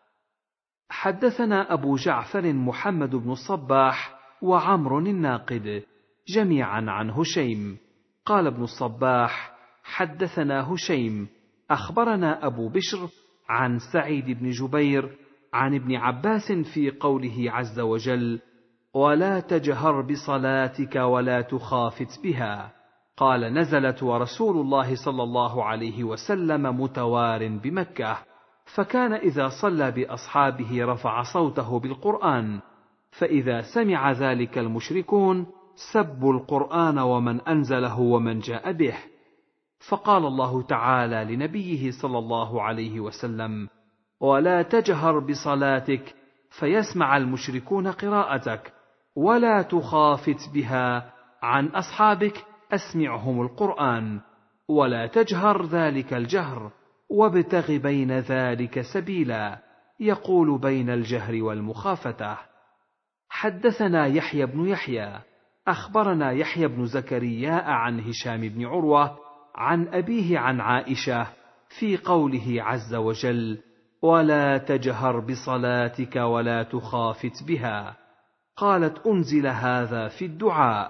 حدثنا أبو جعفر محمد بن الصباح وعمر الناقد جميعا عن هشيم قال ابن الصباح: حدثنا هشيم أخبرنا أبو بشر عن سعيد بن جبير عن ابن عباس في قوله عز وجل: ولا تجهر بصلاتك ولا تخافت بها، قال: نزلت ورسول الله صلى الله عليه وسلم متوار بمكة، فكان إذا صلى بأصحابه رفع صوته بالقرآن، فإذا سمع ذلك المشركون سبوا القرآن ومن أنزله ومن جاء به. فقال الله تعالى لنبيه صلى الله عليه وسلم: ولا تجهر بصلاتك فيسمع المشركون قراءتك، ولا تخافت بها عن أصحابك أسمعهم القرآن، ولا تجهر ذلك الجهر، وابتغ بين ذلك سبيلا، يقول بين الجهر والمخافة. حدثنا يحيى بن يحيى أخبرنا يحيى بن زكرياء عن هشام بن عروة عن أبيه عن عائشة في قوله عز وجل: ولا تجهر بصلاتك ولا تخافت بها، قالت: أنزل هذا في الدعاء.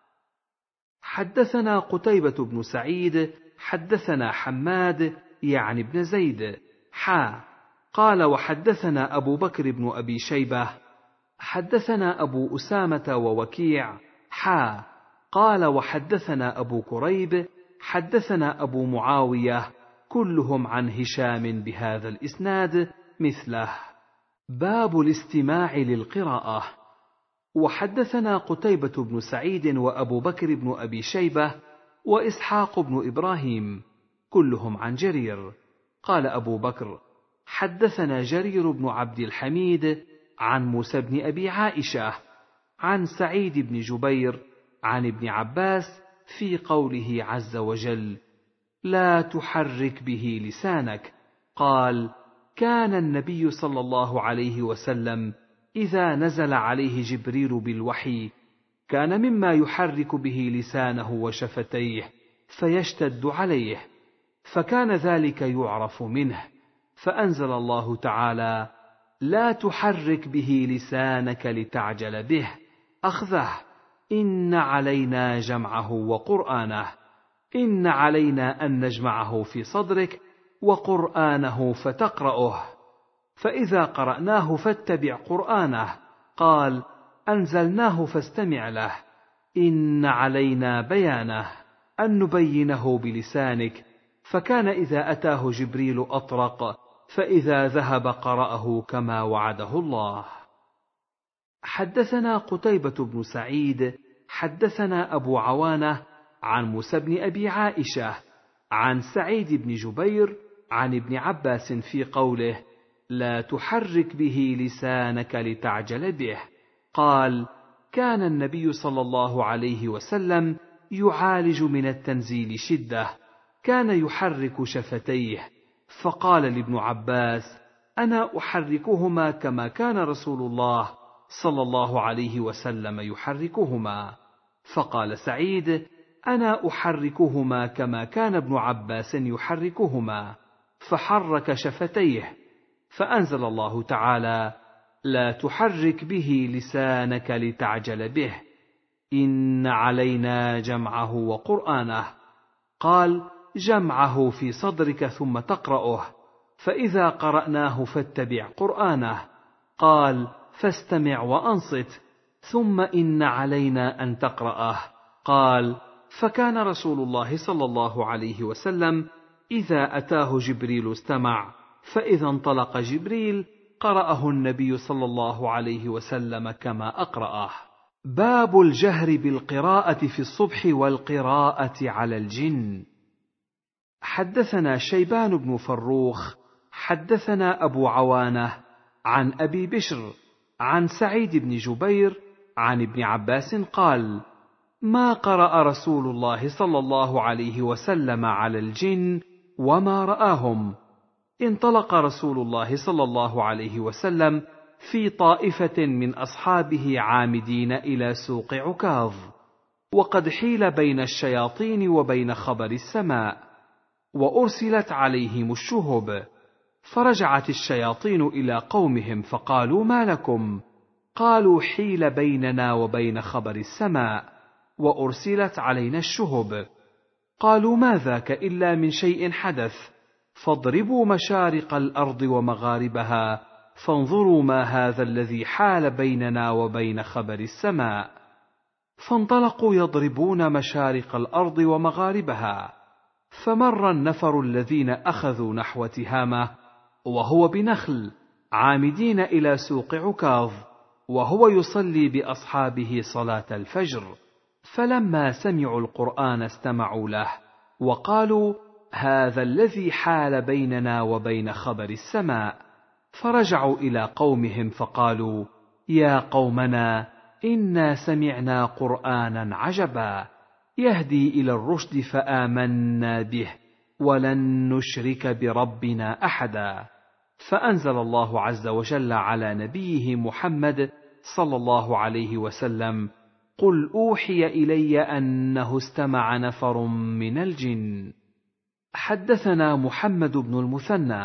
حدثنا قتيبة بن سعيد حدثنا حماد يعني بن زيد حا قال: وحدثنا أبو بكر بن أبي شيبة حدثنا أبو أسامة ووكيع حا قال: وحدثنا أبو كريب حدثنا أبو معاوية كلهم عن هشام بهذا الإسناد مثله. باب الاستماع للقراءة. وحدثنا قتيبة بن سعيد وأبو بكر بن أبي شيبة وإسحاق بن إبراهيم كلهم عن جرير. قال أبو بكر: حدثنا جرير بن عبد الحميد عن موسى بن أبي عائشة عن سعيد بن جبير عن ابن عباس في قوله عز وجل: لا تحرك به لسانك. قال: كان النبي صلى الله عليه وسلم إذا نزل عليه جبريل بالوحي كان مما يحرك به لسانه وشفتيه فيشتد عليه، فكان ذلك يعرف منه، فأنزل الله تعالى: لا تحرك به لسانك لتعجل به، أخذه، إن علينا جمعه وقرآنه، إن علينا أن نجمعه في صدرك وقرآنه فتقرأه، فإذا قرأناه فاتبع قرآنه. قال: أنزلناه فاستمع له، إن علينا بيانه، أن نبينه بلسانك، فكان إذا أتاه جبريل أطرق، فإذا ذهب قرأه كما وعده الله. حدثنا قتيبة بن سعيد حدثنا أبو عوانة عن موسى بن أبي عائشة عن سعيد بن جبير عن ابن عباس في قوله: لا تحرك به لسانك لتعجل به. قال: كان النبي صلى الله عليه وسلم يعالج من التنزيل شدة، كان يحرك شفتيه، فقال لابن عباس: أنا أحركهما كما كان رسول الله صلى الله عليه وسلم يحركهما. فقال سعيد: أنا أحركهما كما كان ابن عباس يحركهما، فحرك شفتيه، فأنزل الله تعالى: لا تحرك به لسانك لتعجل به، إن علينا جمعه وقرآنه. قال: جمعه في صدرك ثم تقرأه، فإذا قرأناه فاتبع قرآنه. قال: فاستمع وأنصت، ثم إن علينا أن تقرأه. قال: فكان رسول الله صلى الله عليه وسلم إذا أتاه جبريل استمع، فإذا انطلق جبريل قرأه النبي صلى الله عليه وسلم كما أقرأه. باب الجهر بالقراءة في الصبح والقراءة على الجن. حدثنا شيبان بن فروخ حدثنا أبو عوانة عن أبي بشر عن سعيد بن جبير عن ابن عباس قال: ما قرأ رسول الله صلى الله عليه وسلم على الجن وما رآهم. انطلق رسول الله صلى الله عليه وسلم في طائفة من أصحابه عامدين إلى سوق عكاظ، وقد حيل بين الشياطين وبين خبر السماء، وأرسلت عليهم الشهب، فرجعت الشياطين إلى قومهم فقالوا: ما لكم؟ قالوا: حيل بيننا وبين خبر السماء، وأرسلت علينا الشهب. قالوا: ما ذاك إلا من شيء حدث، فاضربوا مشارق الأرض ومغاربها فانظروا ما هذا الذي حال بيننا وبين خبر السماء. فانطلقوا يضربون مشارق الأرض ومغاربها، فمر النفر الذين أخذوا نحو تهامة وهو بنخل عامدين إلى سوق عكاظ، وهو يصلي بأصحابه صلاة الفجر، فلما سمعوا القرآن استمعوا له وقالوا: هذا الذي حال بيننا وبين خبر السماء. فرجعوا إلى قومهم فقالوا: يا قومنا إنا سمعنا قرآنا عجبا يهدي إلى الرشد فآمنا به ولن نشرك بربنا أحدا. فأنزل الله عز وجل على نبيه محمد صلى الله عليه وسلم: قل أوحي إلي أنه استمع نفر من الجن. حدثنا محمد بن المثنى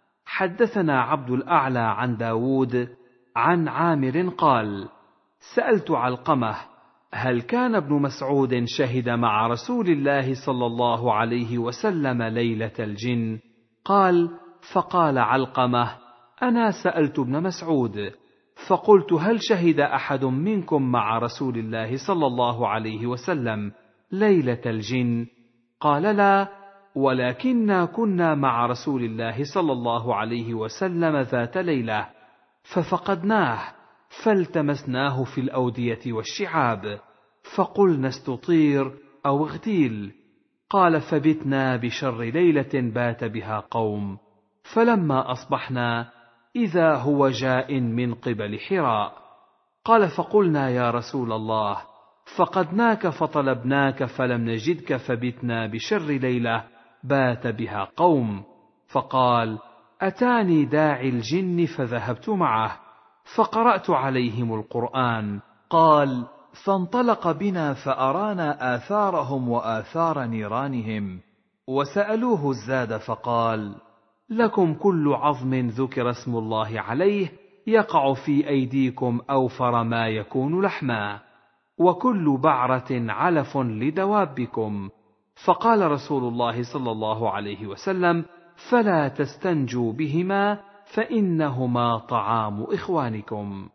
حدثنا عبد الأعلى عن داود عن عامر قال: سألت علقمة: هل كان ابن مسعود شهد مع رسول الله صلى الله عليه وسلم ليلة الجن؟ قال: فقال علقمة: أنا سألت ابن مسعود فقلت: هل شهد أحد منكم مع رسول الله صلى الله عليه وسلم ليلة الجن؟ قال: لا، ولكننا كنا مع رسول الله صلى الله عليه وسلم ذات ليلة ففقدناه، فالتمسناه في الأودية والشعاب، فقلنا استطير أو اغتيل. قال: فبتنا بشر ليلة بات بها قوم، فلما أصبحنا إذا هو جاء من قبل حراء. قال: فقلنا: يا رسول الله، فقدناك فطلبناك فلم نجدك، فبتنا بشر ليلة بات بها قوم. فقال: أتاني داعي الجن فذهبت معه فقرأت عليهم القرآن. قال: فانطلق بنا فأرانا آثارهم وآثار نيرانهم، وسألوه الزاد فقال: لكم كل عظم ذكر اسم الله عليه يقع في أيديكم أوفر ما يكون لحما، وكل بعرة علف لدوابكم. فقال رسول الله صلى الله عليه وسلم: فلا تستنجوا بهما فإنهما طعام إخوانكم.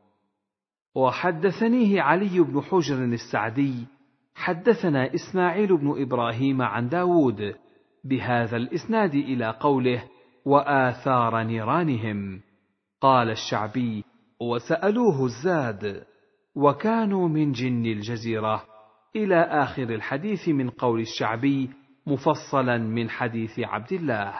وحدثنيه علي بن حجر السعدي حدثنا إسماعيل بن إبراهيم عن داود بهذا الإسناد إلى قوله: وآثار نيرانهم. قال الشعبي: وسألوه الزاد، وكانوا من جن الجزيرة، إلى آخر الحديث من قول الشعبي مفصلا من حديث عبد الله.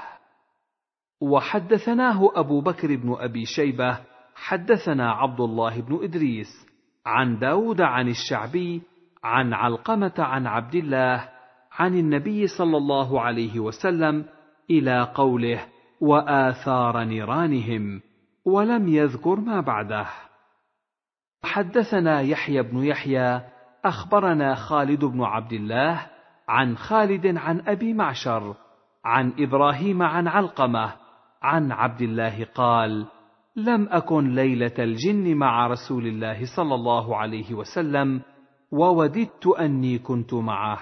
وحدثناه أبو بكر بن أبي شيبة حدثنا عبد الله بن إدريس عن داود عن الشعبي عن علقمة عن عبد الله عن النبي صلى الله عليه وسلم إلى قوله: وآثار نيرانهم، ولم يذكر ما بعده. حدثنا يحيى بن يحيى أخبرنا خالد بن عبد الله عن خالد عن أبي معشر عن إبراهيم عن علقمة عن عبد الله قال: لم أكن ليلة الجن مع رسول الله صلى الله عليه وسلم، ووددت أني كنت معه.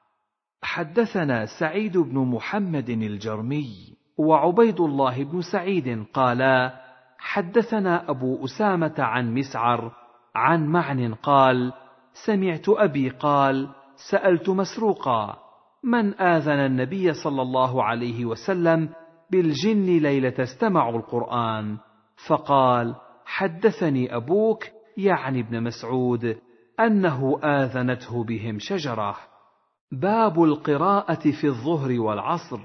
حدثنا سعيد بن محمد الجرمي وعبيد الله بن سعيد قالا: حدثنا أبو أسامة عن مسعر عن معن قال: سمعت أبي قال: سألت مسروقا: من آذن النبي صلى الله عليه وسلم بالجن ليلة استمعوا القرآن؟ فقال: حدثني أبوك، يعني ابن مسعود، أنه آذنته بهم شجرة. باب القراءة في الظهر والعصر.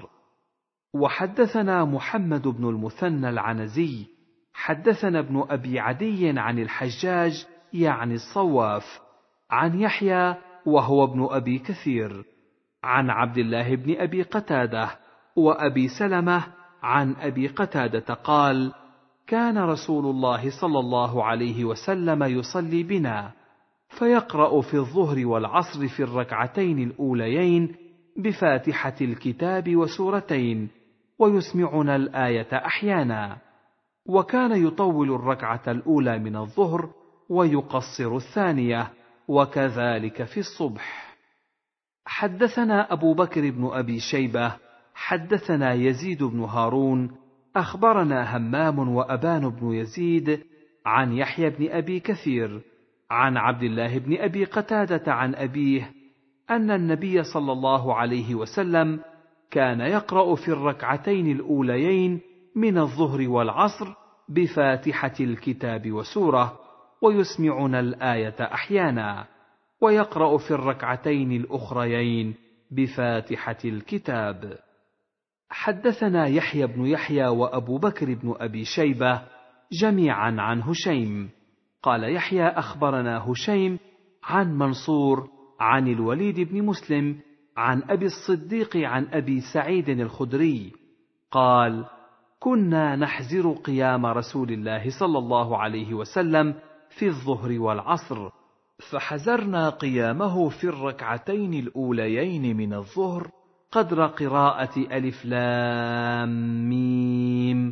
وحدثنا محمد بن المثنى العنزي حدثنا ابن أبي عدي عن الحجاج، يعني الصواف، عن يحيى وهو ابن أبي كثير، عن عبد الله بن أبي قتادة وأبي سلمة عن أبي قتادة قال: كان رسول الله صلى الله عليه وسلم يصلي بنا، فيقرأ في الظهر والعصر في الركعتين الأوليين بفاتحة الكتاب وسورتين، ويسمعنا الآية أحيانا، وكان يطول الركعة الأولى من الظهر ويقصر الثانية، وكذلك في الصبح. حدثنا أبو بكر بن أبي شيبة حدثنا يزيد بن هارون أخبرنا همام وأبان بن يزيد عن يحيى بن أبي كثير عن عبد الله بن أبي قتادة عن أبيه أن النبي صلى الله عليه وسلم كان يقرأ في الركعتين الأوليين من الظهر والعصر بفاتحة الكتاب وسورة، ويسمعنا الآية أحيانا، ويقرأ في الركعتين الأخريين بفاتحة الكتاب. حدثنا يحيى بن يحيى وأبو بكر بن أبي شيبة جميعا عن هشيم قال يحيى أخبرنا هشيم عن منصور عن الوليد بن مسلم عن أبي الصديق عن أبي سعيد الخدري قال: كنا نحزر قيام رسول الله صلى الله عليه وسلم في الظهر والعصر، فحزرنا قيامه في الركعتين الأوليين من الظهر قدر قراءة ألف لام ميم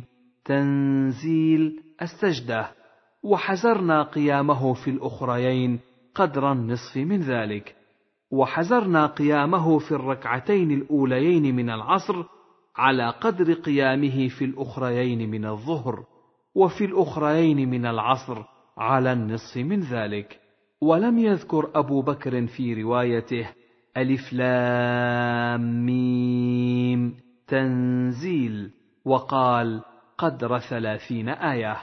تنزيل السجدة، وحزرنا قيامه في الأخريين قدر النصف من ذلك، وحزرنا قيامه في الركعتين الأوليين من العصر على قدر قيامه في الأخريين من الظهر، وفي الأخريين من العصر على النصف من ذلك. ولم يذكر أبو بكر في روايته ألف لام ميم تنزيل، وقال قدر ثلاثين آية.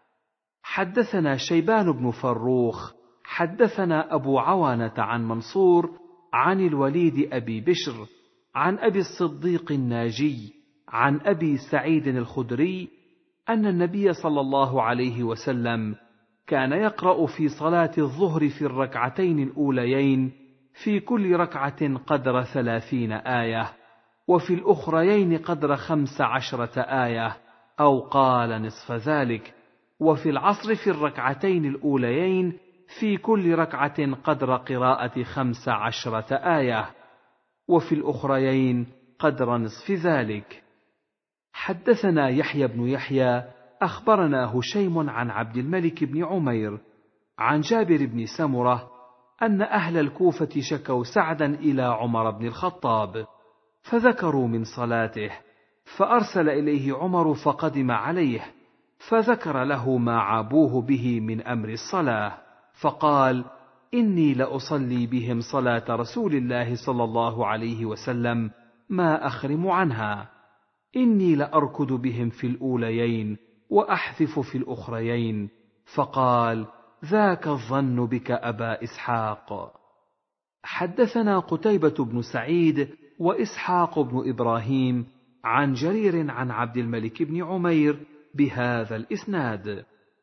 حدثنا شيبان بن فروخ حدثنا أبو عوانة عن منصور عن الوليد أبي بشر عن أبي الصديق الناجي عن أبي سعيد الخدري أن النبي صلى الله عليه وسلم كان يقرأ في صلاة الظهر في الركعتين الأوليين في كل ركعة قدر ثلاثين آية، وفي الأخريين قدر خمس عشرة آية أو قال نصف ذلك، وفي العصر في الركعتين الأوليين في كل ركعة قدر قراءة خمس عشرة آية، وفي الأخريين قدر نصف ذلك. حدثنا يحيى بن يحيى أخبرنا هشيم عن عبد الملك بن عمير عن جابر بن سمرة أن أهل الكوفة شكوا سعدا إلى عمر بن الخطاب، فذكروا من صلاته، فأرسل إليه عمر فقدم عليه، فذكر له ما عابوه به من أمر الصلاة، فقال: إني لأصلي بهم صلاة رسول الله صلى الله عليه وسلم ما أخرم عنها، إني لأركض بهم في الأوليين وأحذف في الأخريين. فقال: ذاك الظن بك أبا إسحاق. حدثنا قتيبة بن سعيد وإسحاق بن إبراهيم عن جرير عن عبد الملك بن عمير بهذا الإسناد.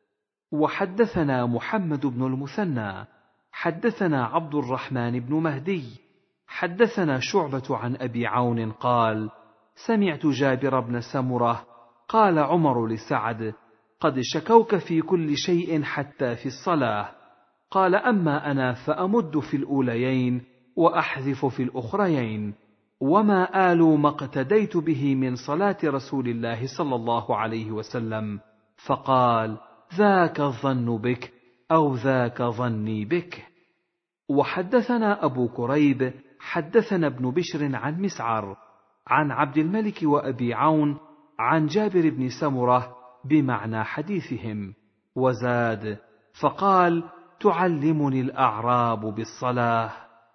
وحدثنا محمد بن المثنى حدثنا عبد الرحمن بن مهدي حدثنا شعبة عن أبي عون قال: سمعت جابر بن سمرة قال عمر لسعد: قد شكوك في كل شيء حتى في الصلاة. قال: أما أنا فأمد في الأوليين وأحذف في الأخريين، وما آل ما اقتديت به من صلاة رسول الله صلى الله عليه وسلم. فقال: ذاك الظن بك أو ذاك ظني بك. وحدثنا أبو كريب حدثنا ابن بشر عن مسعر عن عبد الملك وأبي عون عن جابر بن سمرة بمعنى حديثهم، وزاد: فقال: تعلمني الأعراب بالصلاة.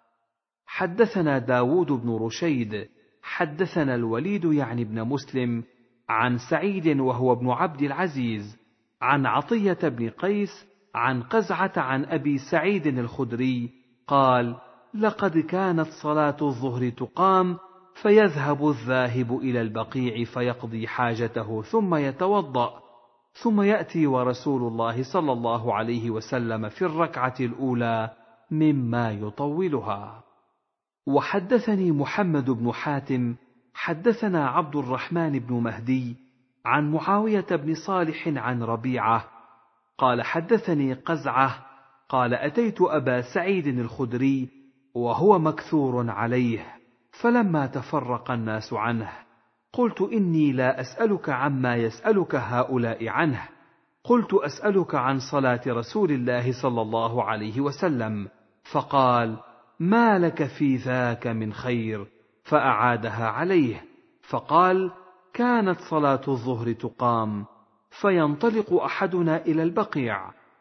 حدثنا داود بن رشيد حدثنا الوليد يعني ابن مسلم عن سعيد وهو ابن عبد العزيز عن عطية بن قيس عن قزعة عن أبي سعيد الخدري قال: لقد كانت صلاة الظهر تقام، فيذهب الذاهب إلى البقيع فيقضي حاجته ثم يتوضأ، ثم يأتي ورسول الله صلى الله عليه وسلم في الركعة الأولى مما يطولها. وحدثني محمد بن حاتم حدثنا عبد الرحمن بن مهدي عن معاوية بن صالح عن ربيعة قال: حدثني قزعة قال: أتيت أبا سعيد الخدري وهو مكثور عليه، فلما تفرق الناس عنه قلت: إني لا أسألك عما يسألك هؤلاء عنه، قلت: أسألك عن صلاة رسول الله صلى الله عليه وسلم. فقال: ما لك في ذاك من خير، فأعادها عليه، فقال: كانت صلاة الظهر تقام، فينطلق أحدنا إلى البقيع،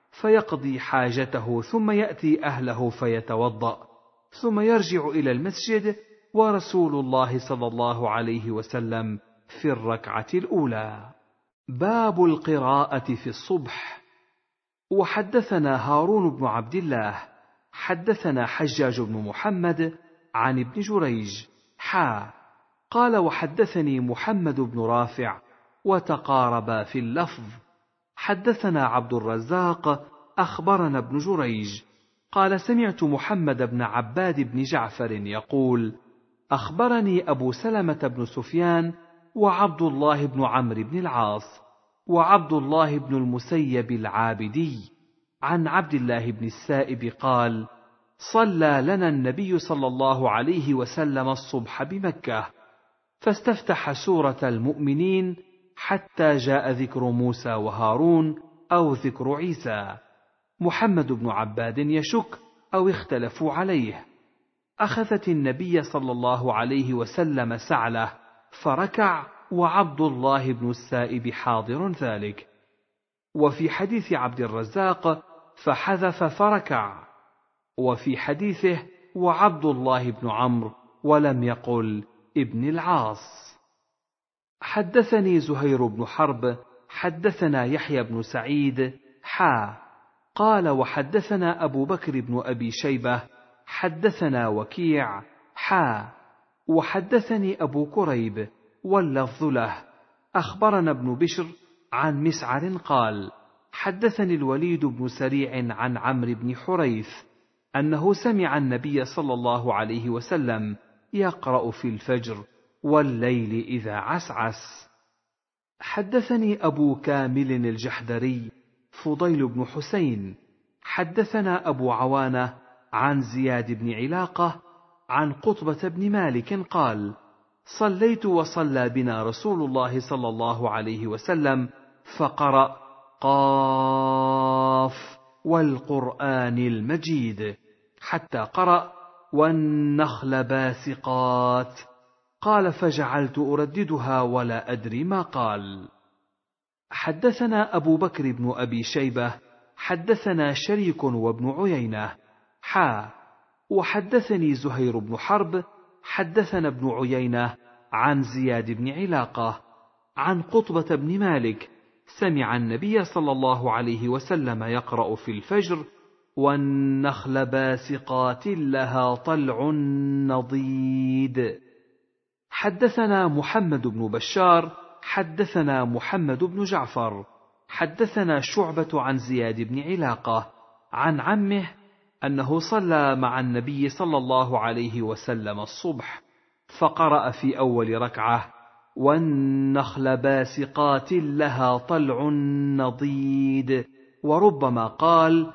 فيقضي حاجته ثم يأتي أهله فيتوضأ ثم يرجع إلى المسجد ورسول الله صلى الله عليه وسلم في الركعة الأولى. باب القراءة في الصبح. وحدثنا هارون بن عبد الله حدثنا حجاج بن محمد عن ابن جريج حا قال وحدثني محمد بن رافع وتقاربا في اللفظ. حدثنا عبد الرزاق أخبرنا ابن جريج قال سمعت محمد بن عباد بن جعفر يقول أخبرني أبو سلمة بن سفيان وعبد الله بن عمرو بن العاص وعبد الله بن المسيب العابدي عن عبد الله بن السائب قال صلى لنا النبي صلى الله عليه وسلم الصبح بمكة فاستفتح سورة المؤمنين حتى جاء ذكر موسى وهارون أو ذكر عيسى. محمد بن عباد يشك أو اختلفوا عليه. أخذت النبي صلى الله عليه وسلم سعله فركع وعبد الله بن السائب حاضر ذلك. وفي حديث عبد الرزاق فحذف فركع، وفي حديثه وعبد الله بن عمرو ولم يقل ابن العاص. حدثني زهير بن حرب حدثنا يحيى بن سعيد حا قال وحدثنا أبو بكر بن أبي شيبة حدثنا وكيع حا وحدثني أبو كريب واللفظ له أخبرنا ابن بشر عن مسعر قال حدثني الوليد بن سريع عن عمرو بن حريث أنه سمع النبي صلى الله عليه وسلم يقرأ في الفجر والليل إذا عسعس. حدثني أبو كامل الجحدري فضيل بن حسين حدثنا أبو عوانة عن زياد بن علاقة عن قطبة بن مالك قال صليت وصلى بنا رسول الله صلى الله عليه وسلم فقرأ قاف والقرآن المجيد حتى قرأ والنخل باسقات قال فجعلت أرددها ولا أدري ما قال. حدثنا أبو بكر بن أبي شيبة حدثنا شريك وابن عيينة حا وحدثني زهير بن حرب حدثنا ابن عيينة عن زياد بن علاقة عن قطبة بن مالك سمع النبي صلى الله عليه وسلم يقرأ في الفجر والنخل باسقات لها طلع نضيد. حدثنا محمد بن بشار حدثنا محمد بن جعفر حدثنا شعبة عن زياد بن علاقة عن عمه أنه صلى مع النبي صلى الله عليه وسلم الصبح فقرأ في أول ركعة والنخل باسقات لها طلع نضيد وربما قال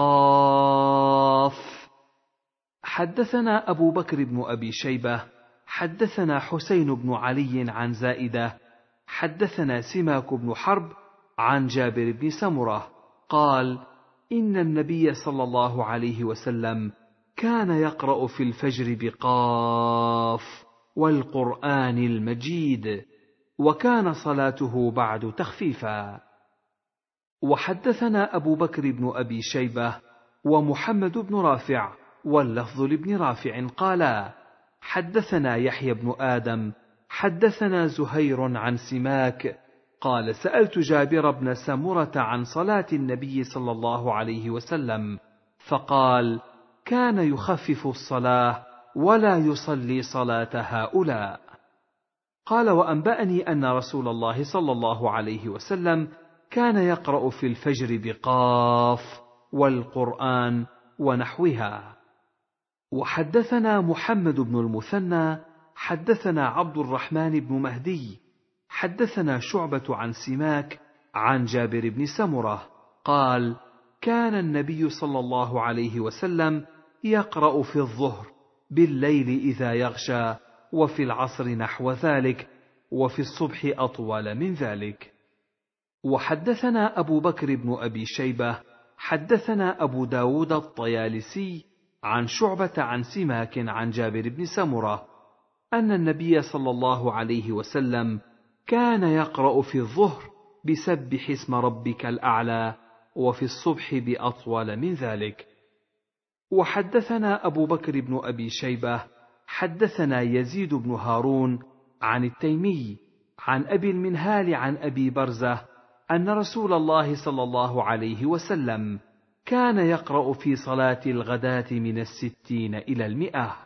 قاف. حدثنا أبو بكر بن أبي شيبة حدثنا حسين بن علي عن زائدة حدثنا سماك بن حرب عن جابر بن سمرة قال إن النبي صلى الله عليه وسلم كان يقرأ في الفجر بقاف والقرآن المجيد وكان صلاته بعد تخفيفا. وحدثنا أبو بكر بن أبي شيبة ومحمد بن رافع واللفظ لابن رافع قالا حدثنا يحيى بن آدم حدثنا زهير عن سماك قال سألت جابر بن سمرة عن صلاة النبي صلى الله عليه وسلم فقال كان يخفف الصلاة ولا يصلي صلاة هؤلاء. قال وأنبأني أن رسول الله صلى الله عليه وسلم كان يقرأ في الفجر بقاف والقرآن ونحوها. وحدثنا محمد بن المثنى حدثنا عبد الرحمن بن مهدي حدثنا شعبة عن سماك عن جابر بن سمرة قال كان النبي صلى الله عليه وسلم يقرأ في الظهر بالليل إذا يغشى وفي العصر نحو ذلك وفي الصبح أطول من ذلك. وحدثنا أبو بكر بن أبي شيبة حدثنا أبو داود الطيالسي عن شعبة عن سماك عن جابر بن سمرة أن النبي صلى الله عليه وسلم كان يقرأ في الظهر بسبح اسم ربك الأعلى وفي الصبح بأطول من ذلك. وحدثنا أبو بكر بن أبي شيبة حدثنا يزيد بن هارون عن التيمي عن أبي المنهال عن أبي برزة أن رسول الله صلى الله عليه وسلم كان يقرأ في صلاة الغداة من الستين إلى المئة.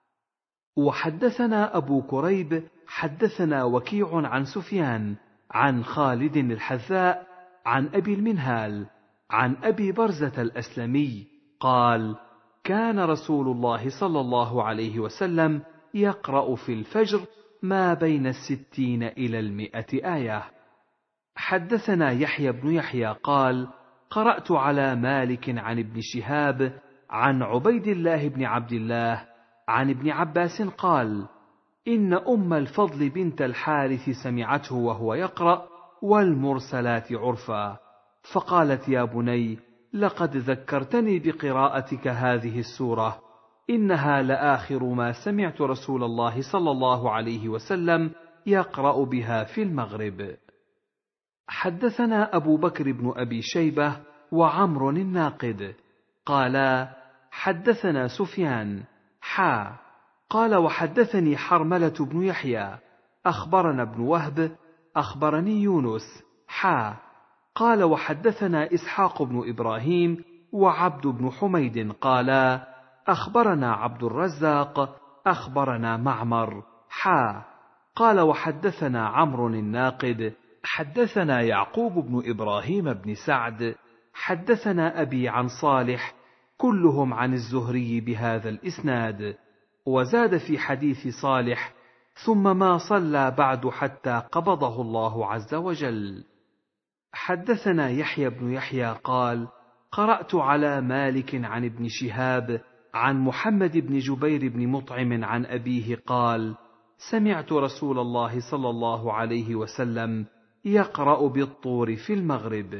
وحدثنا أبو كريب حدثنا وكيع عن سفيان عن خالد الحذاء عن أبي المنهال عن أبي برزة الأسلمي قال: كان رسول الله صلى الله عليه وسلم يقرأ في الفجر ما بين الستين إلى المئة آية. حدثنا يحيى بن يحيى قال: قرأت على مالك عن ابن شهاب عن عبيد الله بن عبد الله عن ابن عباس قال: إن أم الفضل بنت الحارث سمعته وهو يقرأ والمرسلات عرفا، فقالت: يا بني، لقد ذكرتني بقراءتك هذه السورة، إنها لآخر ما سمعت رسول الله صلى الله عليه وسلم يقرأ بها في المغرب. حدثنا أبو بكر بن أبي شيبة وعمر الناقد قالا: حدثنا سفيان حا قال: وحدثني حرملة بن يحيى أخبرنا ابن وهب أخبرني يونس حا قال: وحدثنا إسحاق بن إبراهيم وعبد بن حميد قالا: أخبرنا عبد الرزاق أخبرنا معمر حا قال: وحدثنا عمرو الناقد حدثنا يعقوب بن إبراهيم بن سعد حدثنا أبي عن صالح كلهم عن الزهري بهذا الإسناد، وزاد في حديث صالح: ثم ما صلى بعد حتى قبضه الله عز وجل. حدثنا يحيى بن يحيى قال: قرأت على مالك عن ابن شهاب عن محمد بن جبير بن مطعم عن أبيه قال: سمعت رسول الله صلى الله عليه وسلم يقرأ بالطور في المغرب.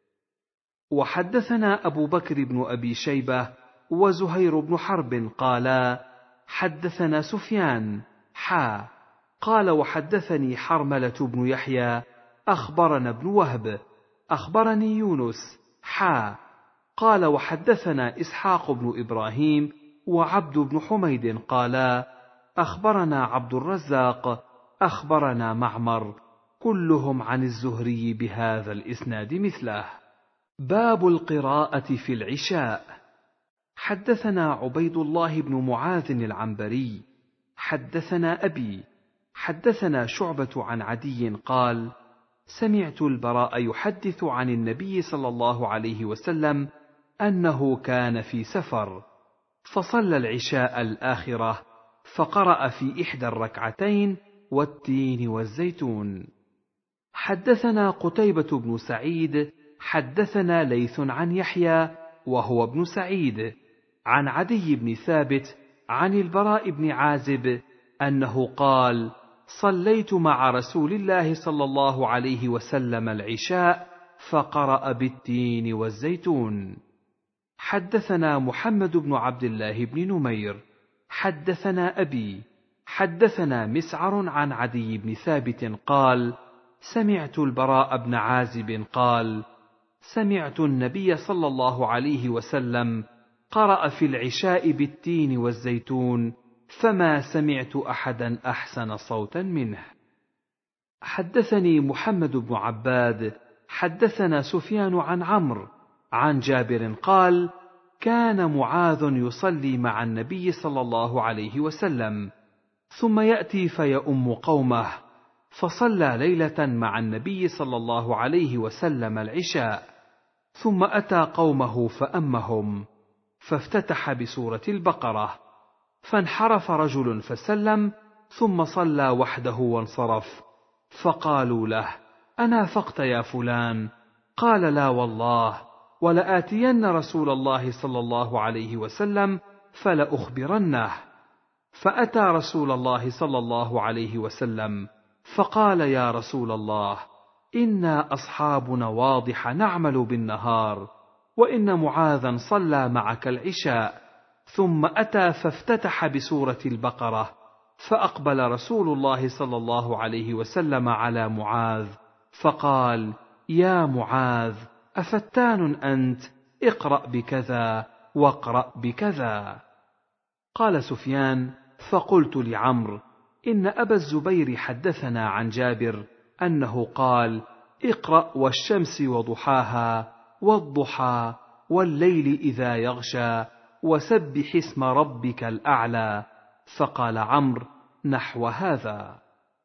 وحدثنا أبو بكر بن أبي شيبة وزهير بن حرب قالا: حدثنا سفيان حا قال: وحدثني حرملة بن يحيى أخبرنا ابن وهب أخبرني يونس حا قال: وحدثنا إسحاق بن إبراهيم وعبد بن حميد قالا: أخبرنا عبد الرزاق أخبرنا معمر كلهم عن الزهري بهذا الإسناد مثله. باب القراءة في العشاء. حدثنا عبيد الله بن معاذ العنبري حدثنا أبي حدثنا شعبة عن عدي قال: سمعت البراء يحدث عن النبي صلى الله عليه وسلم أنه كان في سفر، فصلى العشاء الآخرة، فقرأ في إحدى الركعتين والتين والزيتون. حدثنا قتيبة بن سعيد حدثنا ليث عن يحيى وهو ابن سعيد عن عدي بن ثابت عن البراء بن عازب أنه قال: صليت مع رسول الله صلى الله عليه وسلم العشاء فقرأ بالتين والزيتون. حدثنا محمد بن عبد الله بن نمير حدثنا أبي حدثنا مسعر عن عدي بن ثابت قال: سمعت البراء بن عازب قال: سمعت النبي صلى الله عليه وسلم قرأ في العشاء بالتين والزيتون، فما سمعت أحدا أحسن صوتا منه. حدثني محمد بن عباد حدثنا سفيان عن عمرو عن جابر قال: كان معاذ يصلي مع النبي صلى الله عليه وسلم، ثم يأتي فيؤم قومه، فصلى ليلة مع النبي صلى الله عليه وسلم العشاء، ثم أتى قومه فأمهم، فافتتح بسورة البقرة، فانحرف رجل فسلم، ثم صلى وحده وانصرف، فقالوا له: أنافقت يا فلان؟ قال: لا والله، ولآتين رسول الله صلى الله عليه وسلم فلأخبرنه. فأتى رسول الله صلى الله عليه وسلم فقال: يا رسول الله، إنا أصحاب نواضح نعمل بالنهار، وإن معاذا صلى معك العشاء، ثم أتى فافتتح بسورة البقرة، فأقبل رسول الله صلى الله عليه وسلم على معاذ فقال: يا معاذ، أفتان أنت؟ اقرأ بكذا واقرأ بكذا. قال سفيان: فقلت لعمرو: إن أبا الزبير حدثنا عن جابر أنه قال: اقرأ والشمس وضحاها والضحى والليل إذا يغشى وسبح اسم ربك الأعلى. فقال عمرو: نحو هذا.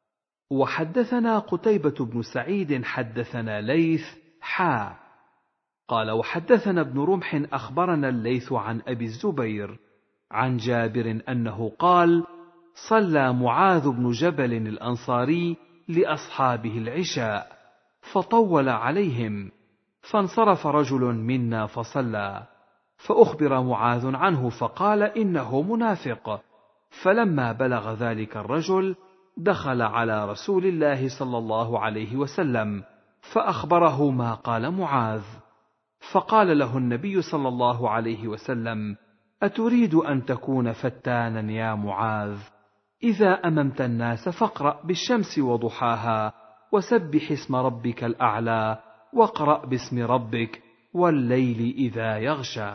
وحدثنا قتيبة بن سعيد حدثنا ليث حا قال: وحدثنا ابن رمح أخبرنا الليث عن أبي الزبير عن جابر أنه قال: صلى معاذ بن جبل الأنصاري لأصحابه العشاء فطول عليهم، فانصرف رجل منا فصلى، فأخبر معاذ عنه فقال: إنه منافق. فلما بلغ ذلك الرجل دخل على رسول الله صلى الله عليه وسلم فأخبره ما قال معاذ، فقال له النبي صلى الله عليه وسلم: أتريد أن تكون فتانا يا معاذ؟ إذا أممت الناس فاقرأ بالشمس وضحاها وسبح اسم ربك الأعلى واقرأ باسم ربك والليل إذا يغشى.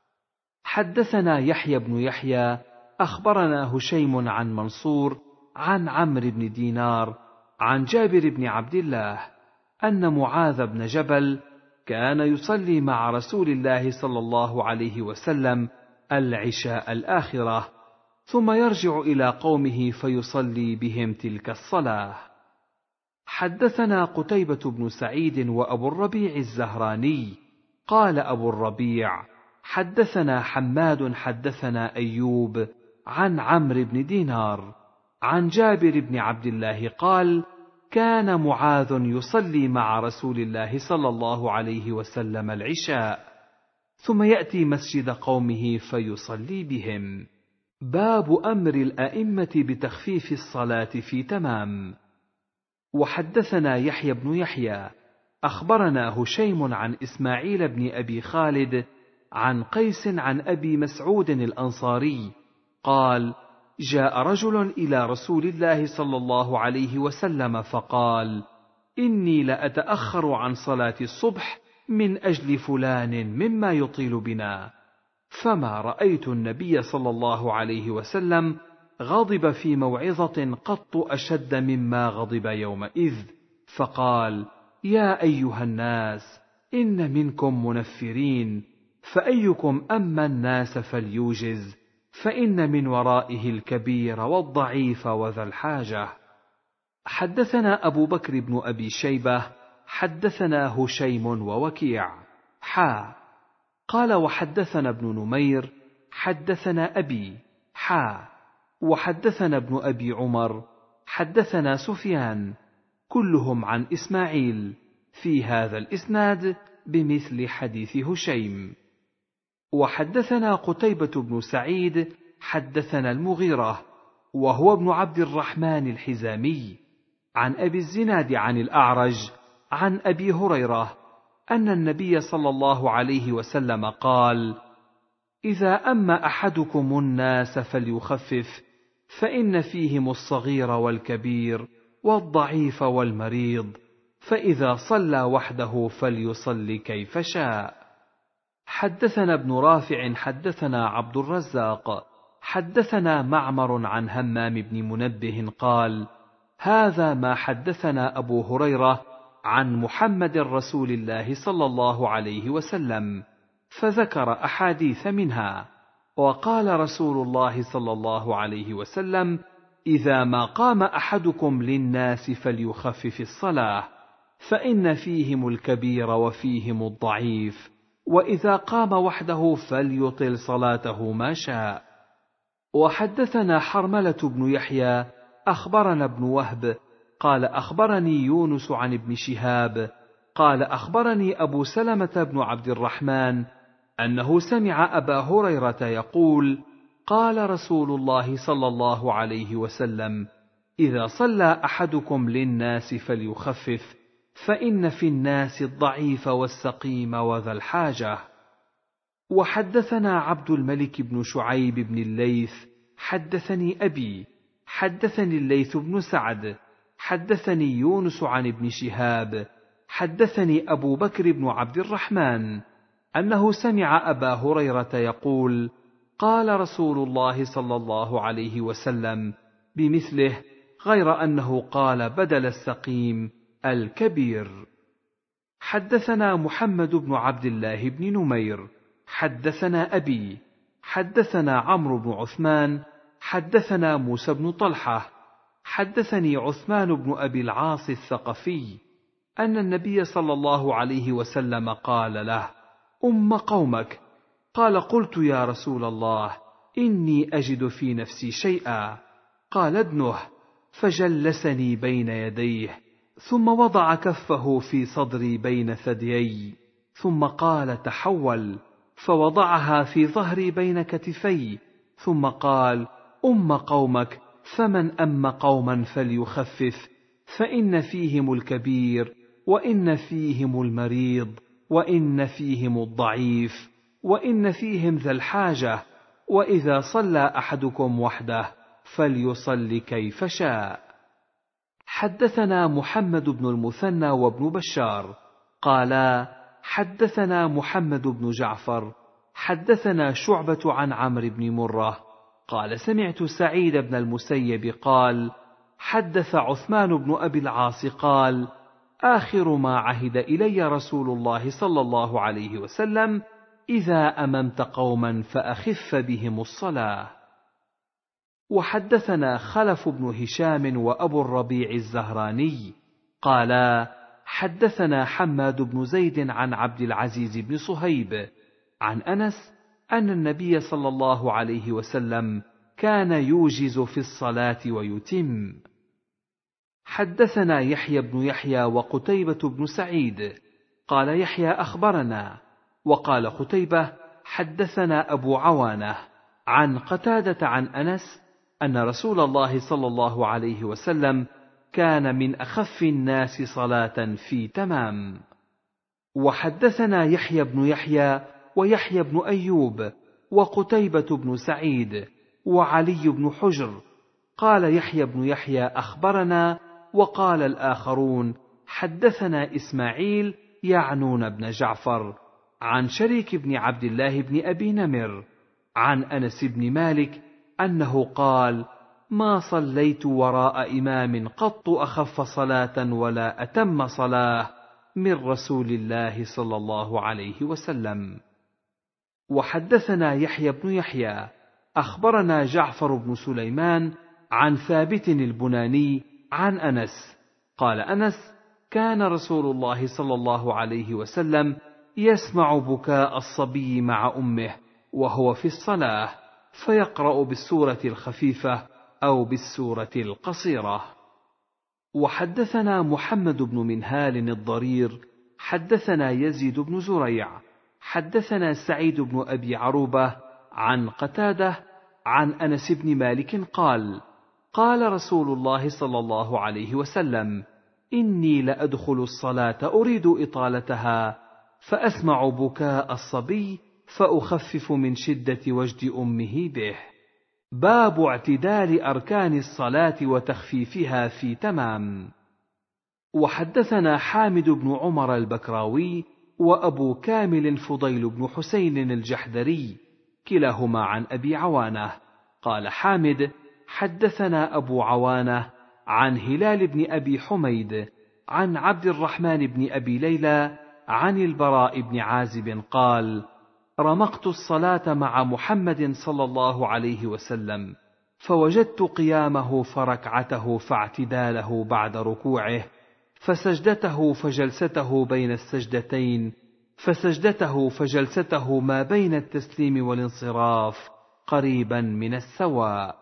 حدثنا يحيى بن يحيى أخبرنا هشيم عن منصور عن عمرو بن دينار عن جابر بن عبد الله أن معاذ بن جبل كان يصلي مع رسول الله صلى الله عليه وسلم العشاء الآخرة، ثم يرجع إلى قومه فيصلي بهم تلك الصلاة. حدثنا قتيبة بن سعيد وأبو الربيع الزهراني قال أبو الربيع: حدثنا حماد حدثنا أيوب عن عمرو بن دينار عن جابر بن عبد الله قال: كان معاذ يصلي مع رسول الله صلى الله عليه وسلم العشاء، ثم يأتي مسجد قومه فيصلي بهم. باب أمر الأئمة بتخفيف الصلاة في تمام. وحدثنا يحيى بن يحيى أخبرنا هشيم عن إسماعيل بن أبي خالد عن قيس عن أبي مسعود الأنصاري قال: جاء رجل إلى رسول الله صلى الله عليه وسلم فقال: إني لأتأخر عن صلاة الصبح من أجل فلان مما يطيل بنا. فما رأيت النبي صلى الله عليه وسلم غضب في موعظة قط أشد مما غضب يومئذ، فقال: يا أيها الناس، إن منكم منفرين، فأيكم أما الناس فليوجز، فإن من ورائه الكبير والضعيف وذا الحاجة. حدثنا أبو بكر بن أبي شيبة حدثنا هشيم ووكيع حا قال: وحدثنا ابن نمير حدثنا أبي حا وحدثنا ابن أبي عمر حدثنا سفيان كلهم عن إسماعيل في هذا الإسناد بمثل حديث هشيم. وحدثنا قتيبة بن سعيد حدثنا المغيرة وهو ابن عبد الرحمن الحزامي عن أبي الزناد عن الأعرج عن أبي هريرة أن النبي صلى الله عليه وسلم قال: إذا أما أحدكم الناس فليخفف، فإن فيهم الصغير والكبير والضعيف والمريض، فإذا صلى وحده فليصل كيف شاء. حدثنا ابن رافع حدثنا عبد الرزاق حدثنا معمر عن همام بن منبه قال: هذا ما حدثنا أبو هريرة عن محمد رسول الله صلى الله عليه وسلم، فذكر أحاديث منها. وقال رسول الله صلى الله عليه وسلم: إذا ما قام أحدكم للناس فليخفف الصلاة، فإن فيهم الكبير وفيهم الضعيف، وإذا قام وحده فليطل صلاته ما شاء. وحدثنا حرملة بن يحيى أخبرنا ابن وهب قال: أخبرني يونس عن ابن شهاب قال: أخبرني أبو سلمة بن عبد الرحمن أنه سمع أبا هريرة يقول: قال رسول الله صلى الله عليه وسلم: إذا صلى أحدكم للناس فليخفف، فإن في الناس الضعيف والسقيم وذا الحاجة. وحدثنا عبد الملك بن شعيب بن الليث حدثني أبي حدثني الليث بن سعد حدثني يونس عن ابن شهاب حدثني أبو بكر بن عبد الرحمن أنه سمع أبا هريرة يقول: قال رسول الله صلى الله عليه وسلم بمثله، غير أنه قال بدل السقيم الكبير. حدثنا محمد بن عبد الله بن نمير حدثنا أبي حدثنا عمرو بن عثمان حدثنا موسى بن طلحة حدثني عثمان بن أبي العاص الثقفي أن النبي صلى الله عليه وسلم قال له: أم قومك. قال: قلت يا رسول الله، إني أجد في نفسي شيئا. قال: ادنه. فجلسني بين يديه، ثم وضع كفه في صدري بين ثديي، ثم قال: تحول، فوضعها في ظهري بين كتفي، ثم قال: أم قومك، فمن أم قوما فليخفف، فإن فيهم الكبير، وإن فيهم المريض، وإن فيهم الضعيف، وإن فيهم ذا الحاجة، وإذا صلى أحدكم وحده فليصل كيف شاء. حدثنا محمد بن المثنى وابن بشار قالا: حدثنا محمد بن جعفر حدثنا شعبة عن عمرو بن مرة قال: سمعت سعيد بن المسيب قال: حدث عثمان بن أبي العاص قال: آخر ما عهد إلي رسول الله صلى الله عليه وسلم: إذا أممت قوما فأخف بهم الصلاة. وحدثنا خلف بن هشام وأبو الربيع الزهراني قالا: حدثنا حماد بن زيد عن عبد العزيز بن صهيب عن أنس أن النبي صلى الله عليه وسلم كان يوجز في الصلاة ويتم. حدثنا يحيى بن يحيى وقتيبة بن سعيد قال يحيى: أخبرنا، وقال قتيبة: حدثنا أبو عوانة عن قتادة عن أنس أن رسول الله صلى الله عليه وسلم كان من أخف الناس صلاة في تمام. وحدثنا يحيى بن يحيى ويحيى بن أيوب وقتيبة بن سعيد وعلي بن حجر قال يحيى بن يحيى: أخبرنا، وقال الآخرون: حدثنا إسماعيل يعنون بن جعفر عن شريك بن عبد الله بن أبي نمر عن أنس بن مالك أنه قال: ما صليت وراء إمام قط أخف صلاة ولا أتم صلاة من رسول الله صلى الله عليه وسلم. وحدثنا يحيى بن يحيى أخبرنا جعفر بن سليمان عن ثابت البناني عن أنس قال أنس: كان رسول الله صلى الله عليه وسلم يسمع بكاء الصبي مع أمه وهو في الصلاة، فيقرأ بالسورة الخفيفة أو بالسورة القصيرة. وحدثنا محمد بن منهال الضرير حدثنا يزيد بن زريع حدثنا سعيد بن أبي عروبة عن قتادة عن أنس بن مالك قال: قال رسول الله صلى الله عليه وسلم: إني لأدخل الصلاة أريد إطالتها، فأسمع بكاء الصبي فأخفف من شدة وجد أمه به. باب اعتدال أركان الصلاة وتخفيفها في تمام. وحدثنا حامد بن عمر البكراوي وأبو كامل فضيل بن حسين الجحدري كلاهما عن أبي عوانة قال حامد: حدثنا أبو عوانة عن هلال بن أبي حميد عن عبد الرحمن بن أبي ليلى عن البراء بن عازب قال: رمقت الصلاة مع محمد صلى الله عليه وسلم، فوجدت قيامه فركعته فاعتداله بعد ركوعه، فسجدته فجلسته بين السجدتين، فسجدته فجلسته ما بين التسليم والانصراف قريبا من السواء.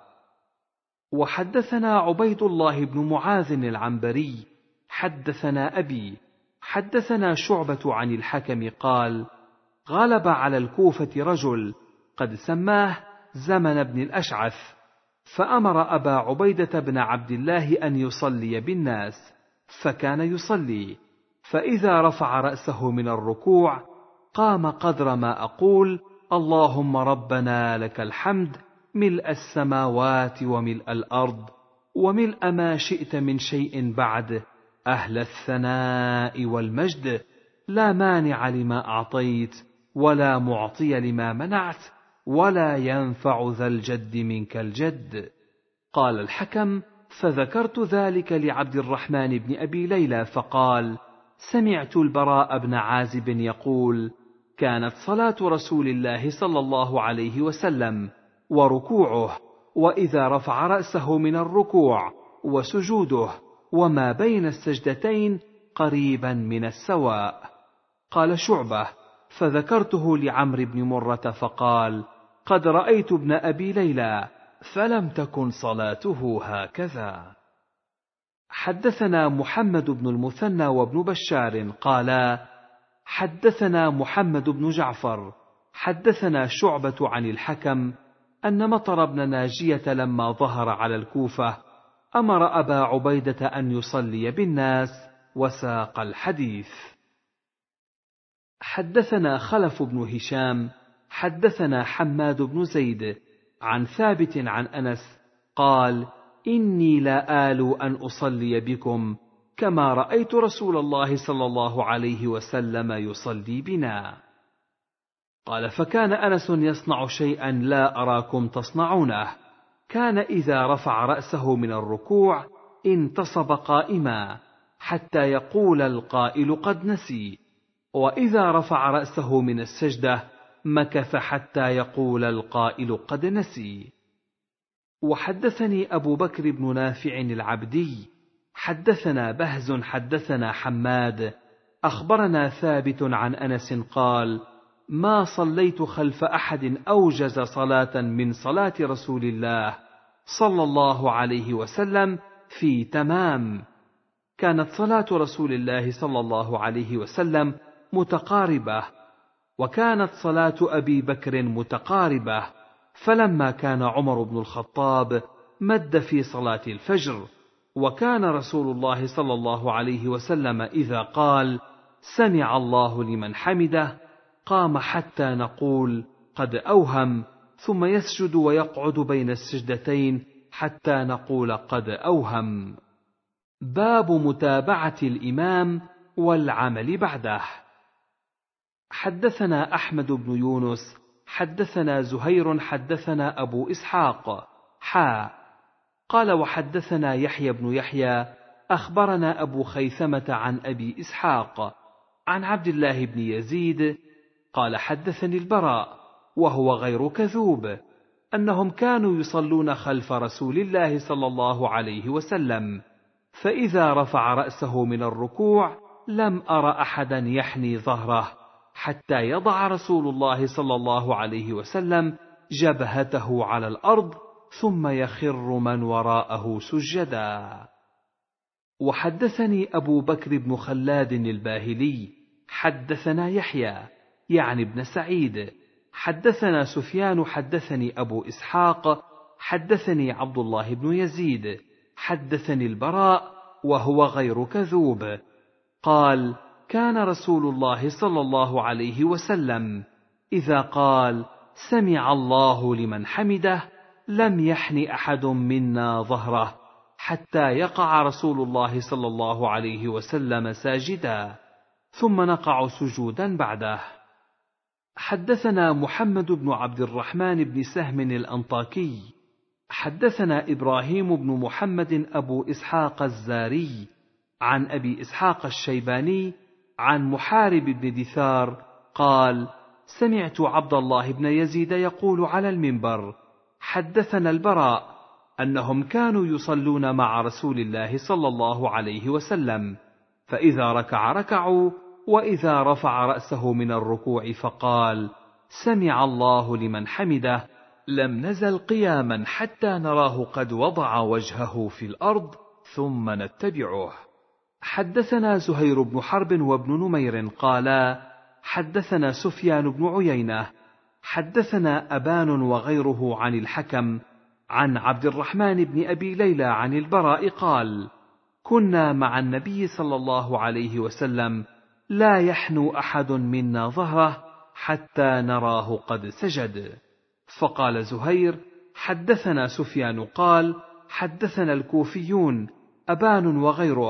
وحدثنا عبيد الله بن معاذ العنبري حدثنا أبي حدثنا شعبة عن الحكم قال: غلب على الكوفة رجل قد سماه زمن بن الأشعث، فأمر أبا عبيدة بن عبد الله أن يصلي بالناس، فكان يصلي، فإذا رفع رأسه من الركوع قام قدر ما أقول: اللهم ربنا لك الحمد ملء السماوات وملء الأرض وملء ما شئت من شيء بعد، أهل الثناء والمجد، لا مانع لما أعطيت ولا معطي لما منعت ولا ينفع ذا الجد منك الجد. قال الحكم: فذكرت ذلك لعبد الرحمن بن أبي ليلى فقال: سمعت البراء بن عازب يقول: كانت صلاة رسول الله صلى الله عليه وسلم وركوعه وإذا رفع رأسه من الركوع وسجوده وما بين السجدتين قريبا من السواء. قال شعبة: فذكرته لعمرو بن مرة فقال: قد رأيت ابن أبي ليلى فلم تكن صلاته هكذا. حدثنا محمد بن المثنى وابن بشار قالا: حدثنا محمد بن جعفر حدثنا شعبة عن الحكم أن مطر بن ناجية لما ظهر على الكوفة أمر أبا عبيدة أن يصلي بالناس وساق الحديث. حدثنا خلف بن هشام حدثنا حماد بن زيد عن ثابت عن أنس قال: إني لا آل أن أصلي بكم كما رأيت رسول الله صلى الله عليه وسلم يصلي بنا. قال: فكان أنس يصنع شيئا لا أراكم تصنعونه، كان إذا رفع رأسه من الركوع انتصب قائما حتى يقول القائل قد نسي، وإذا رفع رأسه من السجدة مكث حتى يقول القائل قد نسي. وحدثني أبو بكر بن نافع العبدي حدثنا بهز حدثنا حماد أخبرنا ثابت عن أنس قال: ما صليت خلف أحد أوجز صلاة من صلاة رسول الله صلى الله عليه وسلم في تمام. كانت صلاة رسول الله صلى الله عليه وسلم متقاربة، وكانت صلاة أبي بكر متقاربة، فلما كان عمر بن الخطاب مد في صلاة الفجر، وكان رسول الله صلى الله عليه وسلم إذا قال: سمع الله لمن حمده قام حتى نقول قد أوهم، ثم يسجد ويقعد بين السجدتين حتى نقول قد أوهم. باب متابعة الإمام والعمل بعده. حدثنا أحمد بن يونس حدثنا زهير حدثنا أبو إسحاق حا قال: وحدثنا يحيى بن يحيى أخبرنا أبو خيثمة عن أبي إسحاق عن عبد الله بن يزيد قال: حدثني البراء وهو غير كذوب أنهم كانوا يصلون خلف رسول الله صلى الله عليه وسلم، فإذا رفع رأسه من الركوع لم أر أحدا يحني ظهره حتى يضع رسول الله صلى الله عليه وسلم جبهته على الأرض ثم يخر من وراءه سجدا. وحدثني أبو بكر بن خلاد الباهلي حدثنا يحيى يعني ابن سعيد حدثنا سفيان حدثني أبو إسحاق حدثني عبد الله بن يزيد حدثني البراء وهو غير كذوب قال: كان رسول الله صلى الله عليه وسلم إذا قال: سمع الله لمن حمده لم يحن أحد منا ظهره حتى يقع رسول الله صلى الله عليه وسلم ساجدا، ثم نقع سجودا بعده. حدثنا محمد بن عبد الرحمن بن سهم الأنطاكي حدثنا إبراهيم بن محمد أبو إسحاق الزاري عن أبي إسحاق الشيباني عن محارب بن دثار قال: سمعت عبد الله بن يزيد يقول على المنبر: حدثنا البراء أنهم كانوا يصلون مع رسول الله صلى الله عليه وسلم، فإذا ركع ركعوا، وإذا رفع رأسه من الركوع فقال: سمع الله لمن حمده لم نزل قياما حتى نراه قد وضع وجهه في الأرض ثم نتبعه. حدثنا زهير بن حرب وابن نمير قالا: حدثنا سفيان بن عيينة حدثنا أبان وغيره عن الحكم عن عبد الرحمن بن أبي ليلى عن البراء قال: كنا مع النبي صلى الله عليه وسلم لا يحنو أحد منا ظهره حتى نراه قد سجد. فقال زهير: حدثنا سفيان قال: حدثنا الكوفيون أبان وغيره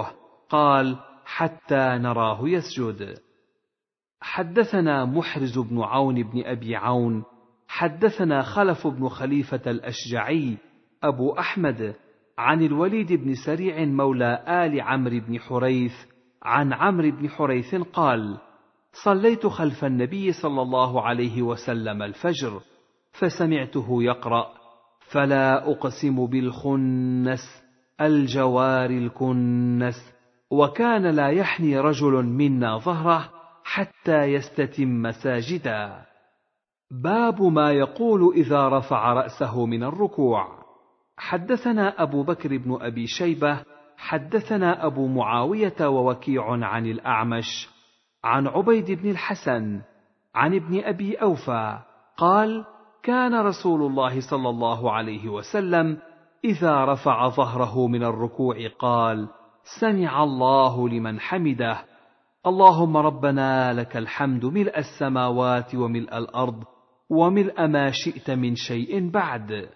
قال: حتى نراه يسجد. حدثنا محرز بن عون بن أبي عون حدثنا خلف بن خليفة الأشجعي أبو أحمد عن الوليد بن سريع مولى آل عمرو بن حريث عن عمرو بن حريث قال: صليت خلف النبي صلى الله عليه وسلم الفجر، فسمعته يقرأ: فلا أقسم بالخنس الجوار الكنس، وكان لا يحني رجل منا ظهره حتى يستتم ساجدا. باب ما يقول إذا رفع رأسه من الركوع. حدثنا أبو بكر بن أبي شيبة حدثنا أبو معاوية ووكيع عن الأعمش عن عبيد بن الحسن عن ابن أبي أوفى قال: كان رسول الله صلى الله عليه وسلم إذا رفع ظهره من الركوع قال: سمع الله لمن حمده، اللهم ربنا لك الحمد ملء السماوات وملء الأرض وملء ما شئت من شيء بعد.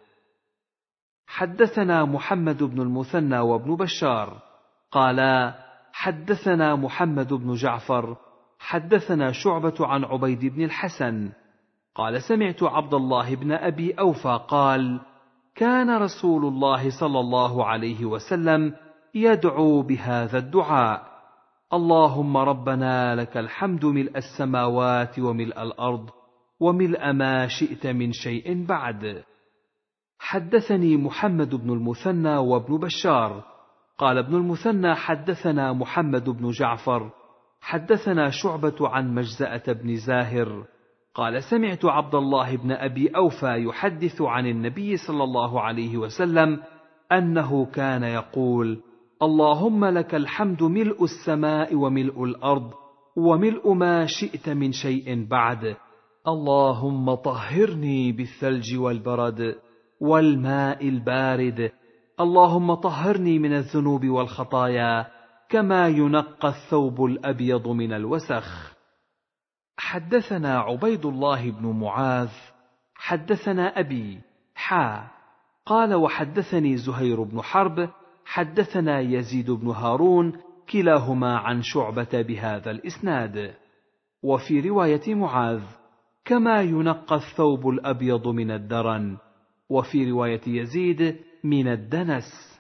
حدثنا محمد بن المثنى وابن بشار قالا: حدثنا محمد بن جعفر حدثنا شعبة عن عبيد بن الحسن قال: سمعت عبد الله بن أبي أوفى قال: كان رسول الله صلى الله عليه وسلم يدعو بهذا الدعاء: اللهم ربنا لك الحمد ملء السماوات وملء الأرض وملء ما شئت من شيء بعد. حدثني محمد بن المثنى وابن بشار قال ابن المثنى: حدثنا محمد بن جعفر حدثنا شعبة عن مجزأة بن زاهر قال: سمعت عبد الله بن أبي أوفى يحدث عن النبي صلى الله عليه وسلم أنه كان يقول: اللهم لك الحمد ملء السماء وملء الأرض وملء ما شئت من شيء بعد، اللهم طهرني بالثلج والبرد والماء البارد، اللهم طهرني من الذنوب والخطايا كما ينقى الثوب الأبيض من الوسخ. حدثنا عبيد الله بن معاذ حدثنا أبي حا قال: وحدثني زهير بن حرب حدثنا يزيد بن هارون كلاهما عن شعبة بهذا الإسناد. وفي رواية معاذ: كما ينقى الثوب الأبيض من الدرن، وفي رواية يزيد: من الدنس.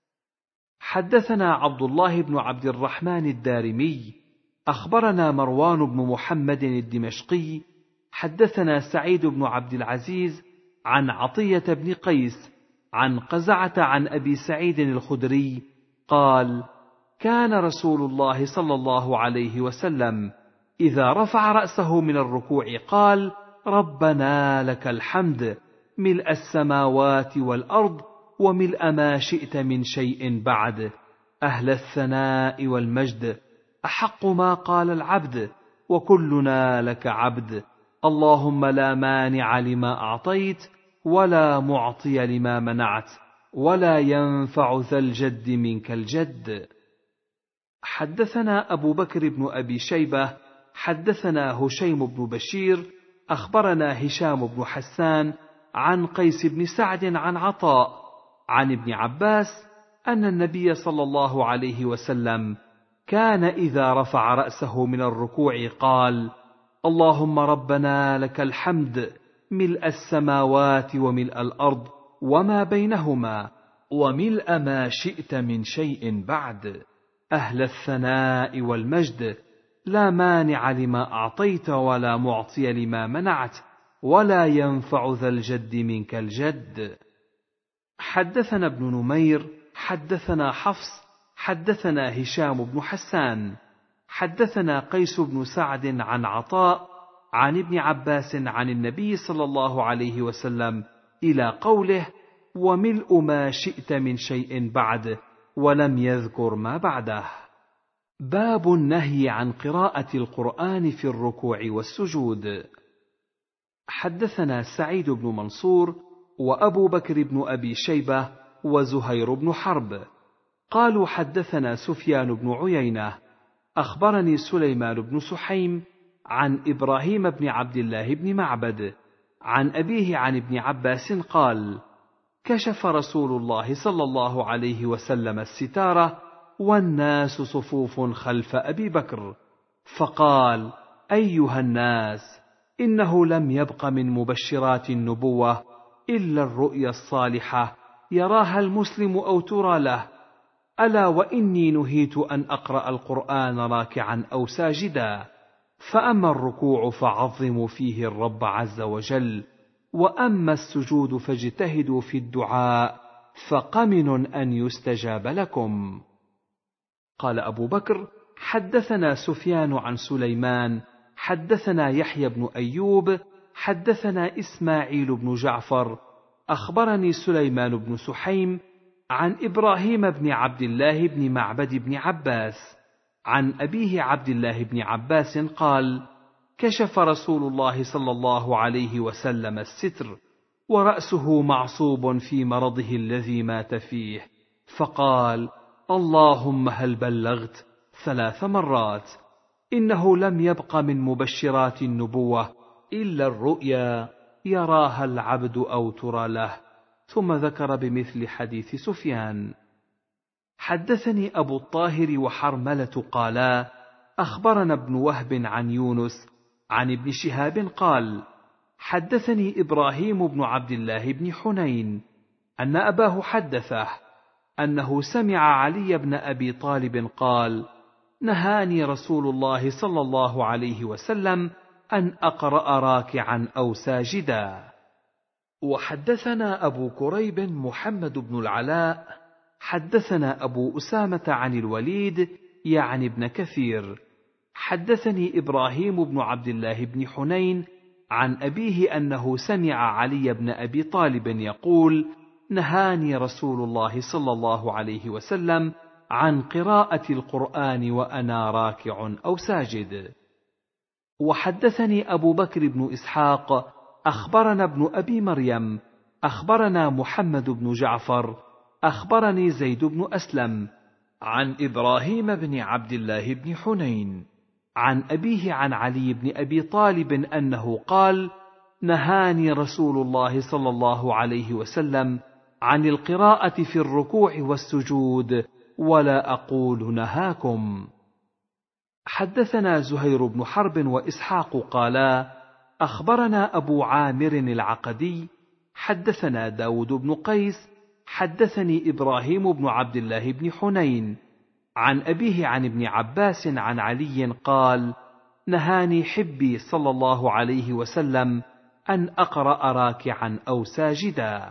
حدثنا عبد الله بن عبد الرحمن الدارمي أخبرنا مروان بن محمد الدمشقي حدثنا سعيد بن عبد العزيز عن عطية بن قيس عن قزعة عن أبي سعيد الخدري قال: كان رسول الله صلى الله عليه وسلم إذا رفع رأسه من الركوع قال: ربنا لك الحمد ملء السماوات والأرض وملء ما شئت من شيء بعد، أهل الثناء والمجد، أحق ما قال العبد وكلنا لك عبد، اللهم لا مانع لما أعطيت ولا معطي لما منعت ولا ينفع ذا الجد منك الجد. حدثنا أبو بكر بن أبي شيبة حدثنا هشيم بن بشير أخبرنا هشام بن حسان عن قيس بن سعد عن عطاء عن ابن عباس أن النبي صلى الله عليه وسلم كان إذا رفع رأسه من الركوع قال: اللهم ربنا لك الحمد ملء السماوات وملء الأرض وما بينهما وملء ما شئت من شيء بعد، أهل الثناء والمجد، لا مانع لما أعطيت ولا معطي لما منعت ولا ينفع ذا الجد منك الجد. حدثنا ابن نمير حدثنا حفص حدثنا هشام بن حسان حدثنا قيس بن سعد عن عطاء عن ابن عباس عن النبي صلى الله عليه وسلم إلى قوله: وملء ما شئت من شيء بعد، ولم يذكر ما بعده. باب النهي عن قراءة القرآن في الركوع والسجود. حدثنا سعيد بن منصور وأبو بكر بن أبي شيبة وزهير بن حرب قالوا: حدثنا سفيان بن عيينة أخبرني سليمان بن سحيم عن إبراهيم بن عبد الله بن معبد عن أبيه عن ابن عباس قال: كشف رسول الله صلى الله عليه وسلم الستارة والناس صفوف خلف أبي بكر، فقال: أيها الناس، إنه لم يبق من مبشرات النبوة إلا الرؤيا الصالحة يراها المسلم أو ترى له، ألا وإني نهيت أن أقرأ القرآن راكعا أو ساجدا، فأما الركوع فعظموا فيه الرب عز وجل، وأما السجود فاجتهدوا في الدعاء، فقمن أن يستجاب لكم. قال أبو بكر: حدثنا سفيان عن سليمان حدثنا يحيى بن أيوب حدثنا إسماعيل بن جعفر أخبرني سليمان بن سحيم عن إبراهيم بن عبد الله بن معبد بن عباس عن أبيه عبد الله بن عباس قال: كشف رسول الله صلى الله عليه وسلم الستر ورأسه معصوب في مرضه الذي مات فيه، فقال: اللهم هل بلغت ثلاث مرات. إنه لم يبق من مبشرات النبوة إلا الرؤيا يراها العبد أو ترى له. ثم ذكر بمثل حديث سفيان. حدثني أبو الطاهر وحرملة قالا: أخبرنا ابن وهب عن يونس عن ابن شهاب قال: حدثني إبراهيم بن عبد الله بن حنين أن أباه حدثه أنه سمع علي بن أبي طالب قال: نهاني رسول الله صلى الله عليه وسلم أن أقرأ راكعا أو ساجدا. وحدثنا أبو كريب محمد بن العلاء حدثنا أبو أسامة عن الوليد يعني ابن كثير حدثني إبراهيم بن عبد الله بن حنين عن أبيه أنه سمع علي بن أبي طالب يقول: نهاني رسول الله صلى الله عليه وسلم عن قراءة القرآن وأنا راكع أو ساجد. وحدثني أبو بكر بن إسحاق أخبرنا ابن أبي مريم أخبرنا محمد بن جعفر أخبرني زيد بن أسلم عن إبراهيم بن عبد الله بن حنين عن أبيه عن علي بن أبي طالب أنه قال: نهاني رسول الله صلى الله عليه وسلم عن القراءة في الركوع والسجود، ولا أقول نهاكم. حدثنا زهير بن حرب وإسحاق قالا: أخبرنا أبو عامر العقدي حدثنا داود بن قيس حدثني إبراهيم بن عبد الله بن حنين عن أبيه عن ابن عباس عن علي قال: نهاني حبي صلى الله عليه وسلم أن أقرأ راكعا أو ساجدا.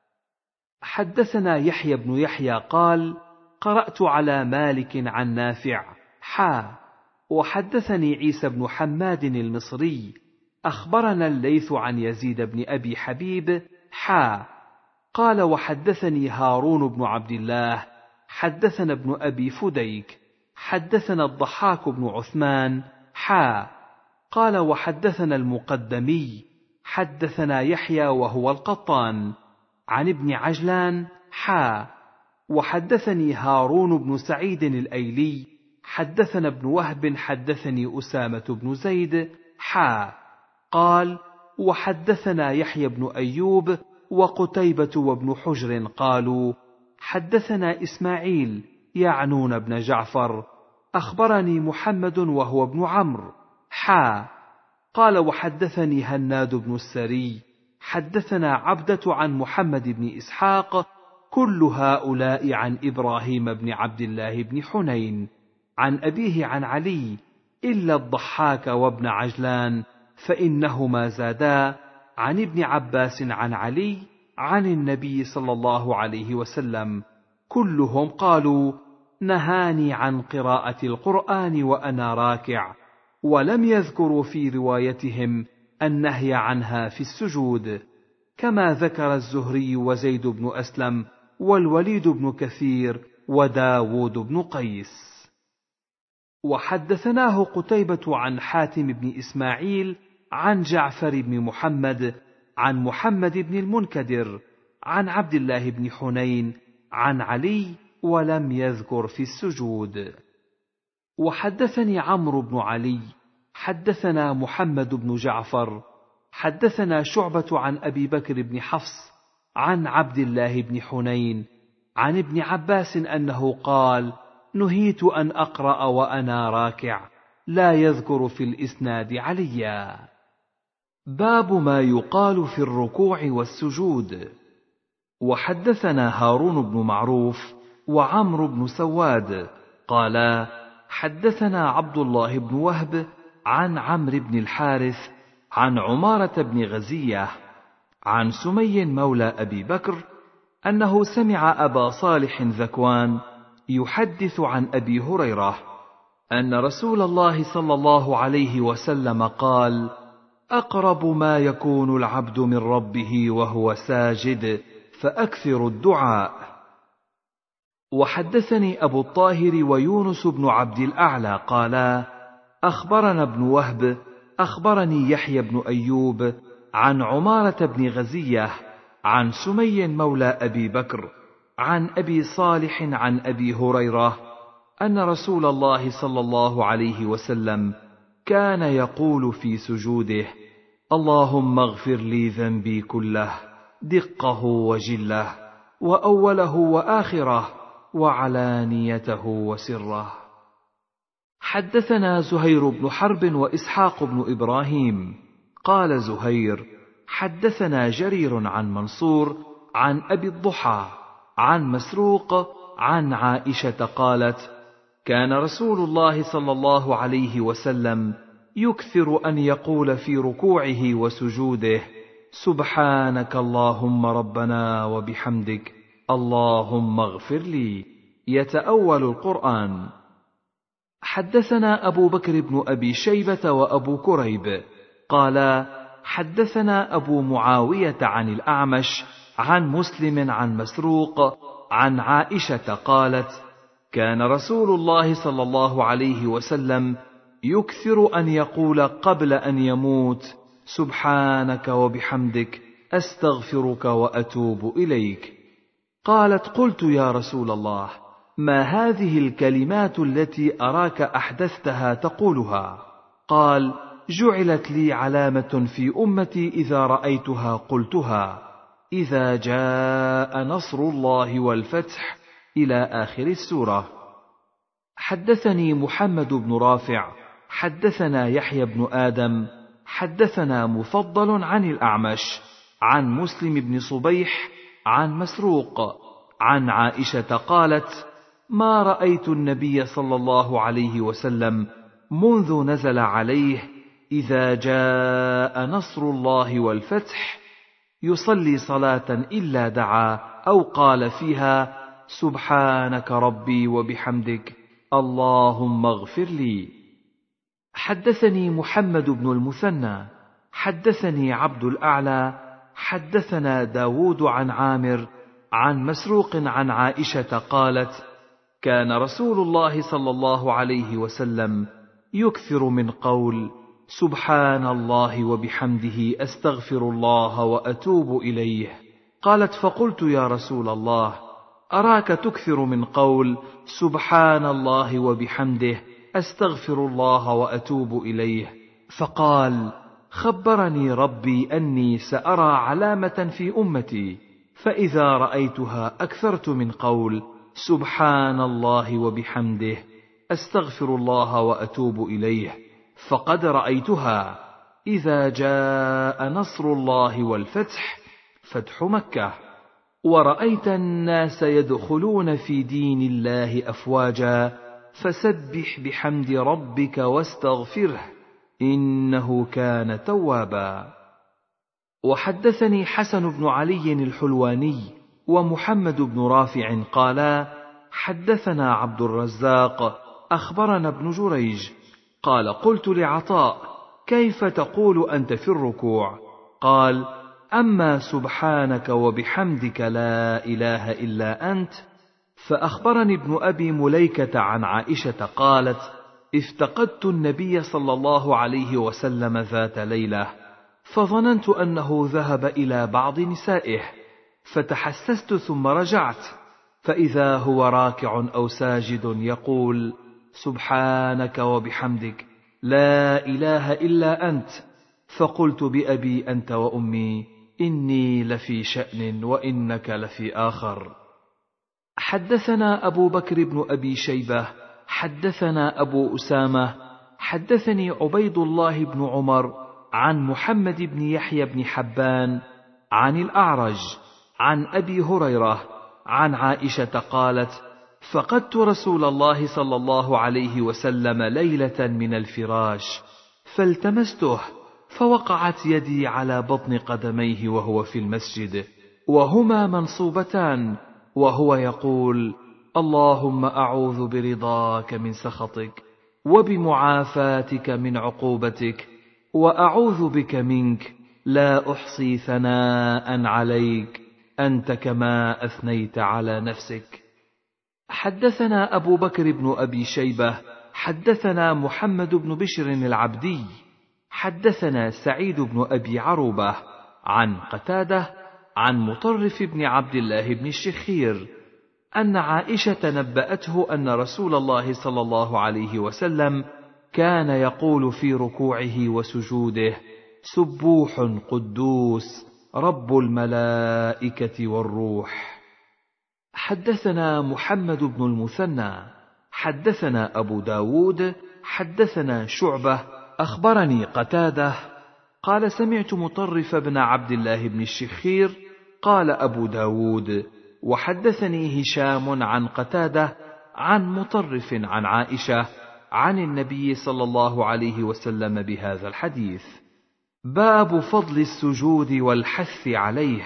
حدثنا يحيى بن يحيى قال: قرأت على مالك عن نافع حا. وحدثني عيسى بن حماد المصري أخبرنا الليث عن يزيد بن أبي حبيب حا. قال: وحدثني هارون بن عبد الله حدثنا ابن أبي فديك حدثنا الضحاك بن عثمان حا. قال: وحدثنا المقدمي حدثنا يحيى وهو القطان عن ابن عجلان حا. وحدثني هارون بن سعيد الأيلي حدثنا ابن وهب حدثني أسامة بن زيد حا. قال: وحدثنا يحيى بن أيوب وقتيبة وابن حجر قالوا: حدثنا إسماعيل يعنون ابن جعفر أخبرني محمد وهو ابن عمرو حا. قال: وحدثني هناد بن السري حدثنا عبدة عن محمد بن إسحاق كل هؤلاء عن إبراهيم بن عبد الله بن حنين عن أبيه عن علي إلا الضحاك وابن عجلان، فإنهما زادا عن ابن عباس عن علي عن النبي صلى الله عليه وسلم، كلهم قالوا: نهاني عن قراءة القرآن وأنا راكع، ولم يذكروا في روايتهم النهي عنها في السجود، كما ذكر الزهري وزيد بن أسلم والوليد بن كثير وداود بن قيس. وحدثناه قتيبة عن حاتم بن إسماعيل عن جعفر بن محمد عن محمد بن المنكدر عن عبد الله بن حنين عن علي ولم يذكر في السجود. وحدثني عمرو بن علي حدثنا محمد بن جعفر حدثنا شعبة عن أبي بكر بن حفص عن عبد الله بن حنين عن ابن عباس أنه قال: نهيت أن أقرأ وأنا راكع، لا يذكر في الإسناد عليا. باب ما يقال في الركوع والسجود. وحدثنا هارون بن معروف وعمرو بن سواد قالا حدثنا عبد الله بن وهب عن عمرو بن الحارث عن عمارة بن غزية عن سمي مولى أبي بكر أنه سمع أبا صالح ذكوان يحدث عن أبي هريرة أن رسول الله صلى الله عليه وسلم قال: أقرب ما يكون العبد من ربه وهو ساجد فأكثر الدعاء. وحدثني أبو الطاهر ويونس بن عبد الأعلى قالا أخبرنا ابن وهب أخبرني يحيى بن أيوب عن عمارة بن غزية عن سمي مولى أبي بكر عن أبي صالح عن أبي هريرة أن رسول الله صلى الله عليه وسلم كان يقول في سجوده: اللهم اغفر لي ذنبي كله دقه وجله وأوله وآخره وعلانيته وسره. حدثنا زهير بن حرب وإسحاق بن إبراهيم قال زهير حدثنا جرير عن منصور عن أبي الضحى عن مسروق عن عائشة قالت: كان رسول الله صلى الله عليه وسلم يكثر أن يقول في ركوعه وسجوده: سبحانك اللهم ربنا وبحمدك اللهم اغفر لي، يتأول القرآن. حدثنا أبو بكر بن أبي شيبة وأبو كريب قالا حدثنا أبو معاوية عن الأعمش عن مسلم عن مسروق عن عائشة قالت: كان رسول الله صلى الله عليه وسلم يكثر أن يقول قبل أن يموت: سبحانك وبحمدك أستغفرك وأتوب إليك. قالت: قلت يا رسول الله، ما هذه الكلمات التي أراك أحدثتها تقولها؟ قال: جعلت لي علامة في أمتي إذا رأيتها قلتها: إذا جاء نصر الله والفتح إلى آخر السورة. حدثني محمد بن رافع حدثنا يحيى بن آدم حدثنا مفضل عن الأعمش عن مسلم بن صبيح عن مسروق عن عائشة قالت: ما رأيت النبي صلى الله عليه وسلم منذ نزل عليه إذا جاء نصر الله والفتح يصلي صلاة إلا دعا أو قال فيها: سبحانك ربي وبحمدك اللهم اغفر لي. حدثني محمد بن المثنى حدثني عبد الأعلى حدثنا داود عن عامر عن مسروق عن عائشة قالت: كان رسول الله صلى الله عليه وسلم يكثر من قول: سبحان الله وبحمده أستغفر الله وأتوب إليه. قالت: فقلت يا رسول الله، أراك تكثر من قول: سبحان الله وبحمده أستغفر الله وأتوب إليه. فقال: خبرني ربي أني سأرى علامة في أمتي، فإذا رأيتها أكثرت من قول: سبحان الله وبحمده أستغفر الله وأتوب إليه، فقد رأيتها إذا جاء نصر الله والفتح، فتح مكة، ورأيت الناس يدخلون في دين الله أفواجا، فسبح بحمد ربك واستغفره إنه كان توابا. وحدثني حسن بن علي الحلواني ومحمد بن رافع قالا حدثنا عبد الرزاق أخبرنا ابن جريج قال: قلت لعطاء: كيف تقول أنت في الركوع؟ قال: أما سبحانك وبحمدك لا إله إلا أنت. فأخبرني ابن أبي مليكة عن عائشة قالت: افتقدت النبي صلى الله عليه وسلم ذات ليلة، فظننت أنه ذهب إلى بعض نسائه، فتحسست ثم رجعت، فإذا هو راكع أو ساجد يقول: سبحانك وبحمدك لا إله إلا أنت. فقلت بأبي أنت وأمي إني لفي شأن وإنك لفي آخر. حدثنا أبو بكر بن أبي شيبة حدثنا أبو أسامة حدثني عبيد الله بن عمر عن محمد بن يحيى بن حبان عن الأعرج عن أبي هريرة عن عائشة قالت: فقدت رسول الله صلى الله عليه وسلم ليلة من الفراش فالتمسته فوقعت يدي على بطن قدميه وهو في المسجد وهما منصوبتان وهو يقول: اللهم أعوذ برضاك من سخطك وبمعافاتك من عقوبتك وأعوذ بك منك لا أحصي ثناء عليك أنت كما أثنيت على نفسك. حدثنا أبو بكر بن أبي شيبة حدثنا محمد بن بشر العبدي حدثنا سعيد بن أبي عروبة عن قتادة عن مطرف بن عبد الله بن الشخير أن عائشة نبأته أن رسول الله صلى الله عليه وسلم كان يقول في ركوعه وسجوده: سبوح قدوس رب الملائكة والروح. حدثنا محمد بن المثنى حدثنا أبو داود حدثنا شعبة أخبرني قتادة قال: سمعت مطرف بن عبد الله بن الشخير قال أبو داود: وحدثني هشام عن قتادة عن مطرف عن عائشة عن النبي صلى الله عليه وسلم بهذا الحديث. باب فضل السجود والحث عليه.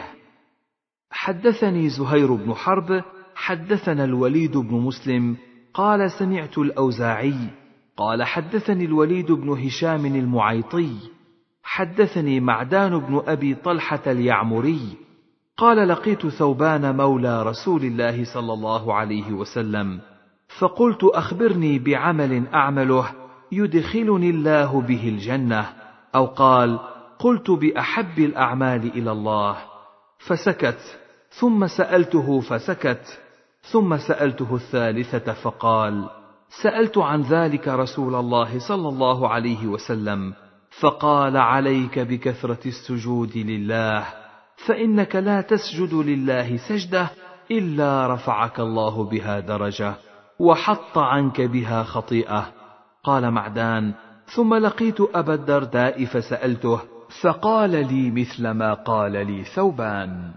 حدثني زهير بن حرب حدثنا الوليد بن مسلم قال: سمعت الأوزاعي قال: حدثني الوليد بن هشام المعيطي حدثني معدان بن أبي طلحة اليعمري قال: لقيت ثوبان مولى رسول الله صلى الله عليه وسلم فقلت: أخبرني بعمل أعمله يدخلني الله به الجنة، أو قال: قلت: بأحب الأعمال إلى الله، فسكت، ثم سألته فسكت، ثم سألته الثالثة فقال: سألت عن ذلك رسول الله صلى الله عليه وسلم فقال: عليك بكثرة السجود لله، فإنك لا تسجد لله سجدة إلا رفعك الله بها درجة وحط عنك بها خطيئة. قال معدان: ثم لقيت أبا الدرداء فسألته فقال لي مثل ما قال لي ثوبان.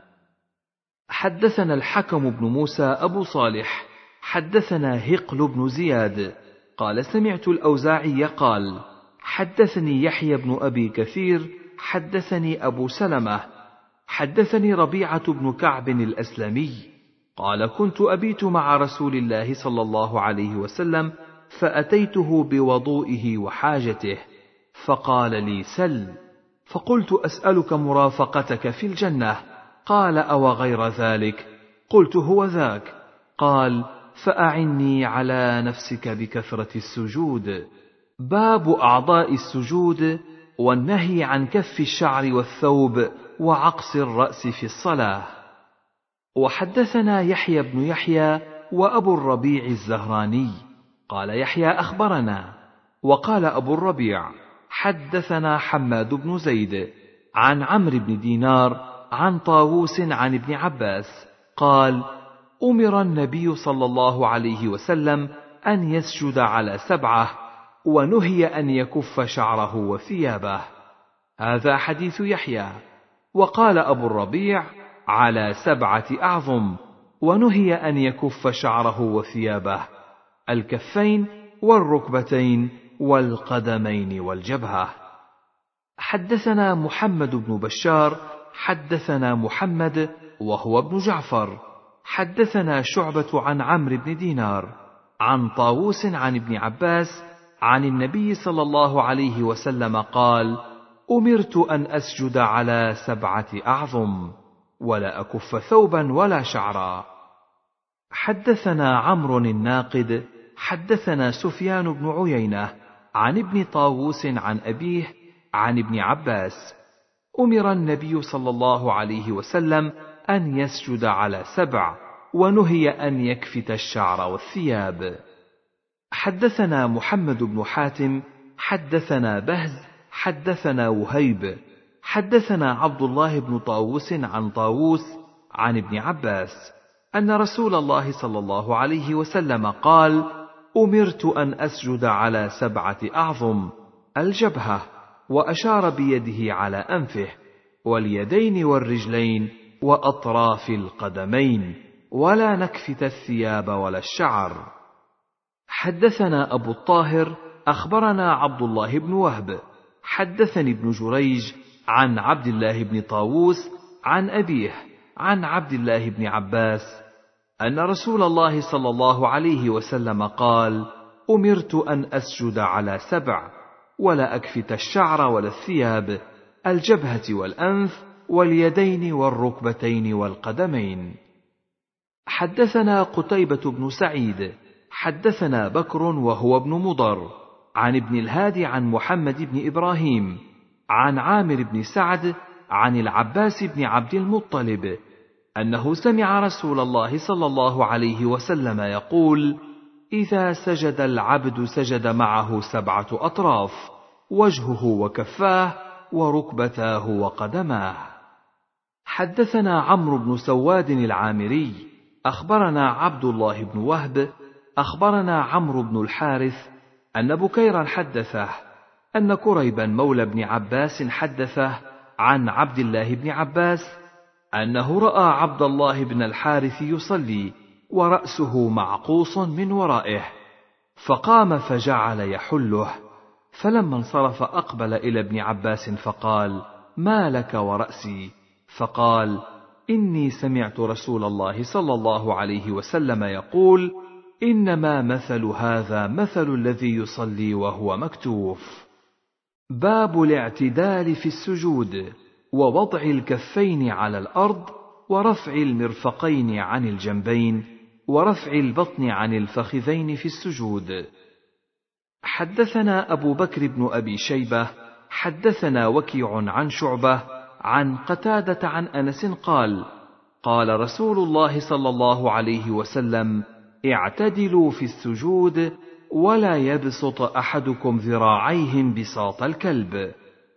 حدثنا الحكم بن موسى أبو صالح حدثنا هقل بن زياد قال: سمعت الأوزاعي قال: حدثني يحيى بن أبي كثير حدثني أبو سلمة حدثني ربيعة بن كعب الأسلمي قال: كنت أبيت مع رسول الله صلى الله عليه وسلم فأتيته بوضوئه وحاجته فقال لي: سل. فقلت: أسألك مرافقتك في الجنة. قال: أو غير ذلك؟ قلت: هو ذاك. قال: فأعني على نفسك بكثرة السجود. باب أعضاء السجود والنهي عن كف الشعر والثوب وعقص الرأس في الصلاة. وحدثنا يحيى بن يحيى وأبو الربيع الزهراني قال يحيى: أخبرنا. وقال أبو الربيع: حدثنا حماد بن زيد عن عمرو بن دينار عن طاووس عن ابن عباس قال: أمر النبي صلى الله عليه وسلم أن يسجد على سبعة، ونهي أن يكف شعره وثيابه. هذا حديث يحيى. وقال أبو الربيع: على سبعة أعظم، ونهي أن يكف شعره وثيابه: الكفين والركبتين والقدمين والجبهة. حدثنا محمد بن بشار حدثنا محمد وهو ابن جعفر حدثنا شعبة عن عمرو بن دينار عن طاووس عن ابن عباس عن النبي صلى الله عليه وسلم قال: أمرت أن أسجد على سبعة أعظم، ولا أكف ثوبا ولا شعرا. حدثنا عمرو الناقد حدثنا سفيان بن عيينة عن ابن طاووس عن أبيه عن ابن عباس: أمر النبي صلى الله عليه وسلم أن يسجد على سبع، ونهي أن يكفت الشعر والثياب. حدثنا محمد بن حاتم حدثنا بهز حدثنا وهيب حدثنا عبد الله بن طاووس عن طاووس عن ابن عباس أن رسول الله صلى الله عليه وسلم قال: أمرت أن أسجد على سبعة أعظم: الجبهة، وأشار بيده على أنفه، واليدين والرجلين، وأطراف القدمين، ولا نكفت الثياب ولا الشعر. حدثنا أبو الطاهر أخبرنا عبد الله بن وهب حدثني ابن جريج عن عبد الله بن طاووس عن أبيه عن عبد الله بن عباس أن رسول الله صلى الله عليه وسلم قال: أمرت أن أسجد على سبع: ولا أكفت الشعر ولا الثياب، الجبهة والأنف واليدين والركبتين والقدمين. حدثنا قتيبة بن سعيد حدثنا بكر وهو ابن مضر عن ابن الهادي عن محمد بن إبراهيم عن عامر بن سعد عن العباس بن عبد المطلب أنه سمع رسول الله صلى الله عليه وسلم يقول: إذا سجد العبد سجد معه سبعة أطراف: وجهه وكفاه وركبتاه وقدماه. حدثنا عمرو بن سواد العامري أخبرنا عبد الله بن وهب أخبرنا عمرو بن الحارث أن بكيرا حدثه أن كريبا مولى بن عباس حدثه عن عبد الله بن عباس أنه رأى عبد الله بن الحارث يصلي ورأسه معقوص من ورائه، فقام فجعل يحله، فلما انصرف أقبل إلى ابن عباس فقال: ما لك ورأسي؟ فقال: إني سمعت رسول الله صلى الله عليه وسلم يقول: إنما مثل هذا مثل الذي يصلي وهو مكتوف. باب الاعتدال في السجود، ووضع الكفين على الأرض، ورفع المرفقين عن الجنبين، ورفع البطن عن الفخذين في السجود. حدثنا أبو بكر بن أبي شيبة حدثنا وكيع عن شعبة عن قتادة عن أنس قال: قال رسول الله صلى الله عليه وسلم: اعتدلوا في السجود، ولا يبسط أحدكم ذراعيه بساط الكلب.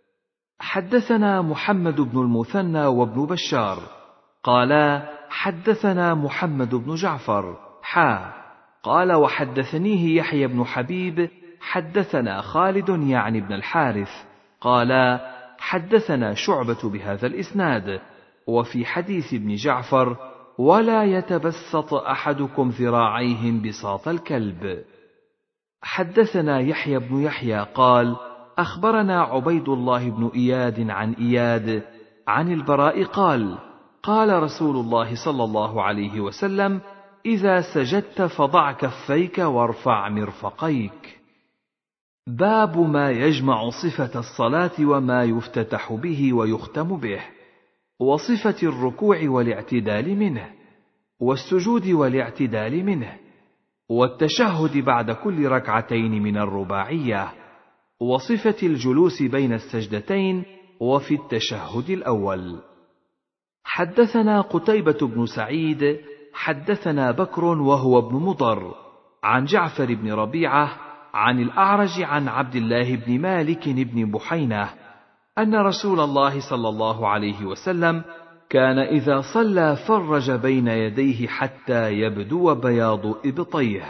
حدثنا محمد بن المثنى وابن بشار قالا: حدثنا محمد بن جعفر حا قال: وحدثنيه يحيى بن حبيب حدثنا خالد يعني بن الحارث قالا: حدثنا شعبة بهذا الإسناد، وفي حديث ابن جعفر: ولا يتبسط أحدكم ذراعيه بساط الكلب. حدثنا يحيى بن يحيى قال: أخبرنا عبيد الله بن إياد عن إياد عن البراء قال: قال رسول الله صلى الله عليه وسلم: إذا سجدت فضع كفيك وارفع مرفقيك. باب ما يجمع صفة الصلاة وما يفتتح به ويختم به، وصفة الركوع والاعتدال منه، والسجود والاعتدال منه، والتشهد بعد كل ركعتين من الرباعية، وصفة الجلوس بين السجدتين وفي التشهد الأول. حدثنا قتيبة بن سعيد حدثنا بكر وهو ابن مضر عن جعفر بن ربيعة عن الأعرج عن عبد الله بن مالك بن بحينة أن رسول الله صلى الله عليه وسلم كان إذا صلى فرج بين يديه حتى يبدو بياض إبطيه.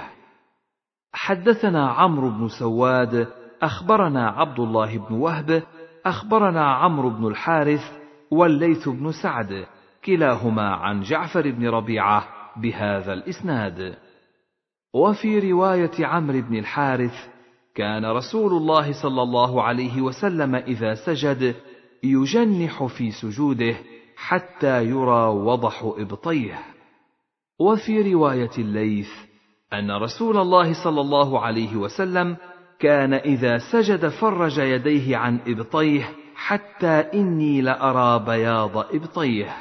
حدثنا عمرو بن سواد أخبرنا عبد الله بن وهب أخبرنا عمرو بن الحارث والليث بن سعد كلاهما عن جعفر بن ربيعة بهذا الإسناد. وفي رواية عمرو بن الحارث: كان رسول الله صلى الله عليه وسلم إذا سجد يجنح في سجوده حتى يرى وضح إبطيه. وفي رواية الليث أن رسول الله صلى الله عليه وسلم كان إذا سجد فرج يديه عن إبطيه حتى إني لأرى بياض إبطيه.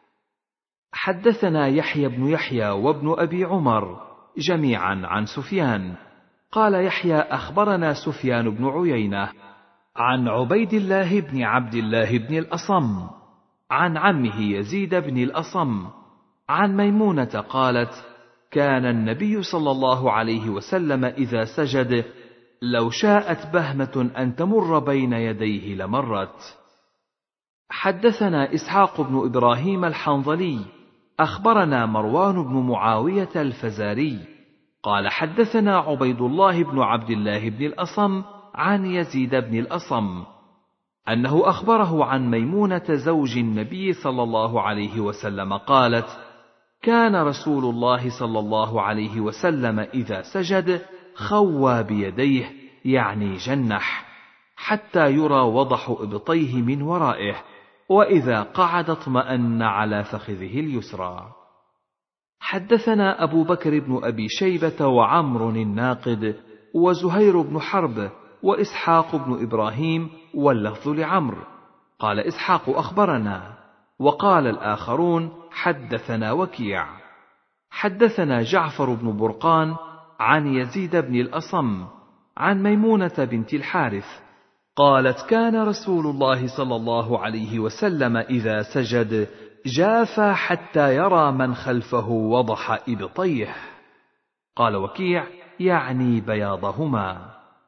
حدثنا يحيى بن يحيى وابن أبي عمر جميعا عن سفيان قال يحيى: أخبرنا سفيان بن عيينة عن عبيد الله بن عبد الله بن الأصم عن عمه يزيد بن الأصم عن ميمونة قالت: كان النبي صلى الله عليه وسلم إذا سجد لو شاءت بهمة أن تمر بين يديه لمرت. حدثنا إسحاق بن إبراهيم الحنظلي أخبرنا مروان بن معاوية الفزاري قال حدثنا عبيد الله بن عبد الله بن الأصم عن يزيد بن الأصم أنه أخبره عن ميمونة زوج النبي صلى الله عليه وسلم قالت: كان رسول الله صلى الله عليه وسلم إذا سجد خوى بيديه، يعني جنح، حتى يرى وضح إبطيه من ورائه، وإذا قعد اطمأن على فخذه اليسرى. حدثنا أبو بكر بن أبي شيبة وعمر الناقد وزهير بن حرب وإسحاق بن إبراهيم، واللفظ لعمرو. قال إسحاق: أخبرنا. وقال الآخرون: حدثنا وكيع. حدثنا جعفر بن برقان عن يزيد بن الأصم عن ميمونة بنت الحارث قالت: كان رسول الله صلى الله عليه وسلم إذا سجد جافى حتى يرى من خلفه وضح إبطيه. قال وكيع: يعني بياضهما.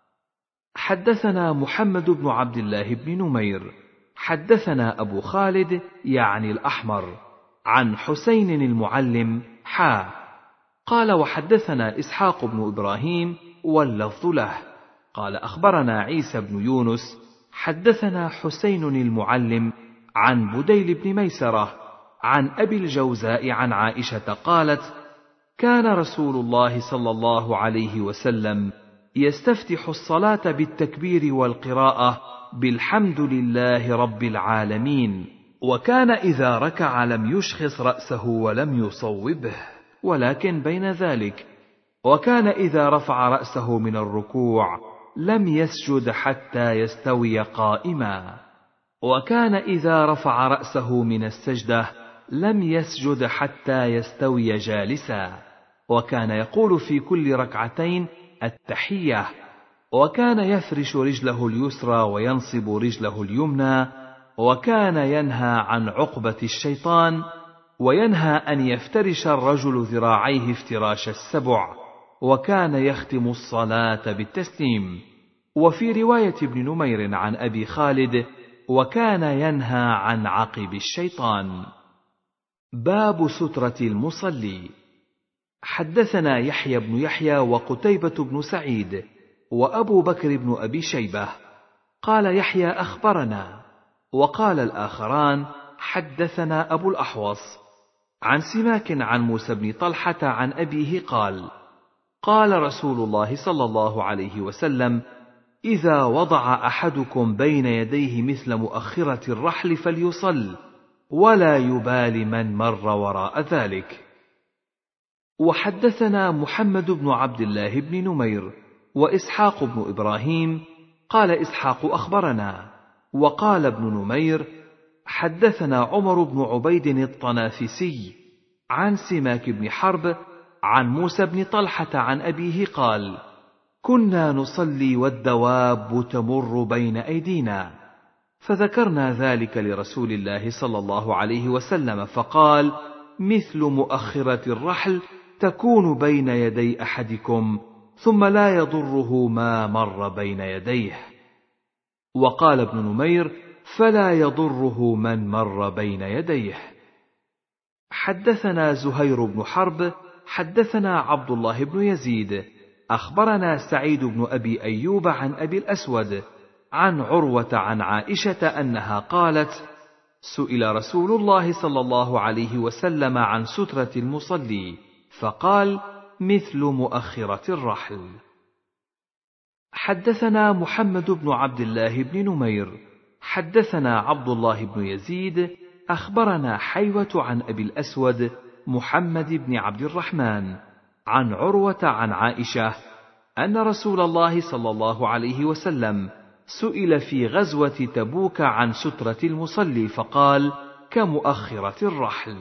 حدثنا محمد بن عبد الله بن نمير حدثنا أبو خالد يعني الأحمر عن حسين المعلم حا قال: وحدثنا إسحاق بن إبراهيم، واللفظ له. قال: أخبرنا عيسى بن يونس حدثنا حسين المعلم عن بديل بن ميسرة عن أبي الجوزاء عن عائشة قالت: كان رسول الله صلى الله عليه وسلم يستفتح الصلاة بالتكبير والقراءة بالحمد لله رب العالمين، وكان إذا ركع لم يشخص رأسه ولم يصوبه، ولكن بين ذلك، وكان إذا رفع رأسه من الركوع لم يسجد حتى يستوي قائما، وكان إذا رفع رأسه من السجدة لم يسجد حتى يستوي جالسا، وكان يقول في كل ركعتين التحية، وكان يفرش رجله اليسرى وينصب رجله اليمنى، وكان ينهى عن عقبة الشيطان، وينهى أن يفترش الرجل ذراعيه افتراش السبع، وكان يختم الصلاة بالتسليم. وفي رواية ابن نمير عن أبي خالد: وكان ينهى عن عقب الشيطان. باب سترة المصلي. حدثنا يحيى بن يحيى وقتيبة بن سعيد وأبو بكر بن أبي شيبة. قال يحيى: أخبرنا. وقال الآخران: حدثنا أبو الأحوص عن سماك عن موسى بن طلحة عن أبيه قال: قال رسول الله صلى الله عليه وسلم: إذا وضع أحدكم بين يديه مثل مؤخرة الرحل فليصل، ولا يبال من مر وراء ذلك. وحدثنا محمد بن عبد الله بن نمير وإسحاق بن إبراهيم. قال إسحاق: أخبرنا. وقال ابن نمير: حدثنا عمر بن عبيد الطنافسي عن سماك بن حرب عن موسى بن طلحة عن أبيه قال: كنا نصلي والدواب تمر بين أيدينا، فذكرنا ذلك لرسول الله صلى الله عليه وسلم فقال: مثل مؤخرة الرحل تكون بين يدي أحدكم، ثم لا يضره ما مر بين يديه. وقال ابن نمير: فلا يضره من مر بين يديه. حدثنا زهير بن حرب حدثنا عبد الله بن يزيد أخبرنا سعيد بن أبي أيوب عن أبي الأسود عن عروة عن عائشة أنها قالت: سئل رسول الله صلى الله عليه وسلم عن سترة المصلي فقال: مثل مؤخرة الرحل. حدثنا محمد بن عبد الله بن نمير حدثنا عبد الله بن يزيد أخبرنا حيوة عن أبي الأسود محمد بن عبد الرحمن عن عروة عن عائشة أن رسول الله صلى الله عليه وسلم سئل في غزوة تبوك عن سترة المصلي فقال: كمؤخرة الرحل.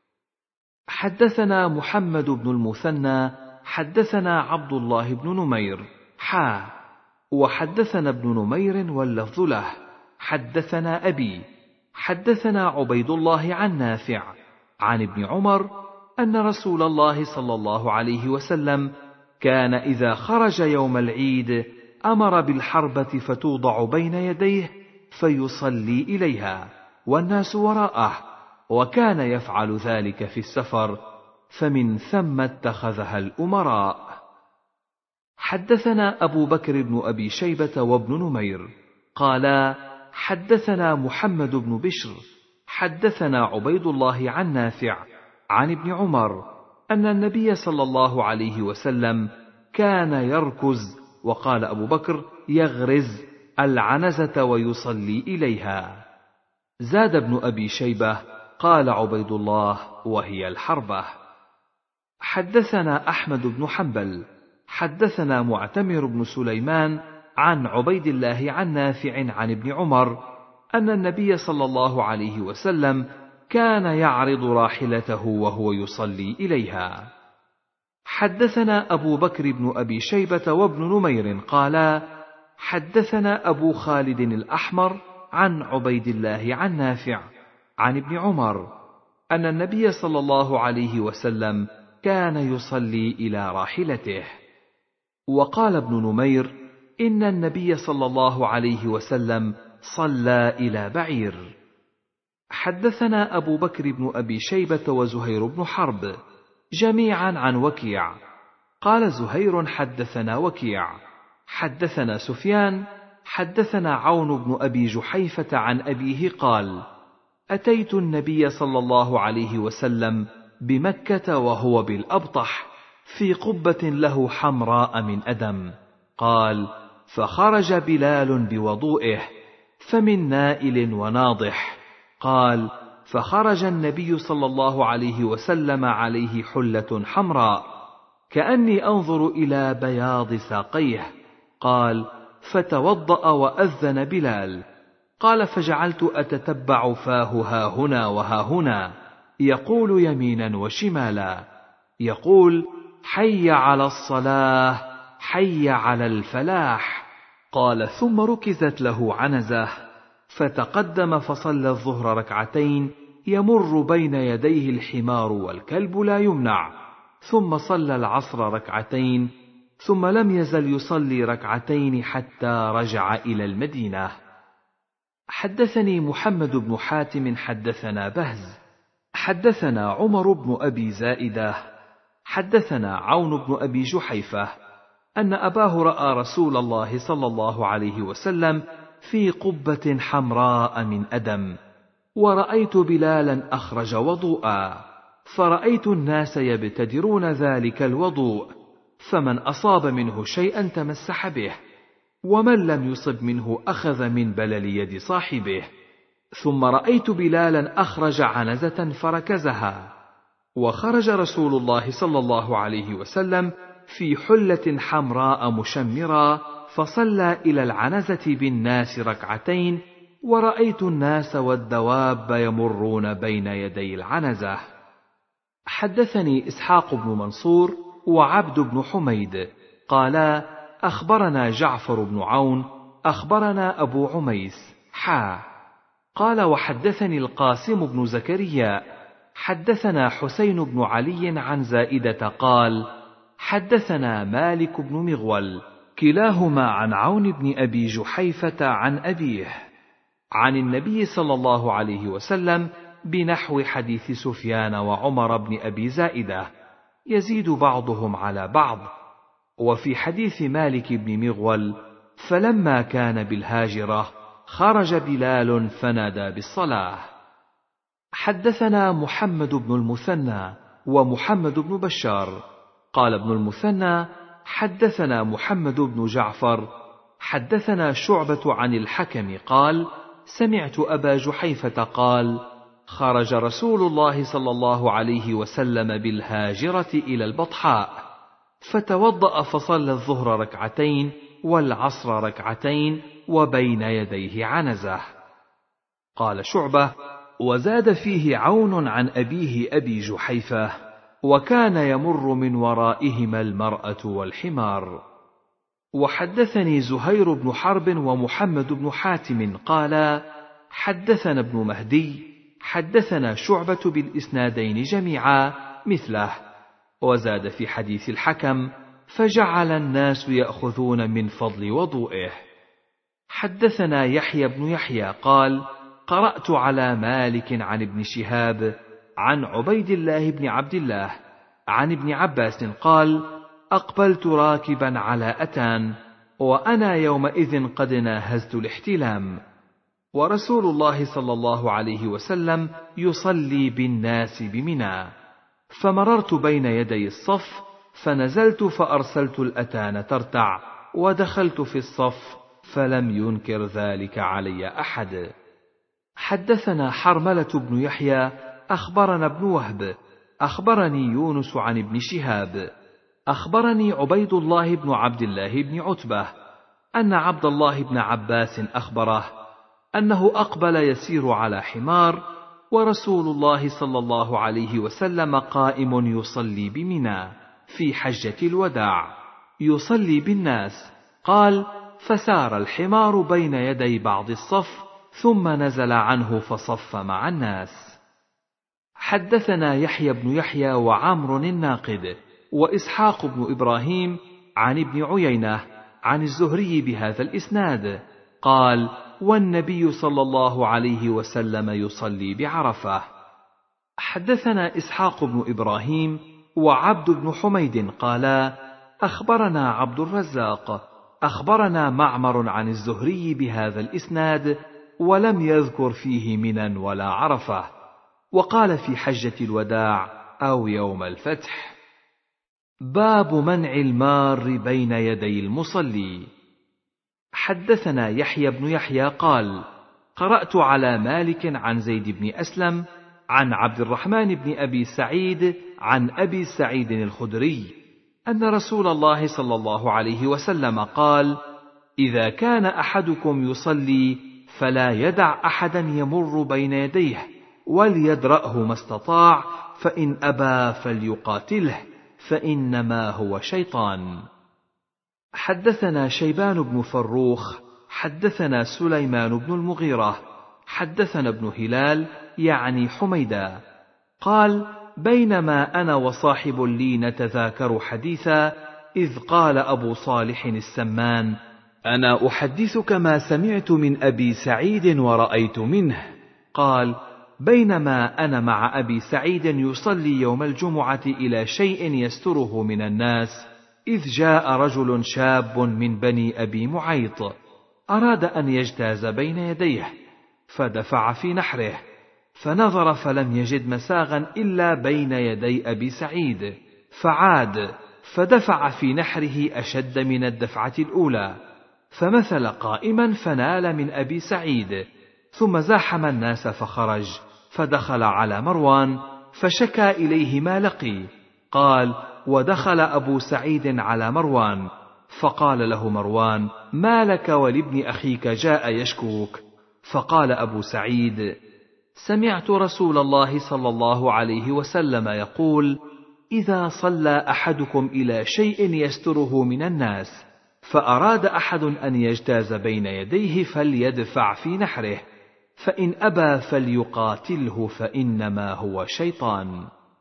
حدثنا محمد بن المثنى حدثنا عبد الله بن نمير حا وحدثنا ابن نمير واللفظ له حدثنا أبي حدثنا عبيد الله عن نافع عن ابن عمر أن رسول الله صلى الله عليه وسلم كان إذا خرج يوم العيد أمر بالحربة فتوضع بين يديه فيصلي إليها والناس وراءه، وكان يفعل ذلك في السفر، فمن ثم اتخذها الأمراء. حدثنا أبو بكر بن أبي شيبة وابن نمير قالا حدثنا محمد بن بشر حدثنا عبيد الله عن نافع عن ابن عمر أن النبي صلى الله عليه وسلم كان يركز، وقال أبو بكر يغرز العنزة ويصلي إليها. زاد ابن أبي شيبة قال عبيد الله وهي الحربة. حدثنا أحمد بن حنبل حدثنا معتمر بن سليمان عن عبيد الله عن نافع عن ابن عمر أن النبي صلى الله عليه وسلم كان يعرض راحلته وهو يصلي إليها. حدثنا أبو بكر بن أبي شيبة وابن نمير قالا حدثنا أبو خالد الأحمر عن عبيد الله عن نافع عن ابن عمر أن النبي صلى الله عليه وسلم كان يصلي إلى راحلته. وقال ابن نمير إن النبي صلى الله عليه وسلم صلى إلى بعير. حدثنا أبو بكر بن أبي شيبة وزهير بن حرب جميعا عن وكيع قال زهير حدثنا وكيع حدثنا سفيان حدثنا عون بن أبي جحيفة عن أبيه قال أتيت النبي صلى الله عليه وسلم بمكة وهو بالأبطح في قبة له حمراء من أدم. قال فخرج بلال بوضوئه فمن نائل وناضح. قال فخرج النبي صلى الله عليه وسلم عليه حلة حمراء كأني أنظر إلى بياض ساقيه. قال فتوضأ وأذن بلال. قال فجعلت أتتبع فاه ها هنا وها هنا يقول يمينا وشمالا يقول حي على الصلاة حي على الفلاح. قال ثم ركزت له عنزة فتقدم فصلى الظهر ركعتين يمر بين يديه الحمار والكلب لا يمنع، ثم صلى العصر ركعتين، ثم لم يزل يصلي ركعتين حتى رجع إلى المدينة. حدثني محمد بن حاتم حدثنا بهز حدثنا عمر بن أبي زائدة حدثنا عون بن أبي جحيفة أن أباه رأى رسول الله صلى الله عليه وسلم في قبة حمراء من أدم، ورأيت بلالا أخرج وضوءا، فرأيت الناس يبتدرون ذلك الوضوء، فمن أصاب منه شيئا تمسح به، ومن لم يصب منه أخذ من بلل يد صاحبه. ثم رأيت بلالا أخرج عنزة فركزها، وخرج رسول الله صلى الله عليه وسلم في حلة حمراء مشمرة فصلى إلى العنزة بالناس ركعتين، ورأيت الناس والدواب يمرون بين يدي العنزة. حدثني إسحاق بن منصور وعبد بن حميد قالا أخبرنا جعفر بن عون أخبرنا أبو عميس حا قال وحدثني القاسم بن زكريا حدثنا حسين بن علي عن زائدة قال حدثنا مالك بن مغول كلاهما عن عون بن أبي جحيفة عن أبيه عن النبي صلى الله عليه وسلم بنحو حديث سفيان وعمر بن أبي زائدة، يزيد بعضهم على بعض. وفي حديث مالك بن مغول فلما كان بالهاجرة خرج بلال فنادى بالصلاة. حدثنا محمد بن المثنى ومحمد بن بشار قال ابن المثنى حدثنا محمد بن جعفر حدثنا شعبة عن الحكم قال سمعت أبا جحيفة قال خرج رسول الله صلى الله عليه وسلم بالهاجرة إلى البطحاء فتوضأ فصلى الظهر ركعتين والعصر ركعتين وبين يديه عنزة. قال شعبة وزاد فيه عون عن أبيه أبي جحيفة وكان يمر من ورائهما المرأة والحمار. وحدثني زهير بن حرب ومحمد بن حاتم قالا حدثنا ابن مهدي حدثنا شعبة بالإسنادين جميعا مثله، وزاد في حديث الحكم فجعل الناس يأخذون من فضل وضوئه. حدثنا يحيى بن يحيى قال قرأت على مالك عن ابن شهاب عن عبيد الله بن عبد الله عن ابن عباس قال: أقبلت راكبا على أتان، وأنا يومئذ قد ناهزت الاحتلام، ورسول الله صلى الله عليه وسلم يصلي بالناس بمنى، فمررت بين يدي الصف، فنزلت فأرسلت الأتان ترتع، ودخلت في الصف، فلم ينكر ذلك علي أحد. حدثنا حرملة بن يحيى أخبرنا ابن وهب أخبرني يونس عن ابن شهاب أخبرني عبيد الله بن عبد الله بن عتبة أن عبد الله بن عباس أخبره أنه أقبل يسير على حمار، ورسول الله صلى الله عليه وسلم قائم يصلي بمنى في حجة الوداع يصلي بالناس. قال: فسار الحمار بين يدي بعض الصف، ثم نزل عنه فصف مع الناس. حدثنا يحيى بن يحيى وعمر الناقد وإسحاق بن إبراهيم عن ابن عيينة عن الزهري بهذا الإسناد قال: والنبي صلى الله عليه وسلم يصلي بعرفة. حدثنا إسحاق بن إبراهيم وعبد بن حميد قالا: أخبرنا عبد الرزاق أخبرنا معمر عن الزهري بهذا الإسناد، ولم يذكر فيه منا ولا عرفة، وقال في حجة الوداع أو يوم الفتح. باب منع المار بين يدي المصلي. حدثنا يحيى بن يحيى قال: قرأت على مالك عن زيد بن أسلم عن عبد الرحمن بن أبي سعيد عن أبي سعيد الخدري أن رسول الله صلى الله عليه وسلم قال: إذا كان أحدكم يصلي فلا يدع أحدا يمر بين يديه، وليدرأه ما استطاع، فإن أبى فليقاتله، فإنما هو شيطان. حدثنا شيبان بن فروخ حدثنا سليمان بن المغيرة حدثنا ابن هلال يعني حميدا قال: بينما أنا وصاحب لي نتذاكر حديثا، إذ قال أبو صالح السمان: أنا أحدثك ما سمعت من أبي سعيد ورأيت منه. قال: بينما أنا مع أبي سعيد يصلي يوم الجمعة إلى شيء يستره من الناس، إذ جاء رجل شاب من بني أبي معيط، أراد أن يجتاز بين يديه، فدفع في نحره، فنظر فلم يجد مساغا إلا بين يدي أبي سعيد، فعاد فدفع في نحره أشد من الدفعة الأولى، فمثل قائما فنال من أبي سعيد، ثم زاحم الناس فخرج، فدخل على مروان فشكى إليه ما لقي. قال: ودخل أبو سعيد على مروان فقال له مروان: ما لك ولابن أخيك جاء يشكوك؟ فقال أبو سعيد: سمعت رسول الله صلى الله عليه وسلم يقول: إذا صلى أحدكم إلى شيء يستره من الناس، فأراد أحد أن يجتاز بين يديه فليدفع في نحره، فإن أبى فليقاتله، فإنما هو شيطان.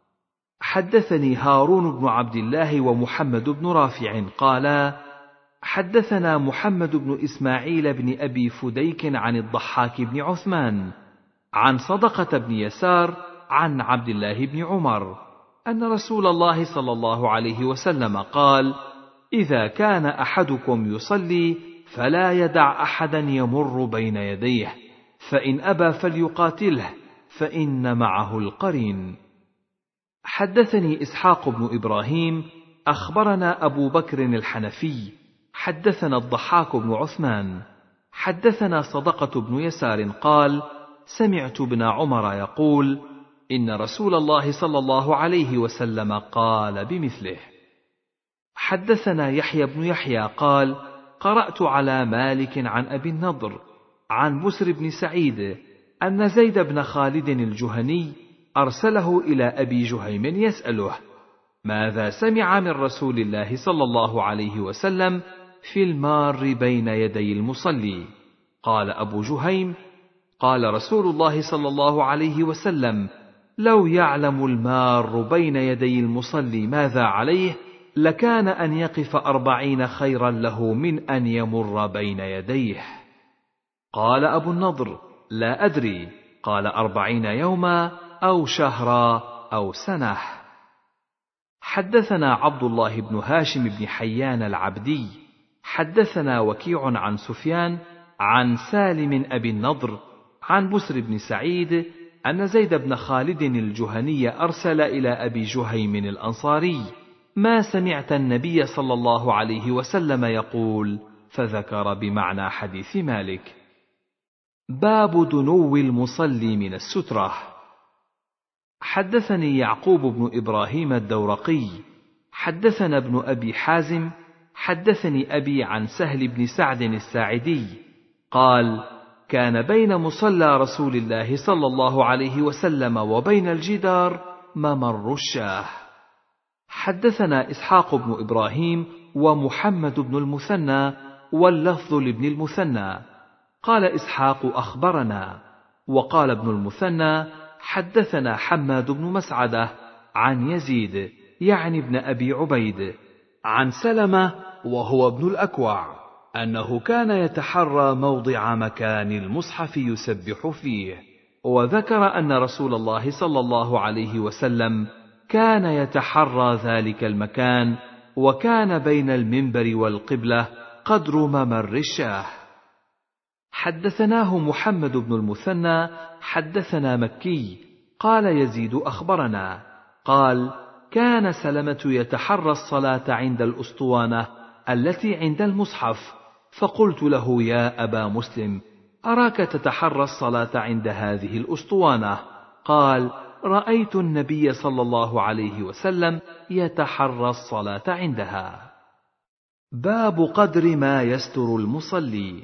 حدثني هارون بن عبد الله ومحمد بن رافع قالا: حدثنا محمد بن إسماعيل بن أبي فديك عن الضحاك بن عثمان عن صدقة بن يسار عن عبد الله بن عمر أن رسول الله صلى الله عليه وسلم قال: إذا كان أحدكم يصلي فلا يدع أحدا يمر بين يديه، فإن أبى فليقاتله، فإن معه القرين. حدثني إسحاق بن إبراهيم أخبرنا أبو بكر الحنفي حدثنا الضحاك بن عثمان حدثنا صدقة بن يسار قال: سمعت ابن عمر يقول: إن رسول الله صلى الله عليه وسلم قال بمثله. حدثنا يحيى بن يحيى قال: قرأت على مالك عن أبي النضر عن بسر بن سعيد أن زيد بن خالد الجهني أرسله إلى أبي جهيم يسأله: ماذا سمع من رسول الله صلى الله عليه وسلم في المار بين يدي المصلي؟ قال أبو جهيم: قال رسول الله صلى الله عليه وسلم: لو يعلم المار بين يدي المصلي ماذا عليه لكان أن يقف أربعين خيرا له من أن يمر بين يديه. قال أبو النضر: لا أدري، قال أربعين يوما أو شهرا أو سنة. حدثنا عبد الله بن هاشم بن حيان العبدي حدثنا وكيع عن سفيان عن سالم أبي النضر عن بسر بن سعيد أن زيد بن خالد الجهني أرسل إلى أبي جهيم الأنصاري: ما سمعت النبي صلى الله عليه وسلم يقول؟ فذكر بمعنى حديث مالك. باب دنو المصلي من السترة. حدثني يعقوب بن إبراهيم الدورقي حدثنا ابن أبي حازم حدثني أبي عن سهل بن سعد الساعدي قال: كان بين مصلى رسول الله صلى الله عليه وسلم وبين الجدار ممر الشاه. حدثنا إسحاق بن إبراهيم ومحمد بن المثنى واللفظ لابن المثنى. قال إسحاق: أخبرنا. وقال ابن المثنى: حدثنا حماد بن مسعدة عن يزيد يعني ابن أبي عبيد عن سلمة وهو ابن الأكوع أنه كان يتحرى موضع مكان المصحف يسبح فيه، وذكر أن رسول الله صلى الله عليه وسلم كان يتحرى ذلك المكان، وكان بين المنبر والقبلة قدر ممر الشاه. حدثناه محمد بن المثنى حدثنا مكي قال يزيد أخبرنا قال: كان سلمة يتحرى الصلاة عند الأسطوانة التي عند المصحف، فقلت له: يا أبا مسلم، أراك تتحرى الصلاة عند هذه الأسطوانة. قال: رأيت النبي صلى الله عليه وسلم يتحرى الصلاة عندها. باب قدر ما يستر المصلي.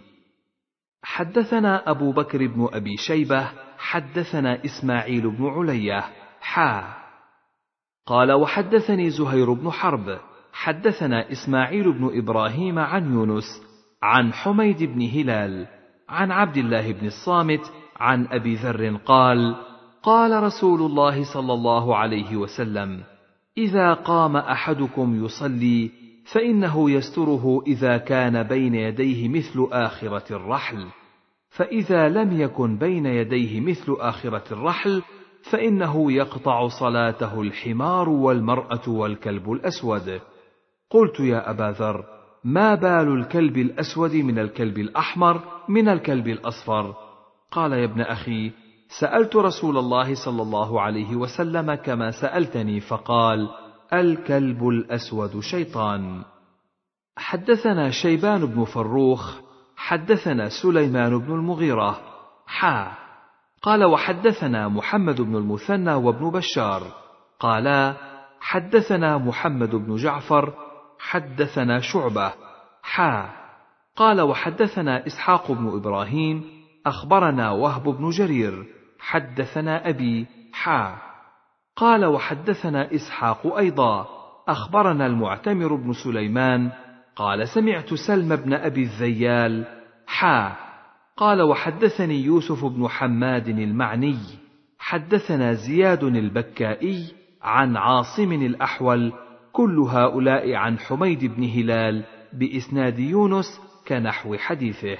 حدثنا أبو بكر بن أبي شيبة حدثنا إسماعيل بن علية حا قال: وحدثني زهير بن حرب حدثنا إسماعيل بن إبراهيم عن يونس عن حميد بن هلال عن عبد الله بن الصامت عن أبي ذر قال: قال رسول الله صلى الله عليه وسلم: إذا قام أحدكم يصلي فإنه يستره إذا كان بين يديه مثل آخرة الرحل، فإذا لم يكن بين يديه مثل آخرة الرحل فإنه يقطع صلاته الحمار والمرأة والكلب الأسود. قلت: يا أبا ذر، ما بال الكلب الأسود من الكلب الأحمر من الكلب الأصفر؟ قال: يا ابن أخي، سألت رسول الله صلى الله عليه وسلم كما سألتني، فقال: الكلب الأسود شيطان. حدثنا شيبان بن فروخ حدثنا سليمان بن المغيرة حا قال: وحدثنا محمد بن المثنى وابن بشار قالا: حدثنا محمد بن جعفر حدثنا شعبة حا قال: وحدثنا إسحاق بن إبراهيم أخبرنا وهب بن جرير حدثنا أبي حا قال: وحدثنا إسحاق أيضا أخبرنا المعتمر بن سليمان قال: سمعت سلم بن أبي الذيال حا قال: وحدثني يوسف بن حماد المعني حدثنا زياد البكائي عن عاصم الأحول، كل هؤلاء عن حميد بن هلال بإسناد يونس كنحو حديثه.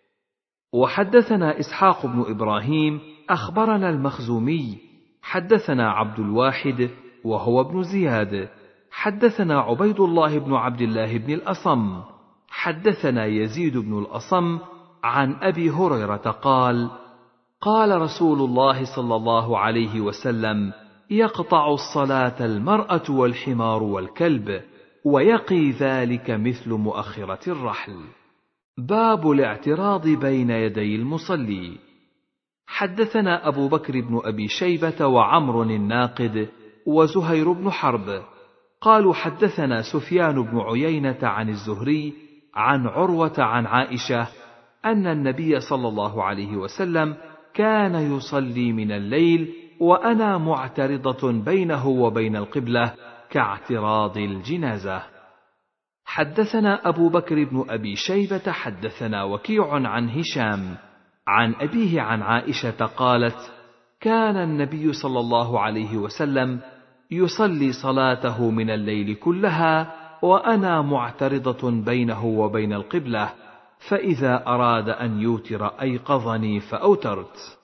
وحدثنا إسحاق بن إبراهيم أخبرنا المخزومي حدثنا عبد الواحد وهو ابن زياد حدثنا عبيد الله بن عبد الله بن الأصم حدثنا يزيد بن الأصم عن أبي هريرة قال: قال رسول الله صلى الله عليه وسلم: يقطع الصلاة المرأة والحمار والكلب، ويقي ذلك مثل مؤخرة الرحل. باب الاعتراض بين يدي المصلي. حدثنا أبو بكر بن أبي شيبة وعمر الناقد وزهير بن حرب قالوا: حدثنا سفيان بن عيينة عن الزهري عن عروة عن عائشة أن النبي صلى الله عليه وسلم كان يصلي من الليل وأنا معترضة بينه وبين القبلة كاعتراض الجنازة. حدثنا أبو بكر بن أبي شيبة حدثنا وكيع عن هشام عن أبيه عن عائشة قالت: كان النبي صلى الله عليه وسلم يصلي صلاته من الليل كلها وأنا معترضة بينه وبين القبلة، فإذا أراد أن يوتر أيقظني فأوترت.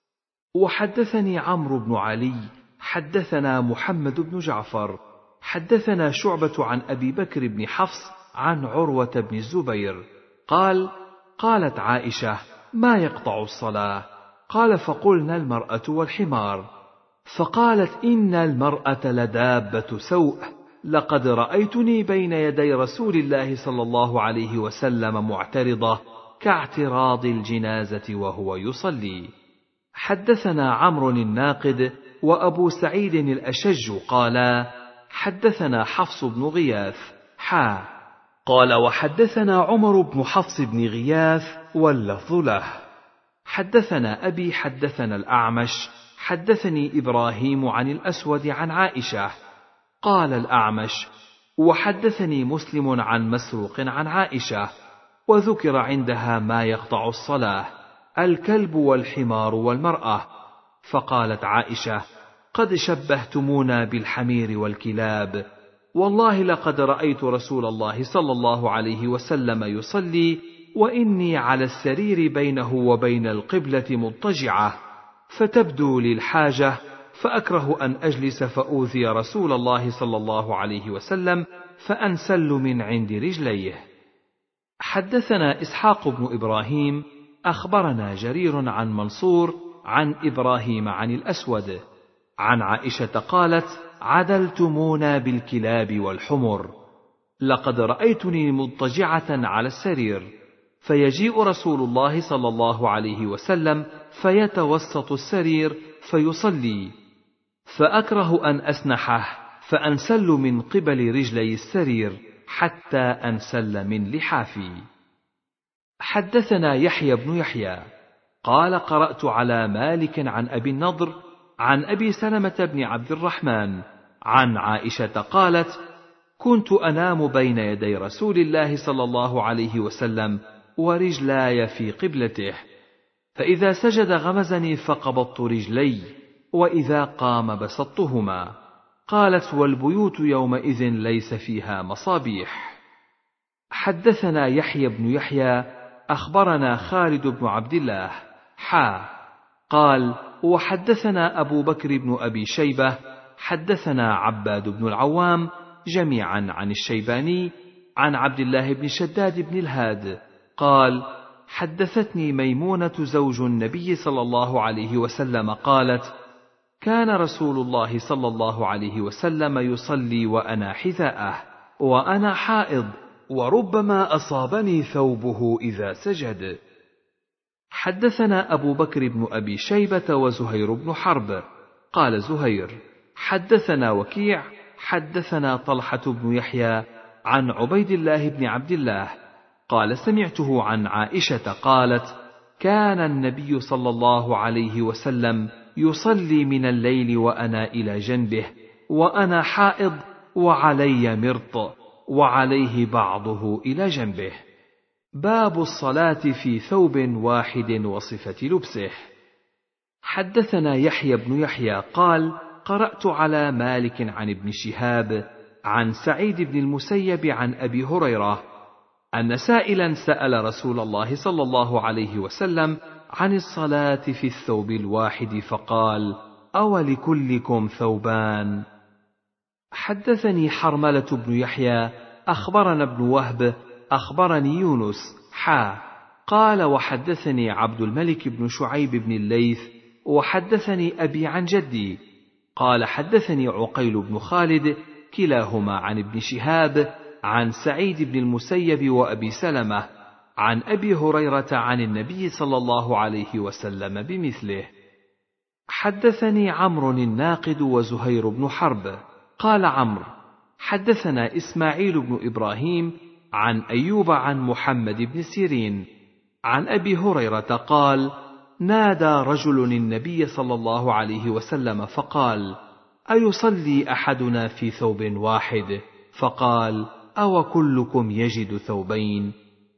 وحدثني عمرو بن علي حدثنا محمد بن جعفر حدثنا شعبة عن أبي بكر بن حفص عن عروة بن الزبير قال: قالت عائشة: ما يقطع الصلاة؟ قال: فقلنا: المرأة والحمار. فقالت: إن المرأة لدابة سوء، لقد رأيتني بين يدي رسول الله صلى الله عليه وسلم معترضة كاعتراض الجنازة وهو يصلي. حدثنا عمرو الناقد وأبو سعيد الأشج قالا: حدثنا حفص بن غياث حا قال: وحدثنا عمر بن حفص بن غياث واللفظ له. حدثنا أبي حدثنا الأعمش حدثني إبراهيم عن الأسود عن عائشة. قال الأعمش: وحدثني مسلم عن مسروق عن عائشة، وذكر عندها ما يقطع الصلاة: الكلب والحمار والمرأة. فقالت عائشة: قد شبهتمونا بالحمير والكلاب، والله لقد رأيت رسول الله صلى الله عليه وسلم يصلي وإني على السرير بينه وبين القبلة مضطجعة، فتبدو لي الحاجة، فأكره أن أجلس فأوذي رسول الله صلى الله عليه وسلم فأنسل من عند رجليه. حدثنا إسحاق بن إبراهيم أخبرنا جرير عن منصور عن إبراهيم عن الأسود عن عائشة قالت: عدلتمونا بالكلاب والحمر، لقد رأيتني مضطجعة على السرير، فيجيء رسول الله صلى الله عليه وسلم فيتوسط السرير فيصلي، فأكره أن أسنحه فأنسل من قبل رجلي السرير حتى أنسل من لحافي. حدثنا يحيى بن يحيى قال: قرأت على مالك عن أبي النضر عن أبي سلمة بن عبد الرحمن عن عائشة قالت: كنت أنام بين يدي رسول الله صلى الله عليه وسلم ورجلاي في قبلته، فإذا سجد غمزني فقبضت رجلي، وإذا قام بسطتهما. قالت: والبيوت يومئذ ليس فيها مصابيح. حدثنا يحيى بن يحيى أخبرنا خالد بن عبد الله حا قال: وحدثنا أبو بكر بن أبي شيبة حدثنا عباد بن العوام جميعا عن الشيباني عن عبد الله بن شداد بن الهاد قال: حدثتني ميمونة زوج النبي صلى الله عليه وسلم قالت: كان رسول الله صلى الله عليه وسلم يصلي وأنا حذاءه وأنا حائض، وربما أصابني ثوبه إذا سجد. حدثنا أبو بكر بن أبي شيبة وزهير بن حرب قال زهير: حدثنا وكيع حدثنا طلحة بن يحيى عن عبيد الله بن عبد الله قال: سمعته عن عائشة قالت: كان النبي صلى الله عليه وسلم يصلي من الليل وأنا إلى جنبه وأنا حائض وعلي مرط وعليه بعضه إلى جنبه. باب الصلاة في ثوب واحد وصفة لبسه. حدثنا يحيى بن يحيى قال: قرأت على مالك عن ابن شهاب عن سعيد بن المسيب عن أبي هريرة أن سائلا سأل رسول الله صلى الله عليه وسلم عن الصلاة في الثوب الواحد فقال: أولكلكم ثوبان؟ حدثني حرملة بن يحيى أخبرنا ابن وهب أخبرني يونس حا قال: وحدثني عبد الملك بن شعيب بن الليث وحدثني أبي عن جدي قال: حدثني عقيل بن خالد كلاهما عن ابن شهاب عن سعيد بن المسيب وأبي سلمة عن أبي هريرة عن النبي صلى الله عليه وسلم بمثله. حدثني عمرو الناقد وزهير بن حرب قال عمرو: حدثنا إسماعيل بن إبراهيم عن أيوب عن محمد بن سيرين عن أبي هريرة قال: نادى رجل النبي صلى الله عليه وسلم فقال: أيصلي أحدنا في ثوب واحد؟ فقال: أو كلكم يجد ثوبين؟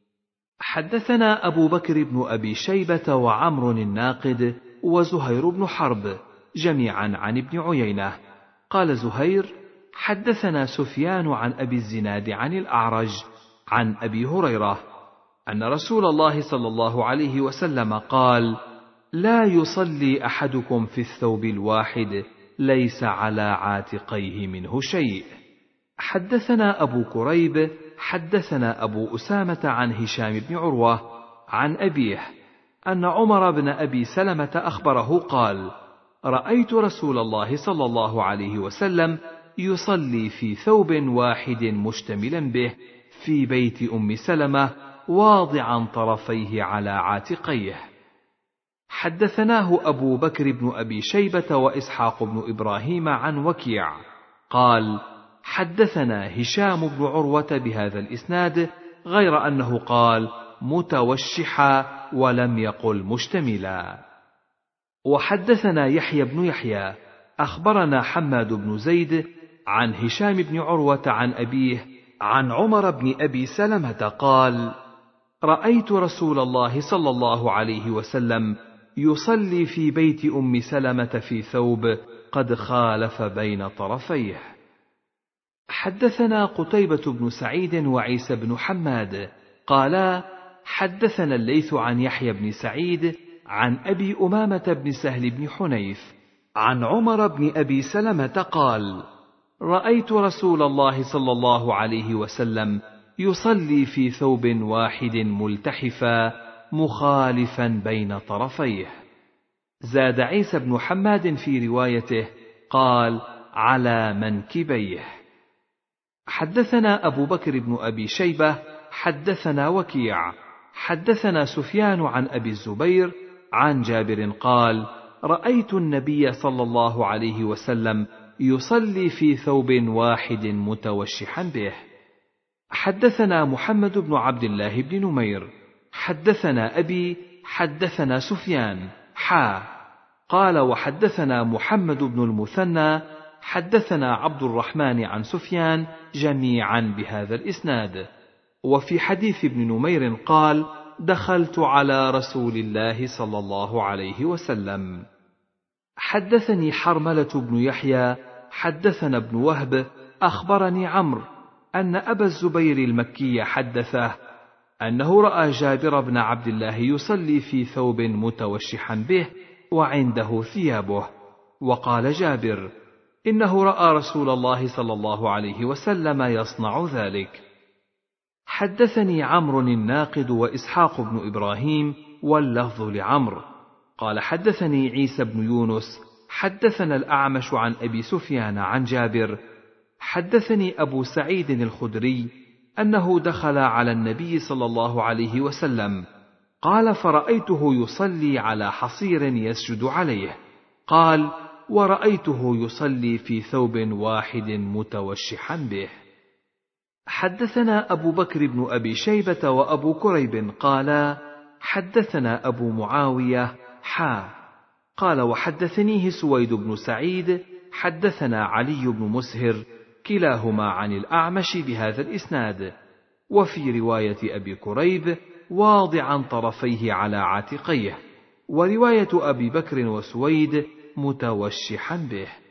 حدثنا أبو بكر بن أبي شيبة وعمر الناقد وزهير بن حرب جميعا عن ابن عيينة قال زهير: حدثنا سفيان عن أبي الزناد عن الأعرج عن أبي هريرة أن رسول الله صلى الله عليه وسلم قال: لا يصلي أحدكم في الثوب الواحد ليس على عاتقيه منه شيء. حدثنا أبو كريب حدثنا أبو أسامة عن هشام بن عروة عن أبيه أن عمر بن أبي سلمة أخبره قال: رأيت رسول الله صلى الله عليه وسلم يصلي في ثوب واحد مشتملا به في بيت أم سلمة واضعا طرفيه على عاتقيه. حدثناه أبو بكر بن أبي شيبة وإسحاق بن إبراهيم عن وكيع قال: حدثنا هشام بن عروة بهذا الإسناد غير أنه قال متوشحا ولم يقل مشتملا. وحدثنا يحيى بن يحيى أخبرنا حماد بن زيد عن هشام بن عروة عن أبيه عن عمر بن أبي سلمة قال: رأيت رسول الله صلى الله عليه وسلم يصلي في بيت أم سلمة في ثوب قد خالف بين طرفيه. حدثنا قتيبة بن سعيد وعيسى بن حماد قالا: حدثنا الليث عن يحيى بن سعيد عن أبي أمامة بن سهل بن حنيف عن عمر بن أبي سلمة قال: رأيت رسول الله صلى الله عليه وسلم يصلي في ثوب واحد ملتحفا مخالفا بين طرفيه. زاد عيسى بن حماد في روايته قال: على منكبيه. حدثنا أبو بكر بن أبي شيبة حدثنا وكيع حدثنا سفيان عن أبي الزبير عن جابر قال: رأيت النبي صلى الله عليه وسلم يصلي في ثوب واحد متوشحا به. حدثنا محمد بن عبد الله بن نمير حدثنا أبي حدثنا سفيان حا قال: وحدثنا محمد بن المثنى حدثنا عبد الرحمن عن سفيان جميعا بهذا الإسناد. وفي حديث ابن نمير قال: دخلت على رسول الله صلى الله عليه وسلم. حدثني حرملة بن يحيى حدثنا ابن وهب أخبرني عمرو أن أبا الزبير المكي حدثه أنه رأى جابر بن عبد الله يصلي في ثوب متوشحا به وعنده ثيابه، وقال جابر: إنه رأى رسول الله صلى الله عليه وسلم يصنع ذلك. حدثني عمرو الناقد وإسحاق بن إبراهيم واللفظ لعمرو قال: حدثني عيسى بن يونس حدثنا الأعمش عن أبي سفيان عن جابر حدثني أبو سعيد الخدري أنه دخل على النبي صلى الله عليه وسلم قال: فرأيته يصلي على حصير يسجد عليه. قال: ورأيته يصلي في ثوب واحد متوشحا به. حدثنا أبو بكر بن أبي شيبة وأبو كريب قالا: حدثنا أبو معاوية حا قال: وحدثنيه سويد بن سعيد حدثنا علي بن مسهر كلاهما عن الأعمش بهذا الإسناد، وفي رواية أبي كريب واضعا طرفيه على عاتقيه، ورواية أبي بكر وسويد متوشحا به.